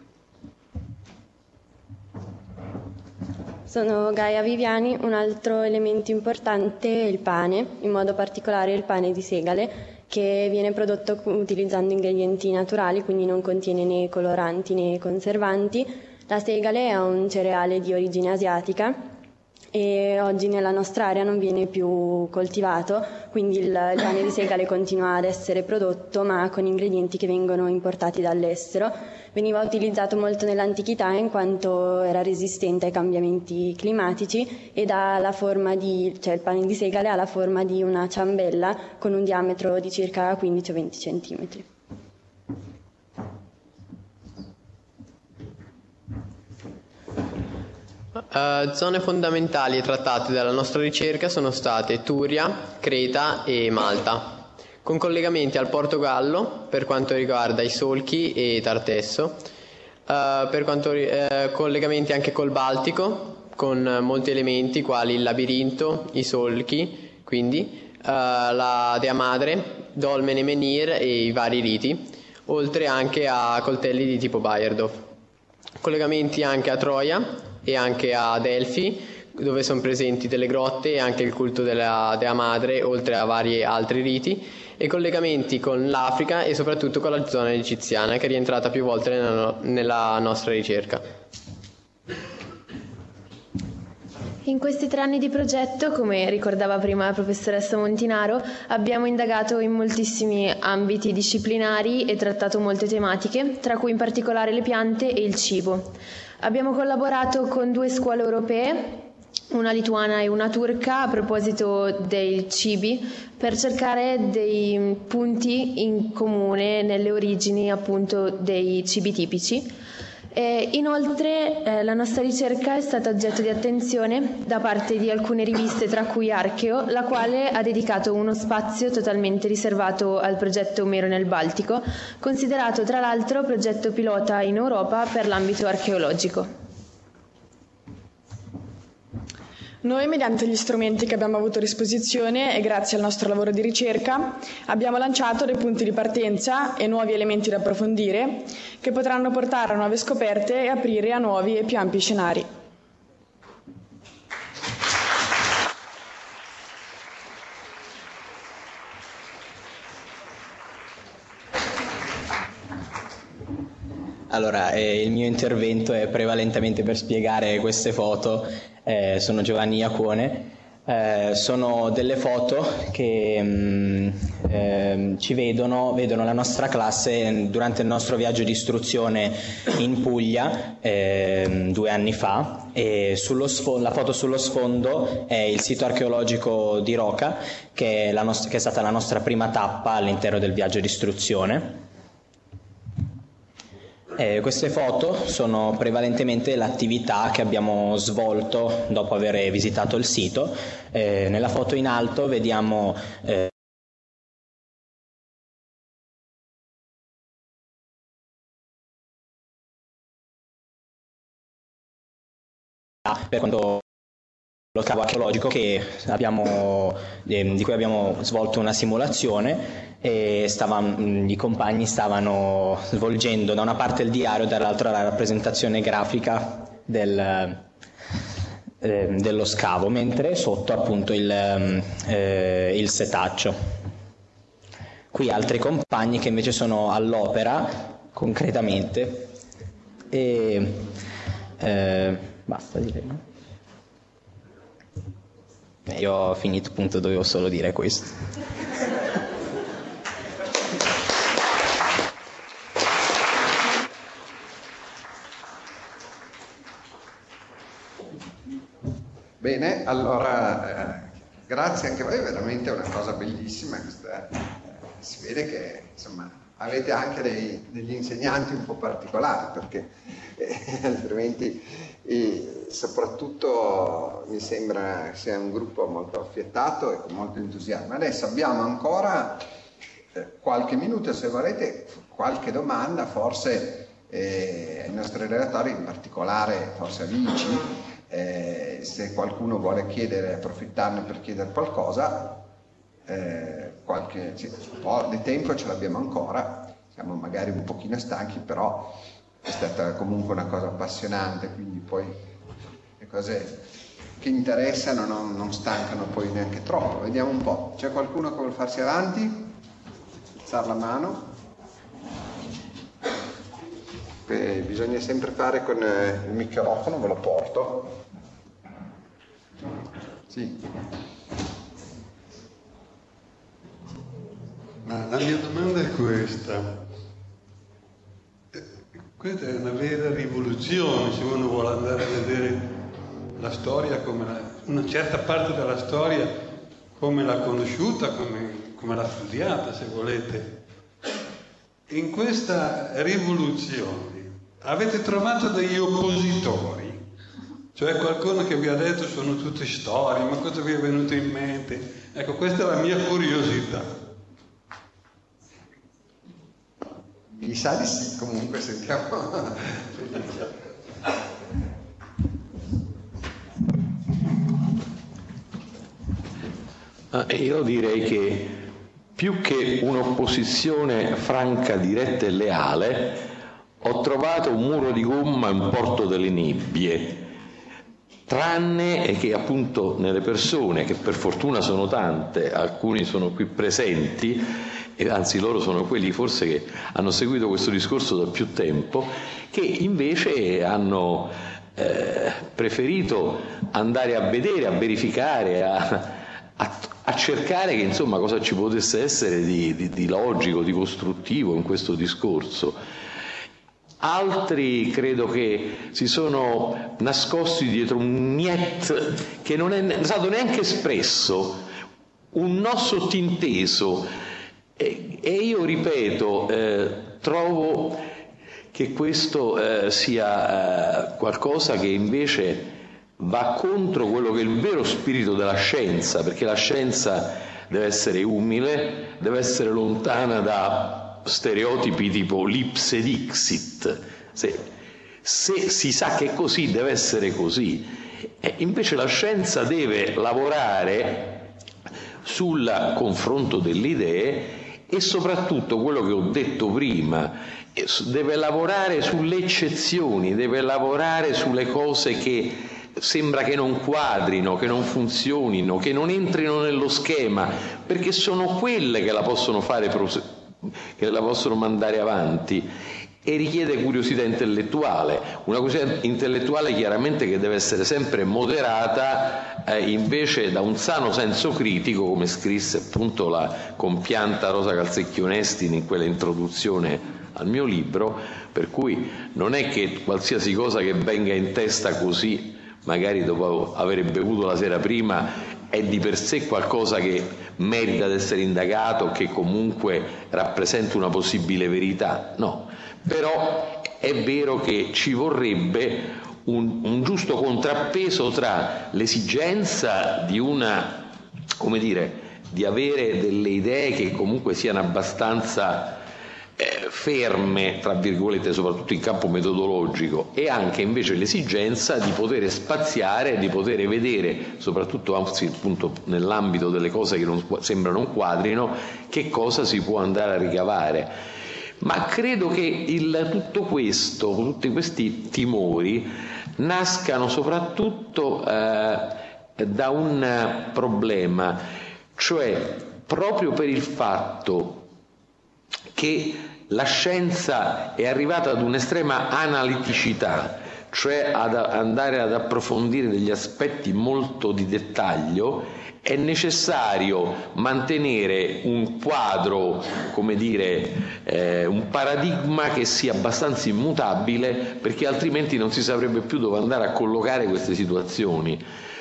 Sono Gaia Viviani. Un altro elemento importante è il pane, in modo particolare il pane di segale, che viene prodotto utilizzando ingredienti naturali, quindi non contiene né coloranti né conservanti. La segale è un cereale di origine asiatica e oggi nella nostra area non viene più coltivato, quindi il, il pane di segale continua ad essere prodotto, ma con ingredienti che vengono importati dall'estero. Veniva utilizzato molto nell'antichità in quanto era resistente ai cambiamenti climatici, ed ha la forma di, cioè il pane di segale ha la forma di una ciambella con un diametro di circa quindici o venti centimetri. Uh, zone fondamentali e trattate dalla nostra ricerca sono state Turia, Creta e Malta, con collegamenti al Portogallo per quanto riguarda i solchi e Tartesso, uh, per quanto uh, collegamenti anche col Baltico, con molti elementi quali il labirinto, i solchi, quindi uh, la Dea Madre, Dolmen e Menhir e i vari riti, oltre anche a coltelli di tipo Bayerdorf. Collegamenti anche a Troia e anche a Delfi, dove sono presenti delle grotte e anche il culto della Dea Madre, oltre a vari altri riti, e collegamenti con l'Africa e soprattutto con la zona egiziana, che è rientrata più volte nella, nella nostra ricerca. In questi tre anni di progetto, come ricordava prima la professoressa Montinaro, abbiamo indagato in moltissimi ambiti disciplinari e trattato molte tematiche, tra cui in particolare le piante e il cibo. Abbiamo collaborato con due scuole europee, una lituana e una turca, a proposito dei cibi, per cercare dei punti in comune nelle origini appunto dei cibi tipici. E inoltre eh, la nostra ricerca è stata oggetto di attenzione da parte di alcune riviste, tra cui Archeo, la quale ha dedicato uno spazio totalmente riservato al progetto Omero nel Baltico, considerato tra l'altro progetto pilota in Europa per l'ambito archeologico. Noi, mediante gli strumenti che abbiamo avuto a disposizione e grazie al nostro lavoro di ricerca, abbiamo lanciato dei punti di partenza e nuovi elementi da approfondire che potranno portare a nuove scoperte e aprire a nuovi e più ampi scenari. Allora, eh, il mio intervento è prevalentemente per spiegare queste foto. Eh, sono Giovanni Iacone, eh, sono delle foto che mh, eh, ci vedono, vedono la nostra classe durante il nostro viaggio di istruzione in Puglia eh, due anni fa, e sullo sfondo, la foto sullo sfondo è il sito archeologico di Roca, che è, la nost- che è stata la nostra prima tappa all'interno del viaggio di istruzione. Eh, queste foto sono prevalentemente l'attività che abbiamo svolto dopo aver visitato il sito. Eh, nella foto in alto vediamo eh, per quanto lo scavo archeologico che abbiamo, eh, di cui abbiamo svolto una simulazione, e stavano, i compagni stavano svolgendo da una parte il diario e dall'altra la rappresentazione grafica del, eh, dello scavo, mentre sotto appunto il, eh, il setaccio. Qui altri compagni che invece sono all'opera concretamente e eh, basta direi, no? Io ho finito, appunto, dovevo solo dire questo. Bene, allora, eh, grazie anche a voi, veramente è una cosa bellissima. Questa, eh, si vede che insomma avete anche dei, degli insegnanti un po' particolari, perché eh, altrimenti e soprattutto mi sembra sia un gruppo molto affiettato e con molto entusiasmo. Adesso abbiamo ancora eh, qualche minuto, se volete, qualche domanda, forse eh, ai nostri relatori, in particolare forse a Vinci. Eh, se qualcuno vuole chiedere, approfittarne per chiedere qualcosa, eh, qualche, sì, un po' di tempo ce l'abbiamo ancora, siamo magari un pochino stanchi, però è stata comunque una cosa appassionante, quindi poi le cose che interessano non, non stancano poi neanche troppo. Vediamo un po', c'è qualcuno che vuole farsi avanti? Alzare la mano? Eh, bisogna sempre fare con eh, il microfono, ve lo porto. Sì. Ma la mia domanda è questa. Questa è una vera rivoluzione se uno vuole andare a vedere la storia, come la, una certa parte della storia, come l'ha conosciuta, come, come l'ha studiata, se volete. In questa rivoluzione avete trovato degli oppositori, cioè qualcuno che vi ha detto sono tutte storie, ma cosa vi è venuto in mente? Ecco, questa è la mia curiosità. Mi sa di sì, comunque sentiamo. Io direi che più che un'opposizione franca, diretta e leale, ho trovato un muro di gomma e un porto delle nebbie, tranne che appunto nelle persone, che per fortuna sono tante, alcuni sono qui presenti, e anzi loro sono quelli forse che hanno seguito questo discorso da più tempo, che invece hanno eh, preferito andare a vedere, a verificare, a, a, a cercare che insomma cosa ci potesse essere di, di, di logico, di costruttivo in questo discorso. Altri credo che si sono nascosti dietro un niet che non è stato neanche espresso, un no sottinteso, e, e io ripeto, eh, trovo che questo eh, sia eh, qualcosa che invece va contro quello che è il vero spirito della scienza, perché la scienza deve essere umile, deve essere lontana da stereotipi tipo l'ipse dixit. Se, se si sa che è così, deve essere così. E invece la scienza deve lavorare sul confronto delle idee e soprattutto quello che ho detto prima, deve lavorare sulle eccezioni, deve lavorare sulle cose che sembra che non quadrino, che non funzionino, che non entrino nello schema, perché sono quelle che la possono fare che la possono mandare avanti, e richiede curiosità intellettuale, una curiosità intellettuale chiaramente che deve essere sempre moderata eh, invece da un sano senso critico, come scrisse appunto la compianta Rosa Calzecchi Onesti in quella introduzione al mio libro, per cui non è che qualsiasi cosa che venga in testa così, magari dopo aver bevuto la sera prima, è di per sé qualcosa che merita di essere indagato, che comunque rappresenta una possibile verità. No, però è vero che ci vorrebbe un, un giusto contrappeso tra l'esigenza di una, come dire, di avere delle idee che comunque siano abbastanza eh, ferme, tra virgolette, soprattutto in campo metodologico, e anche invece l'esigenza di poter spaziare, di poter vedere, soprattutto anzi, appunto, nell'ambito delle cose che non, sembrano non quadrino, che cosa si può andare a ricavare. Ma credo che il, tutto questo, tutti questi timori nascano soprattutto eh, da un problema, cioè proprio per il fatto che la scienza è arrivata ad un'estrema analiticità, cioè ad andare ad approfondire degli aspetti molto di dettaglio, è necessario mantenere un quadro, come dire, eh, un paradigma che sia abbastanza immutabile, perché altrimenti non si saprebbe più dove andare a collocare queste situazioni.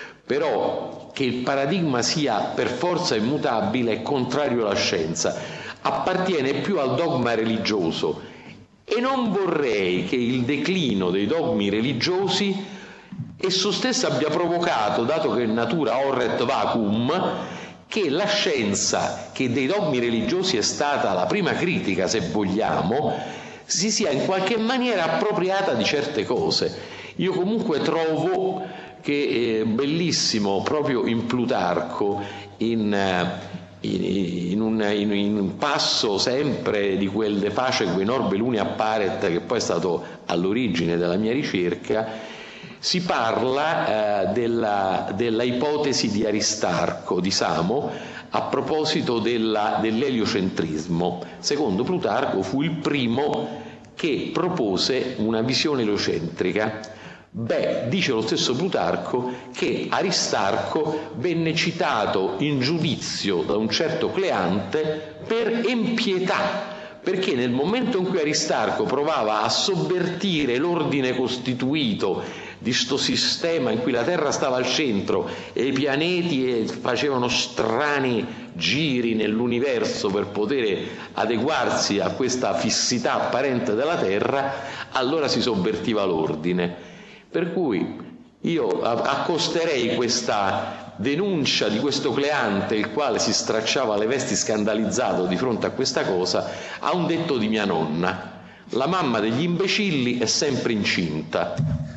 Però che il paradigma sia per forza immutabile è contrario alla scienza, appartiene più al dogma religioso, e non vorrei che il declino dei dogmi religiosi esso stesso abbia provocato, dato che natura horret vacuum, che la scienza, che dei dogmi religiosi è stata la prima critica, se vogliamo, si sia in qualche maniera appropriata di certe cose. Io comunque trovo che è bellissimo, proprio in Plutarco, in... In, in, un, in, in un passo sempre di quel De Pace que Norbe Luni Apparet, che poi è stato all'origine della mia ricerca, si parla eh, della, della ipotesi di Aristarco, di Samo, a proposito della, dell'eliocentrismo. Secondo Plutarco fu il primo che propose una visione eliocentrica. Beh, dice lo stesso Plutarco che Aristarco venne citato in giudizio da un certo Cleante per empietà, perché nel momento in cui Aristarco provava a sovvertire l'ordine costituito di sto sistema in cui la Terra stava al centro e i pianeti facevano strani giri nell'universo per poter adeguarsi a questa fissità apparente della Terra, allora si sovvertiva l'ordine. Per cui io accosterei questa denuncia di questo Cleante, il quale si stracciava le vesti scandalizzato di fronte a questa cosa, a un detto di mia nonna: la mamma degli imbecilli è sempre incinta.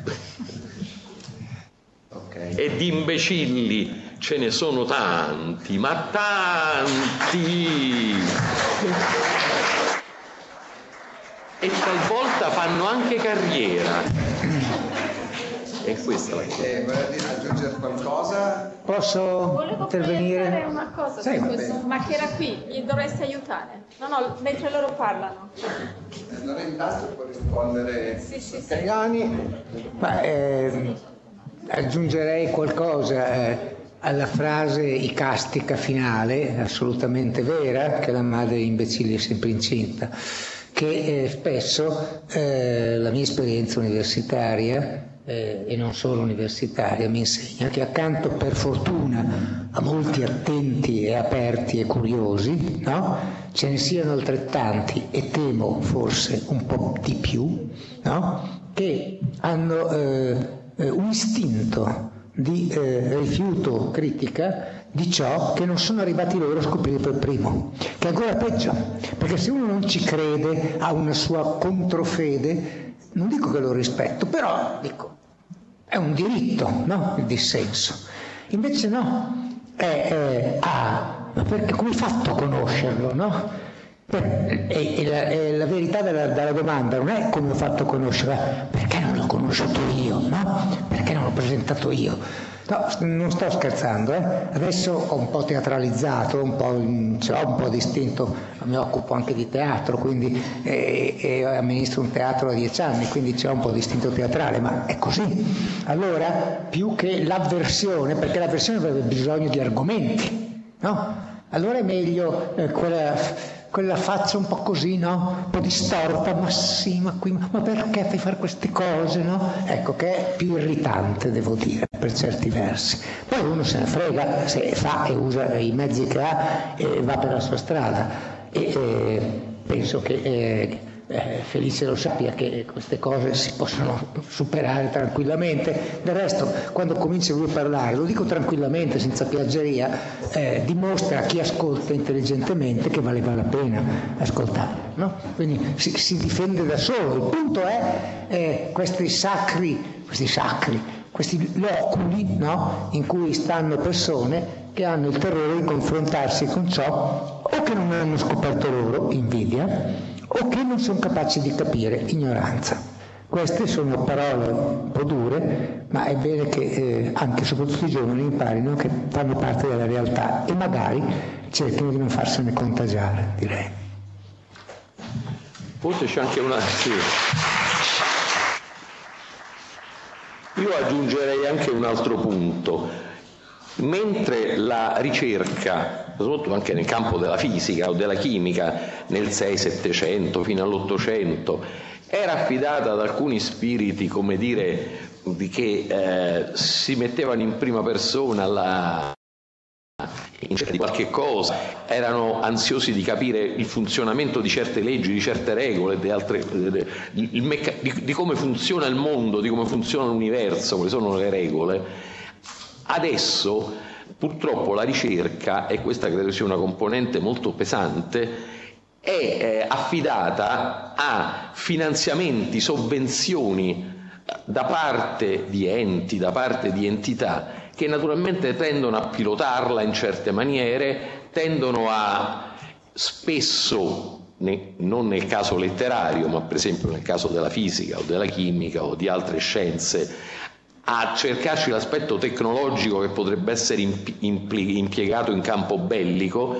Okay. E di imbecilli ce ne sono tanti, ma tanti! E talvolta fanno anche carriera. è questa la cosa. Eh, voleva dire aggiungere qualcosa? Posso Volevo intervenire? dire una cosa Sì, su va questo, bene. ma che era qui, gli dovreste aiutare. No, no, mentre loro parlano. Allora intanto può rispondere Sì, sì, sì. Caiani, ma ehm, aggiungerei qualcosa eh, alla frase icastica finale, assolutamente vera, che la madre imbecille è sempre incinta, che eh, spesso eh, la mia esperienza universitaria eh, e non solo universitaria mi insegna che accanto, per fortuna, a molti attenti e aperti e curiosi, no? Ce ne siano altrettanti, e temo forse un po' di più, no? Che hanno eh, eh, un istinto di eh, rifiuto, critica di ciò che non sono arrivati loro a scoprire per primo, che è ancora peggio, perché se uno non ci crede, ha una sua controfede, non dico che lo rispetto, però dico è un diritto, no? Il dissenso. Invece no, è, è, ah, ma perché, come hai fatto a conoscerlo, no? Per, e, e, la, e la verità della, della domanda non è come ho fatto a conoscerlo, perché non l'ho conosciuto io, no? Perché non l'ho presentato io. No, non sto scherzando, eh? Adesso ho un po' teatralizzato, un po', ce l'ho un po' distinto, mi occupo anche di teatro, quindi eh, e amministro un teatro da dieci anni, quindi ce l'ho un po' distinto teatrale, ma è così. Allora, più che l'avversione, perché l'avversione avrebbe bisogno di argomenti, no? Allora è meglio eh, quella... quella faccia un po' così, no? Un po' distorta, ma sì, ma qui, ma perché fai fare queste cose, no? Ecco, che è più irritante, devo dire, per certi versi. Poi uno se ne frega, se fa e usa i mezzi che ha e va per la sua strada. E eh, penso che eh, eh, Felice lo sappia che queste cose si possono superare tranquillamente. Del resto, quando comincia lui a parlare, lo dico tranquillamente, senza piaggeria, eh, dimostra a chi ascolta intelligentemente che valeva la pena ascoltare, no? Quindi si, si difende da solo. Il punto è eh, questi sacri, questi sacri, questi loculi, no? In cui stanno persone che hanno il terrore di confrontarsi con ciò o che non hanno scoperto loro, invidia, o che non sono capaci di capire, ignoranza. Queste sono parole un po' dure, ma è bene che eh, anche e soprattutto i giovani imparino che fanno parte della realtà e magari cerchino di non farsene contagiare, direi. Forse c'è anche una... Sì. Io aggiungerei anche un altro punto. Mentre la ricerca, soprattutto anche nel campo della fisica o della chimica, nel seicento settecento fino all'ottocento, era affidata ad alcuni spiriti, come dire, di che eh, si mettevano in prima persona alla, in cerca di qualche cosa, erano ansiosi di capire il funzionamento di certe leggi, di certe regole, di, altre, di, il mecca, di, di come funziona il mondo, di come funziona l'universo, quali sono le regole. Adesso purtroppo la ricerca, e questa credo sia una componente molto pesante, è eh, affidata a finanziamenti, sovvenzioni da parte di enti, da parte di entità che naturalmente tendono a pilotarla in certe maniere, tendono a spesso, ne, non nel caso letterario, ma per esempio nel caso della fisica o della chimica o di altre scienze, a cercarci l'aspetto tecnologico che potrebbe essere impiegato in campo bellico,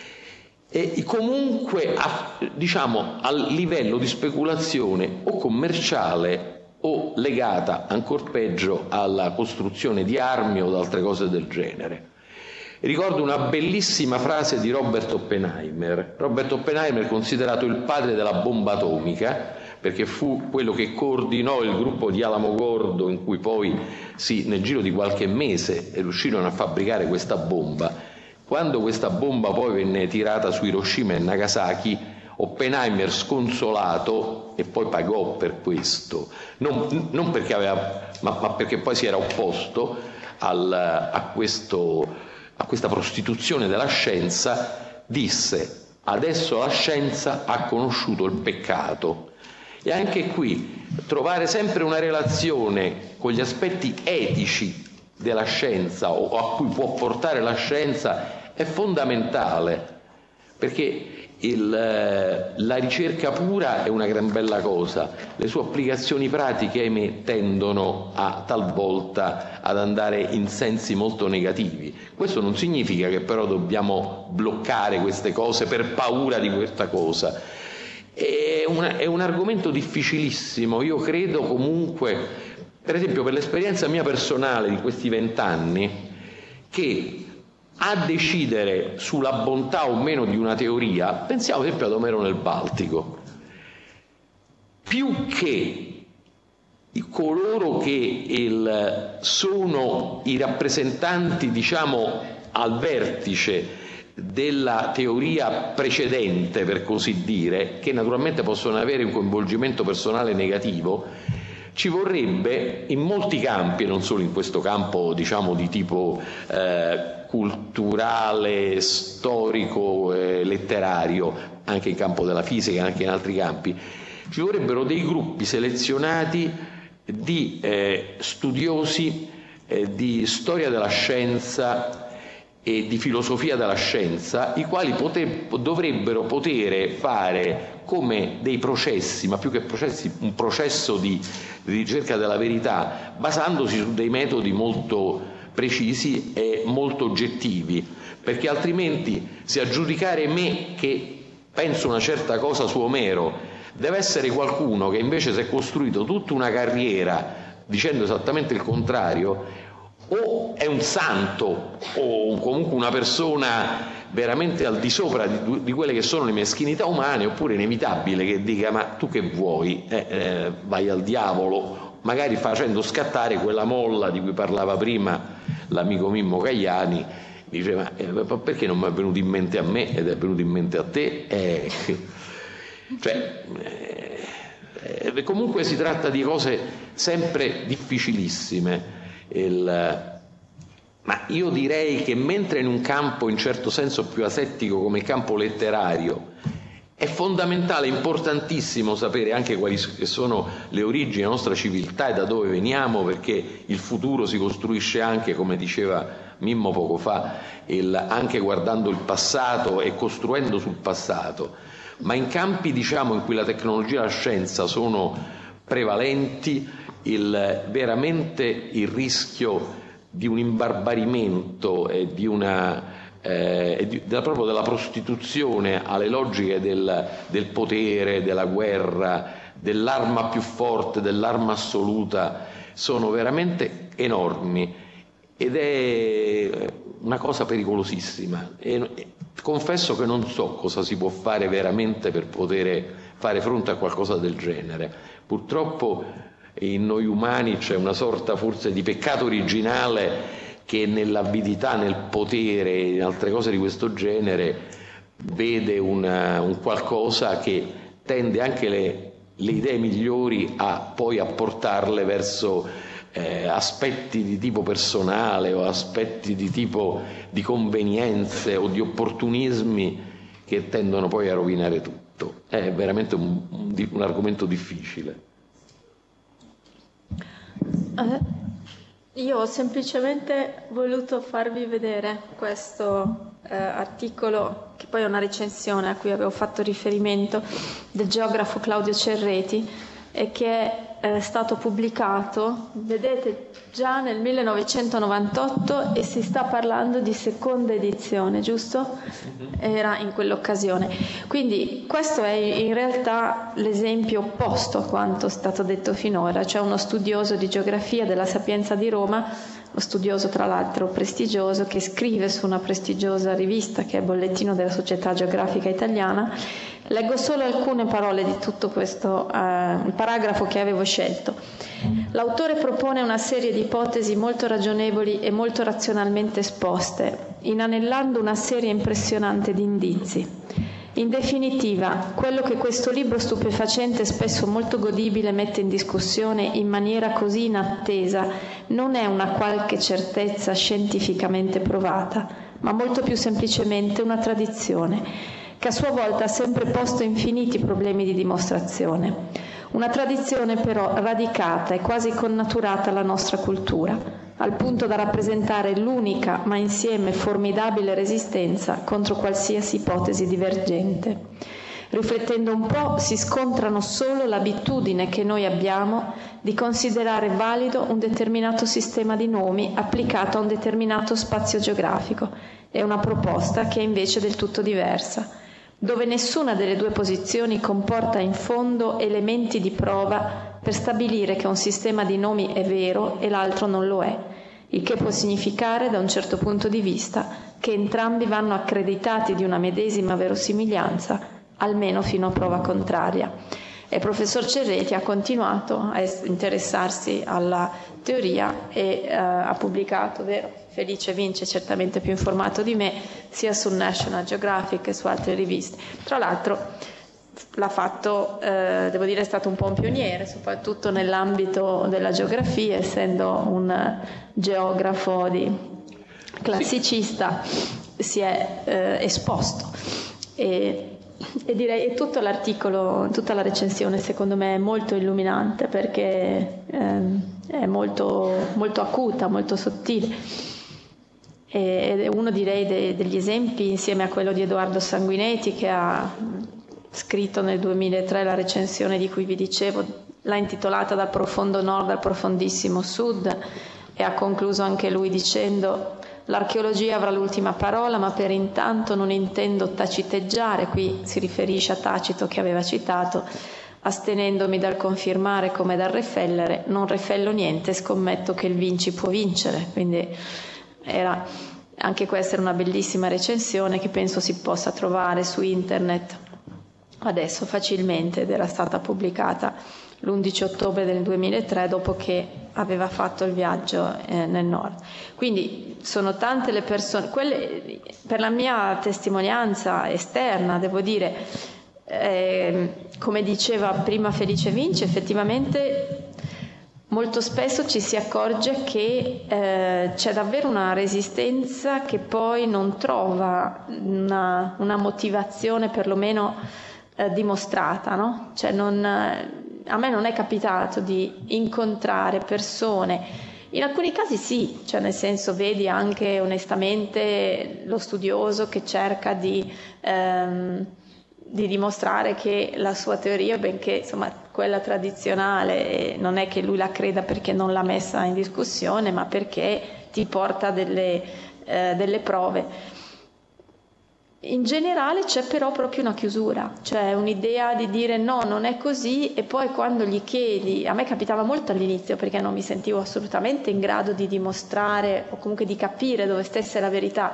e comunque a, diciamo al livello di speculazione o commerciale o legata ancor peggio alla costruzione di armi o ad altre cose del genere. Ricordo una bellissima frase di Robert Oppenheimer. Robert Oppenheimer è considerato il padre della bomba atomica, perché fu quello che coordinò il gruppo di Alamogordo, in cui poi sì, nel giro di qualche mese riuscirono a fabbricare questa bomba. Quando questa bomba poi venne tirata su Hiroshima e Nagasaki, Oppenheimer, sconsolato, e poi pagò per questo, non, non perché aveva, ma, ma perché poi si era opposto al, a, questo, a questa prostituzione della scienza, disse: adesso la scienza ha conosciuto il peccato. E anche qui trovare sempre una relazione con gli aspetti etici della scienza o a cui può portare la scienza è fondamentale, perché Il, la ricerca pura è una gran bella cosa, le sue applicazioni pratiche, ahimè, tendono a talvolta ad andare in sensi molto negativi. Questo non significa che però dobbiamo bloccare queste cose per paura di questa cosa. È, una, è un argomento difficilissimo. Io credo comunque, per esempio per l'esperienza mia personale di questi vent'anni, che a decidere sulla bontà o meno di una teoria, pensiamo sempre ad Omero nel Baltico, più che coloro che il, sono i rappresentanti, diciamo, al vertice della teoria precedente, per così dire, che naturalmente possono avere un coinvolgimento personale negativo, ci vorrebbe in molti campi, non solo in questo campo, diciamo, di tipo eh, culturale, storico, eh, letterario, anche in campo della fisica, anche in altri campi, ci vorrebbero dei gruppi selezionati di eh, studiosi eh, di storia della scienza e di filosofia della scienza, i quali poter, dovrebbero poter fare come dei processi, ma più che processi, un processo di, di ricerca della verità, basandosi su dei metodi molto precisi e molto oggettivi, perché altrimenti se a giudicare me che penso una certa cosa su Omero deve essere qualcuno che invece si è costruito tutta una carriera dicendo esattamente il contrario, o è un santo o comunque una persona veramente al di sopra di, di quelle che sono le meschinità umane, oppure è inevitabile che dica ma tu che vuoi, eh, eh, vai al diavolo, magari facendo scattare quella molla di cui parlava prima l'amico Mimmo Caiani. Diceva eh, perché non mi è venuto in mente a me ed è venuto in mente a te? Eh, cioè, eh, comunque si tratta di cose sempre difficilissime. Il, ma io direi che mentre in un campo in certo senso più asettico come il campo letterario è fondamentale, importantissimo sapere anche quali sono le origini della nostra civiltà e da dove veniamo, perché il futuro si costruisce anche, come diceva Mimmo poco fa, il, anche guardando il passato e costruendo sul passato. Ma in campi, diciamo, in cui la tecnologia e la scienza sono prevalenti, il, veramente il rischio di un imbarbarimento e di una Eh, di, da, proprio della prostituzione alle logiche del, del potere, della guerra, dell'arma più forte, dell'arma assoluta, sono veramente enormi ed è una cosa pericolosissima. E, e, confesso che non so cosa si può fare veramente per poter fare fronte a qualcosa del genere. Purtroppo in noi umani c'è una sorta forse di peccato originale che nell'avidità, nel potere e in altre cose di questo genere vede una, un qualcosa che tende anche le, le idee migliori a poi a portarle verso eh, aspetti di tipo personale o aspetti di tipo di convenienze o di opportunismi che tendono poi a rovinare tutto. È veramente un, un, un argomento difficile. Uh. Io ho semplicemente voluto farvi vedere questo eh, articolo, che poi è una recensione a cui avevo fatto riferimento, del geografo Claudio Cerreti, e che è stato pubblicato, vedete, già nel millenovecentonovantotto, e si sta parlando di seconda edizione, giusto? Era in quell'occasione. Quindi questo è in realtà l'esempio opposto a quanto è stato detto finora. C'è uno studioso di geografia della Sapienza di Roma, uno studioso tra l'altro prestigioso, che scrive su una prestigiosa rivista che è Bollettino della Società Geografica Italiana. Leggo solo alcune parole di tutto questo eh, paragrafo che avevo scelto. L'autore propone una serie di ipotesi molto ragionevoli e molto razionalmente esposte, inanellando una serie impressionante di indizi. In definitiva, quello che questo libro stupefacente e spesso molto godibile mette in discussione in maniera così inattesa non è una qualche certezza scientificamente provata, ma molto più semplicemente una tradizione, che a sua volta ha sempre posto infiniti problemi di dimostrazione. Una tradizione però radicata e quasi connaturata alla nostra cultura, al punto da rappresentare l'unica ma insieme formidabile resistenza contro qualsiasi ipotesi divergente. Riflettendo un po', si scontrano solo l'abitudine che noi abbiamo di considerare valido un determinato sistema di nomi applicato a un determinato spazio geografico e una proposta che è invece del tutto diversa, dove nessuna delle due posizioni comporta in fondo elementi di prova per stabilire che un sistema di nomi è vero e l'altro non lo è, il che può significare, da un certo punto di vista, che entrambi vanno accreditati di una medesima verosimiglianza, almeno fino a prova contraria. E il professor Cerreti ha continuato a interessarsi alla teoria e eh, ha pubblicato, vero? Felice Vinci è certamente più informato di me, sia sul National Geographic che su altre riviste. Tra l'altro l'ha fatto, eh, devo dire, è stato un po' un pioniere, soprattutto nell'ambito della geografia, essendo un geografo di classicista, si è eh, esposto. E, E direi che tutto l'articolo, tutta la recensione secondo me è molto illuminante, perché ehm, è molto, molto acuta, molto sottile, ed è uno, direi, de, degli esempi, insieme a quello di Edoardo Sanguinetti, che ha scritto nel duemilatré la recensione di cui vi dicevo, l'ha intitolata Dal profondo nord al profondissimo sud, e ha concluso anche lui dicendo: l'archeologia avrà l'ultima parola, ma per intanto non intendo taciteggiare, qui si riferisce a Tacito che aveva citato, astenendomi dal confermare come dal refellere, non refello niente, scommetto che il Vinci può vincere. Quindi era anche questa era una bellissima recensione che penso si possa trovare su internet adesso facilmente, ed era stata pubblicata l'undici ottobre del duemilatré, dopo che aveva fatto il viaggio eh, nel nord. Quindi sono tante le persone, quelle, per la mia testimonianza esterna, devo dire, eh, come diceva prima Felice Vinci, effettivamente molto spesso ci si accorge che eh, c'è davvero una resistenza che poi non trova una, una motivazione perlomeno eh, dimostrata, no? Cioè non... A me non è capitato di incontrare persone, in alcuni casi sì, cioè nel senso, vedi anche onestamente lo studioso che cerca di, ehm, di dimostrare che la sua teoria, benché insomma quella tradizionale, non è che lui la creda perché non l'ha messa in discussione, ma perché ti porta delle, eh, delle prove. In generale c'è però proprio una chiusura, cioè un'idea di dire no, non è così, e poi quando gli chiedi, a me capitava molto all'inizio perché non mi sentivo assolutamente in grado di dimostrare o comunque di capire dove stesse la verità,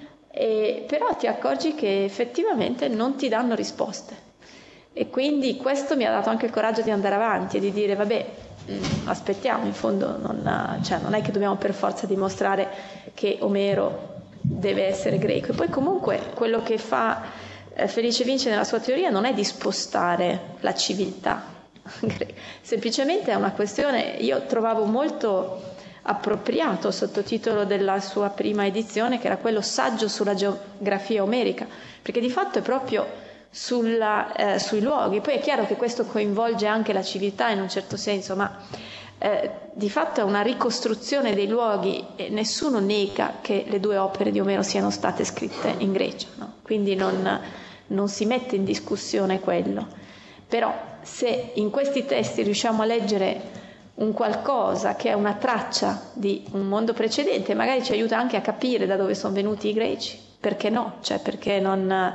e però ti accorgi che effettivamente non ti danno risposte, e quindi questo mi ha dato anche il coraggio di andare avanti e di dire vabbè, mh, aspettiamo, in fondo non, cioè, non è che dobbiamo per forza dimostrare che Omero deve essere greco. E poi comunque quello che fa eh, Felice Vinci nella sua teoria non è di spostare la civiltà greca, semplicemente è una questione, io trovavo molto appropriato il sottotitolo della sua prima edizione, che era quello Saggio sulla geografia omerica, perché di fatto è proprio sulla, eh, sui luoghi. Poi è chiaro che questo coinvolge anche la civiltà in un certo senso, ma Eh, di fatto è una ricostruzione dei luoghi, e nessuno nega che le due opere di Omero siano state scritte in Grecia, no? Quindi non, non si mette in discussione quello. Però se in questi testi riusciamo a leggere un qualcosa che è una traccia di un mondo precedente, magari ci aiuta anche a capire da dove sono venuti i greci, perché no? Cioè perché non,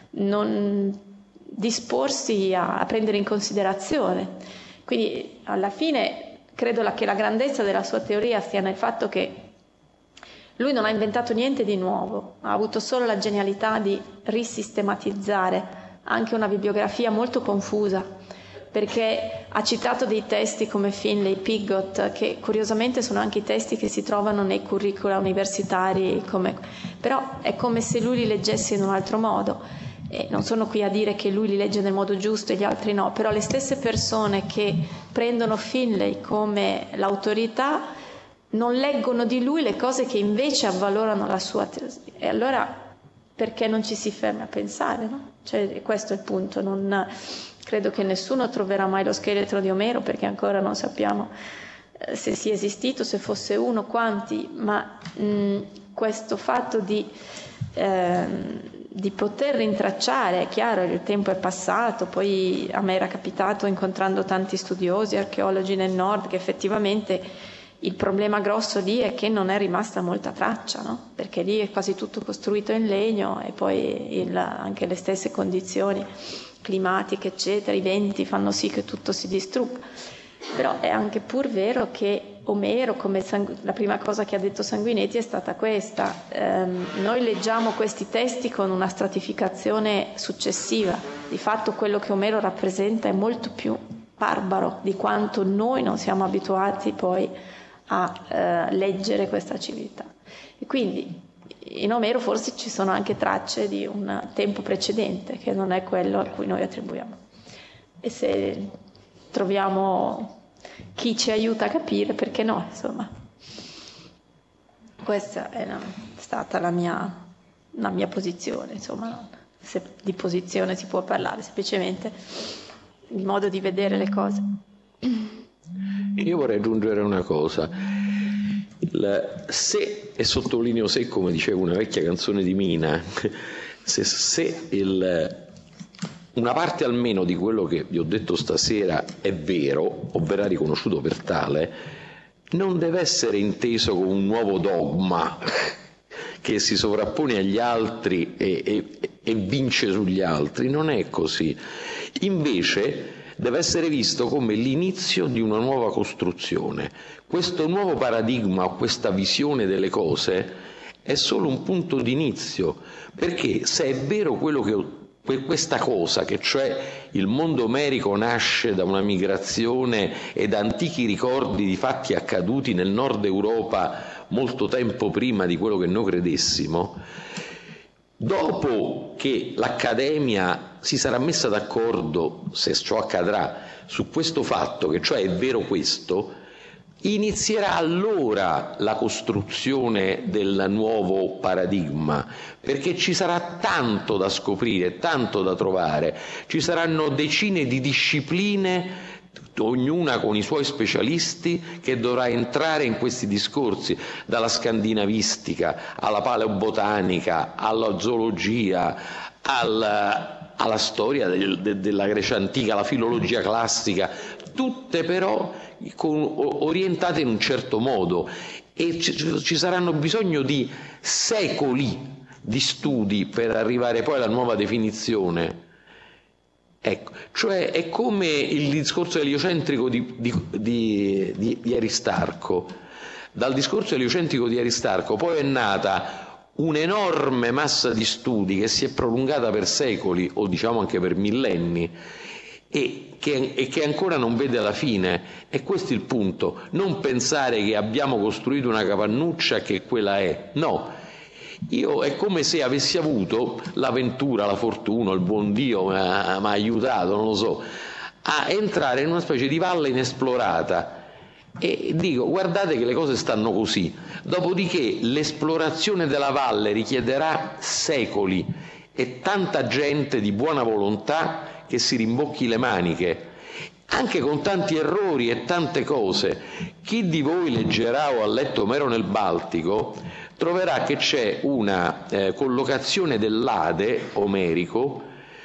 non disporsi a, a prendere in considerazione. Quindi alla fine credo che la grandezza della sua teoria stia nel fatto che lui non ha inventato niente di nuovo, ha avuto solo la genialità di risistematizzare anche una bibliografia molto confusa, perché ha citato dei testi come Finlay, Pigott, che curiosamente sono anche i testi che si trovano nei curricula universitari, come... però è come se lui li leggesse in un altro modo. E non sono qui a dire che lui li legge nel modo giusto e gli altri no, però le stesse persone che prendono Finlay come l'autorità non leggono di lui le cose che invece avvalorano la sua teoria. E allora perché non ci si ferma a pensare, no? Cioè, questo è il punto. Non credo che nessuno troverà mai lo scheletro di Omero, perché ancora non sappiamo eh, se sia esistito, se fosse uno, quanti, ma mh, questo fatto di... Ehm, di poter rintracciare. È chiaro, il tempo è passato, poi a me era capitato, incontrando tanti studiosi, archeologi nel nord, che effettivamente il problema grosso lì è che non è rimasta molta traccia, no? Perché lì è quasi tutto costruito in legno e poi il, anche le stesse condizioni climatiche, eccetera, i venti fanno sì che tutto si distrugga. Però è anche pur vero che Omero, come Sangu- la prima cosa che ha detto Sanguinetti è stata questa: ehm, noi leggiamo questi testi con una stratificazione successiva. Di fatto quello che Omero rappresenta è molto più barbaro di quanto noi non siamo abituati poi a eh, leggere questa civiltà. E quindi in Omero forse ci sono anche tracce di un tempo precedente che non è quello a cui noi attribuiamo. E se troviamo chi ci aiuta a capire, perché no, insomma. Questa è la, stata la mia, la mia posizione, insomma, se di posizione si può parlare, semplicemente il modo di vedere le cose. Io vorrei aggiungere una cosa. Il se, e sottolineo se, come diceva una vecchia canzone di Mina, se, se il... una parte almeno di quello che vi ho detto stasera è vero, o verrà riconosciuto per tale, non deve essere inteso come un nuovo dogma che si sovrappone agli altri e, e, e vince sugli altri. Non è così. Invece deve essere visto come l'inizio di una nuova costruzione. Questo nuovo paradigma, questa visione delle cose, è solo un punto d'inizio, perché se è vero quello che ho questa cosa, che cioè il mondo omerico nasce da una migrazione e da antichi ricordi di fatti accaduti nel nord Europa molto tempo prima di quello che noi credessimo, dopo che l'Accademia si sarà messa d'accordo, se ciò accadrà, su questo fatto, che cioè è vero questo, inizierà allora la costruzione del nuovo paradigma, perché ci sarà tanto da scoprire, tanto da trovare, ci saranno decine di discipline, ognuna con i suoi specialisti, che dovrà entrare in questi discorsi, dalla scandinavistica alla paleobotanica, alla zoologia, alla, alla storia del, de, della Grecia antica, alla filologia classica, tutte però con, orientate in un certo modo, e ci, ci saranno bisogno di secoli di studi per arrivare poi alla nuova definizione. Ecco, cioè è come il discorso eliocentrico di, di, di, di, di Aristarco. Dal discorso eliocentrico di Aristarco poi è nata un'enorme massa di studi che si è prolungata per secoli, o diciamo anche per millenni, e che, e che ancora non vede la fine. E questo è il punto: non pensare che abbiamo costruito una capannuccia che quella è, no. Io è come se avessi avuto l'avventura, la fortuna, il buon Dio mi ha, mi ha aiutato, non lo so, a entrare in una specie di valle inesplorata, e dico: guardate che le cose stanno così. Dopodiché l'esplorazione della valle richiederà secoli e tanta gente di buona volontà che si rimbocchi le maniche, anche con tanti errori e tante cose. Chi di voi leggerà o ha letto Omero nel Baltico troverà che c'è una eh, collocazione dell'Ade omerico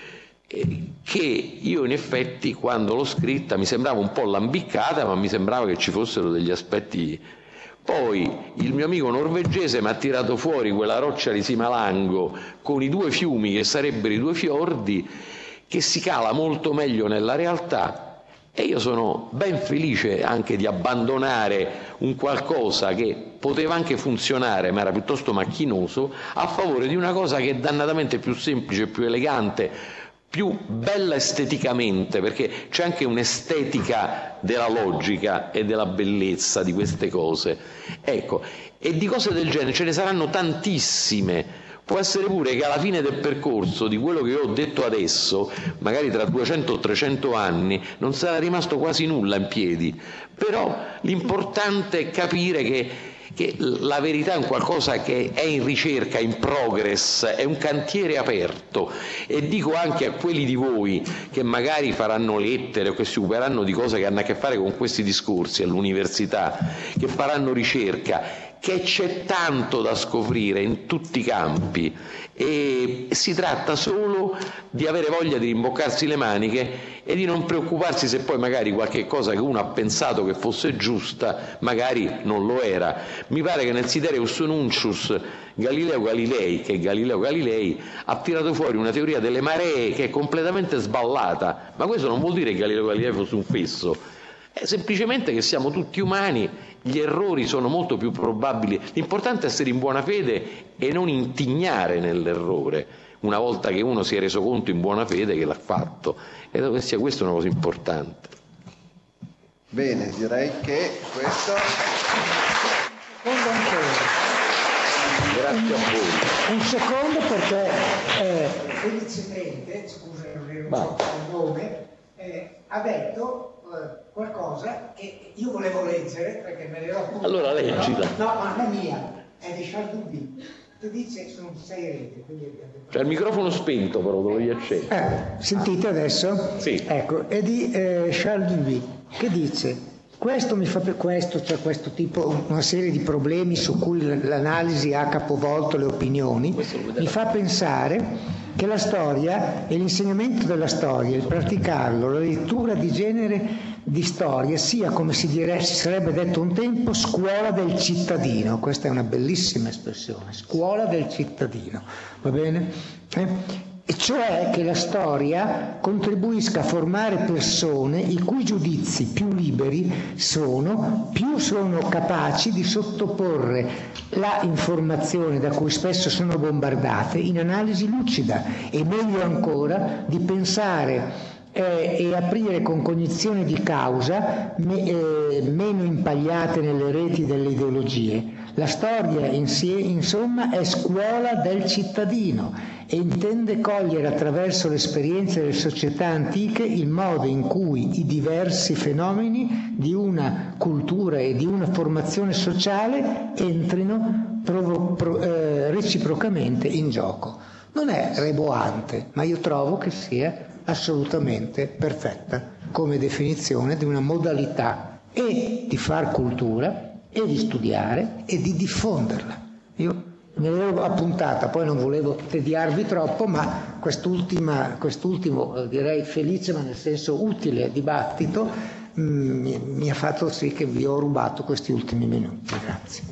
eh, che io in effetti, quando l'ho scritta, mi sembrava un po' lambiccata, ma mi sembrava che ci fossero degli aspetti. Poi il mio amico norvegese mi ha tirato fuori quella roccia di Simalango con i due fiumi che sarebbero i due fiordi, che si cala molto meglio nella realtà, e io sono ben felice anche di abbandonare un qualcosa che poteva anche funzionare ma era piuttosto macchinoso, a favore di una cosa che è dannatamente più semplice, più elegante, più bella esteticamente, perché c'è anche un'estetica della logica e della bellezza di queste cose. Ecco, e di cose del genere ce ne saranno tantissime. Può essere pure che alla fine del percorso di quello che io ho detto adesso, magari tra duecento o trecento anni, non sarà rimasto quasi nulla in piedi, però l'importante è capire che, che la verità è un qualcosa che è in ricerca, in progress, è un cantiere aperto. E dico anche a quelli di voi che magari faranno lettere o che si occuperanno di cose che hanno a che fare con questi discorsi all'università, che faranno ricerca, che c'è tanto da scoprire in tutti i campi e si tratta solo di avere voglia di rimboccarsi le maniche e di non preoccuparsi se poi magari qualche cosa che uno ha pensato che fosse giusta magari non lo era. Mi pare che nel Sidereus Nuncius Galileo Galilei, che è Galileo Galilei, ha tirato fuori una teoria delle maree che è completamente sballata, ma questo non vuol dire che Galileo Galilei fosse un fesso, è semplicemente che siamo tutti umani, gli errori sono molto più probabili, l'importante è essere in buona fede e non intignare nell'errore una volta che uno si è reso conto in buona fede che l'ha fatto, e credo che sia questa una cosa importante. Bene, direi che questo... Grazie a voi. Un secondo perché eh, felicemente, scusa non so il nome, eh, ha detto eh, qualcosa che io volevo leggere perché me l'ero appunto. Allora leggila. No, ma non è mia, è di Charles Duby. Tu dice sono sei reti. Quindi... C'è il microfono spento però, dove gli accende. Eh, sentite adesso? Sì. Ecco, è di eh, Charles Duby che dice... Questo mi fa per questo, cioè questo tipo, una serie di problemi su cui l'analisi ha capovolto le opinioni, mi fa pensare che la storia e l'insegnamento della storia, il praticarlo, la lettura di genere di storia sia, come si, direbbe, si sarebbe detto un tempo, scuola del cittadino. Questa è una bellissima espressione, scuola del cittadino, va bene? Eh? E cioè che la storia contribuisca a formare persone i cui giudizi più liberi sono, più sono capaci di sottoporre la informazione da cui spesso sono bombardate in analisi lucida e meglio ancora di pensare eh, e aprire con cognizione di causa me, eh, meno impagliate nelle reti delle ideologie. La storia in sé, insomma, è scuola del cittadino e intende cogliere attraverso l'esperienza delle società antiche il modo in cui i diversi fenomeni di una cultura e di una formazione sociale entrino provo, pro, eh, reciprocamente in gioco. Non è reboante, ma io trovo che sia assolutamente perfetta come definizione di una modalità e di far cultura e di studiare e di diffonderla. Io me l'avevo appuntata, poi non volevo tediarvi troppo, ma quest'ultima, quest'ultimo direi felice, ma nel senso utile dibattito mh, mi, mi ha fatto sì che vi ho rubato questi ultimi minuti. Grazie.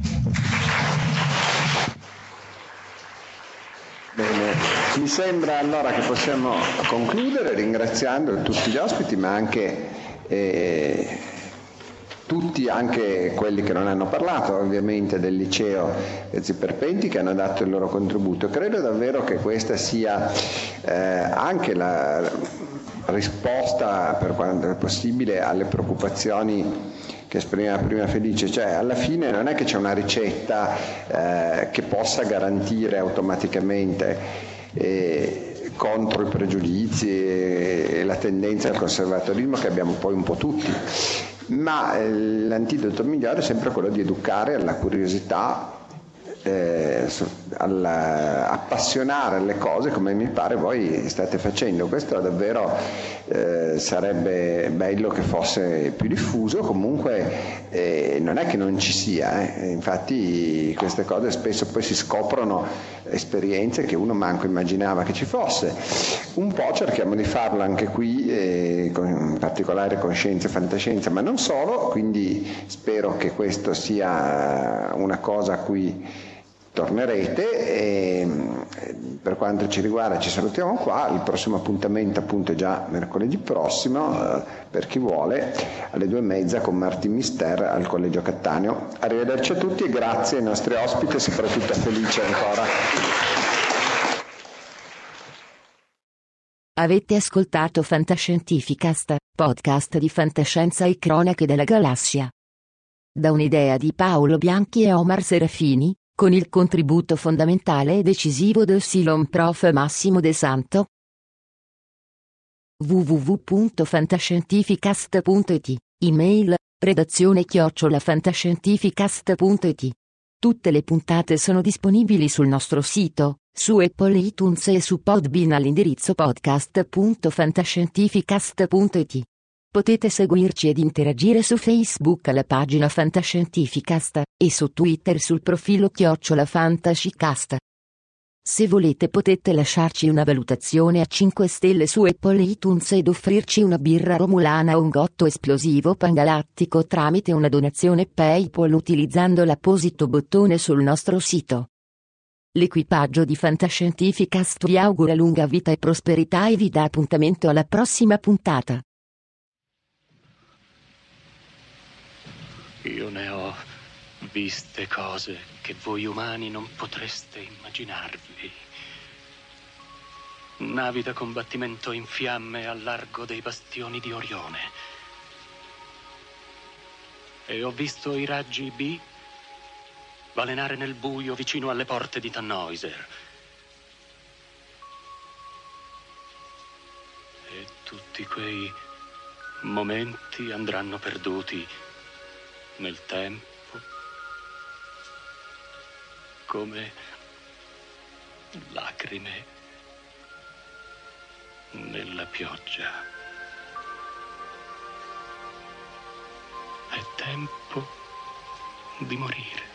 Bene, mi sembra allora che possiamo concludere ringraziando tutti gli ospiti, ma anche eh, tutti, anche quelli che non hanno parlato ovviamente del liceo Ziperpenti, che hanno dato il loro contributo. Credo davvero che questa sia eh, anche la risposta, per quanto è possibile, alle preoccupazioni che esprimeva prima Felice, cioè alla fine non è che c'è una ricetta eh, che possa garantire automaticamente eh, contro i pregiudizi e, e la tendenza al conservatorismo che abbiamo poi un po' tutti, ma eh, l'antidoto migliore è sempre quello di educare alla curiosità, eh, alla, appassionare alle cose come mi pare voi state facendo. Questo davvero eh, sarebbe bello che fosse più diffuso. Comunque eh, non è che non ci sia, eh. Infatti queste cose spesso poi si scoprono esperienze che uno manco immaginava che ci fosse. Un po' cerchiamo di farlo anche qui, eh, con, in particolare con scienza e fantascienza, ma non solo, quindi spero che questo sia una cosa a cui tornerete. E per quanto ci riguarda ci salutiamo qua. Il prossimo appuntamento appunto è già mercoledì prossimo, eh, per chi vuole, alle due e mezza con Martin Mister al Collegio Cattaneo. Arrivederci a tutti e grazie ai nostri ospiti e soprattutto a Felice ancora. Avete ascoltato Fantascientificast, podcast di fantascienza e cronache della galassia. Da un'idea di Paolo Bianchi e Omar Serafini, con il contributo fondamentale e decisivo del Silon Prof Massimo De Santo. w w w punto fantascientificast punto i t, email, redazione chiocciola fantascientificast punto i t. Tutte le puntate sono disponibili sul nostro sito, su Apple iTunes e su Podbean all'indirizzo podcast punto fantascientificast punto i t. Potete seguirci ed interagire su Facebook alla pagina Fantascientificast e su Twitter sul profilo chiocciola Fantascicast. Se volete potete lasciarci una valutazione a cinque stelle su Apple iTunes ed offrirci una birra romulana o un gotto esplosivo pangalattico tramite una donazione PayPal utilizzando l'apposito bottone sul nostro sito. L'equipaggio di Fantascientificast vi augura lunga vita e prosperità e vi dà appuntamento alla prossima puntata. Io ne ho viste cose che voi umani non potreste immaginarvi. Navi da combattimento in fiamme al largo dei bastioni di Orione. E ho visto i raggi B balenare nel buio vicino alle porte di Tannhäuser. E tutti quei momenti andranno perduti nel tempo, come lacrime nella pioggia. È tempo di morire.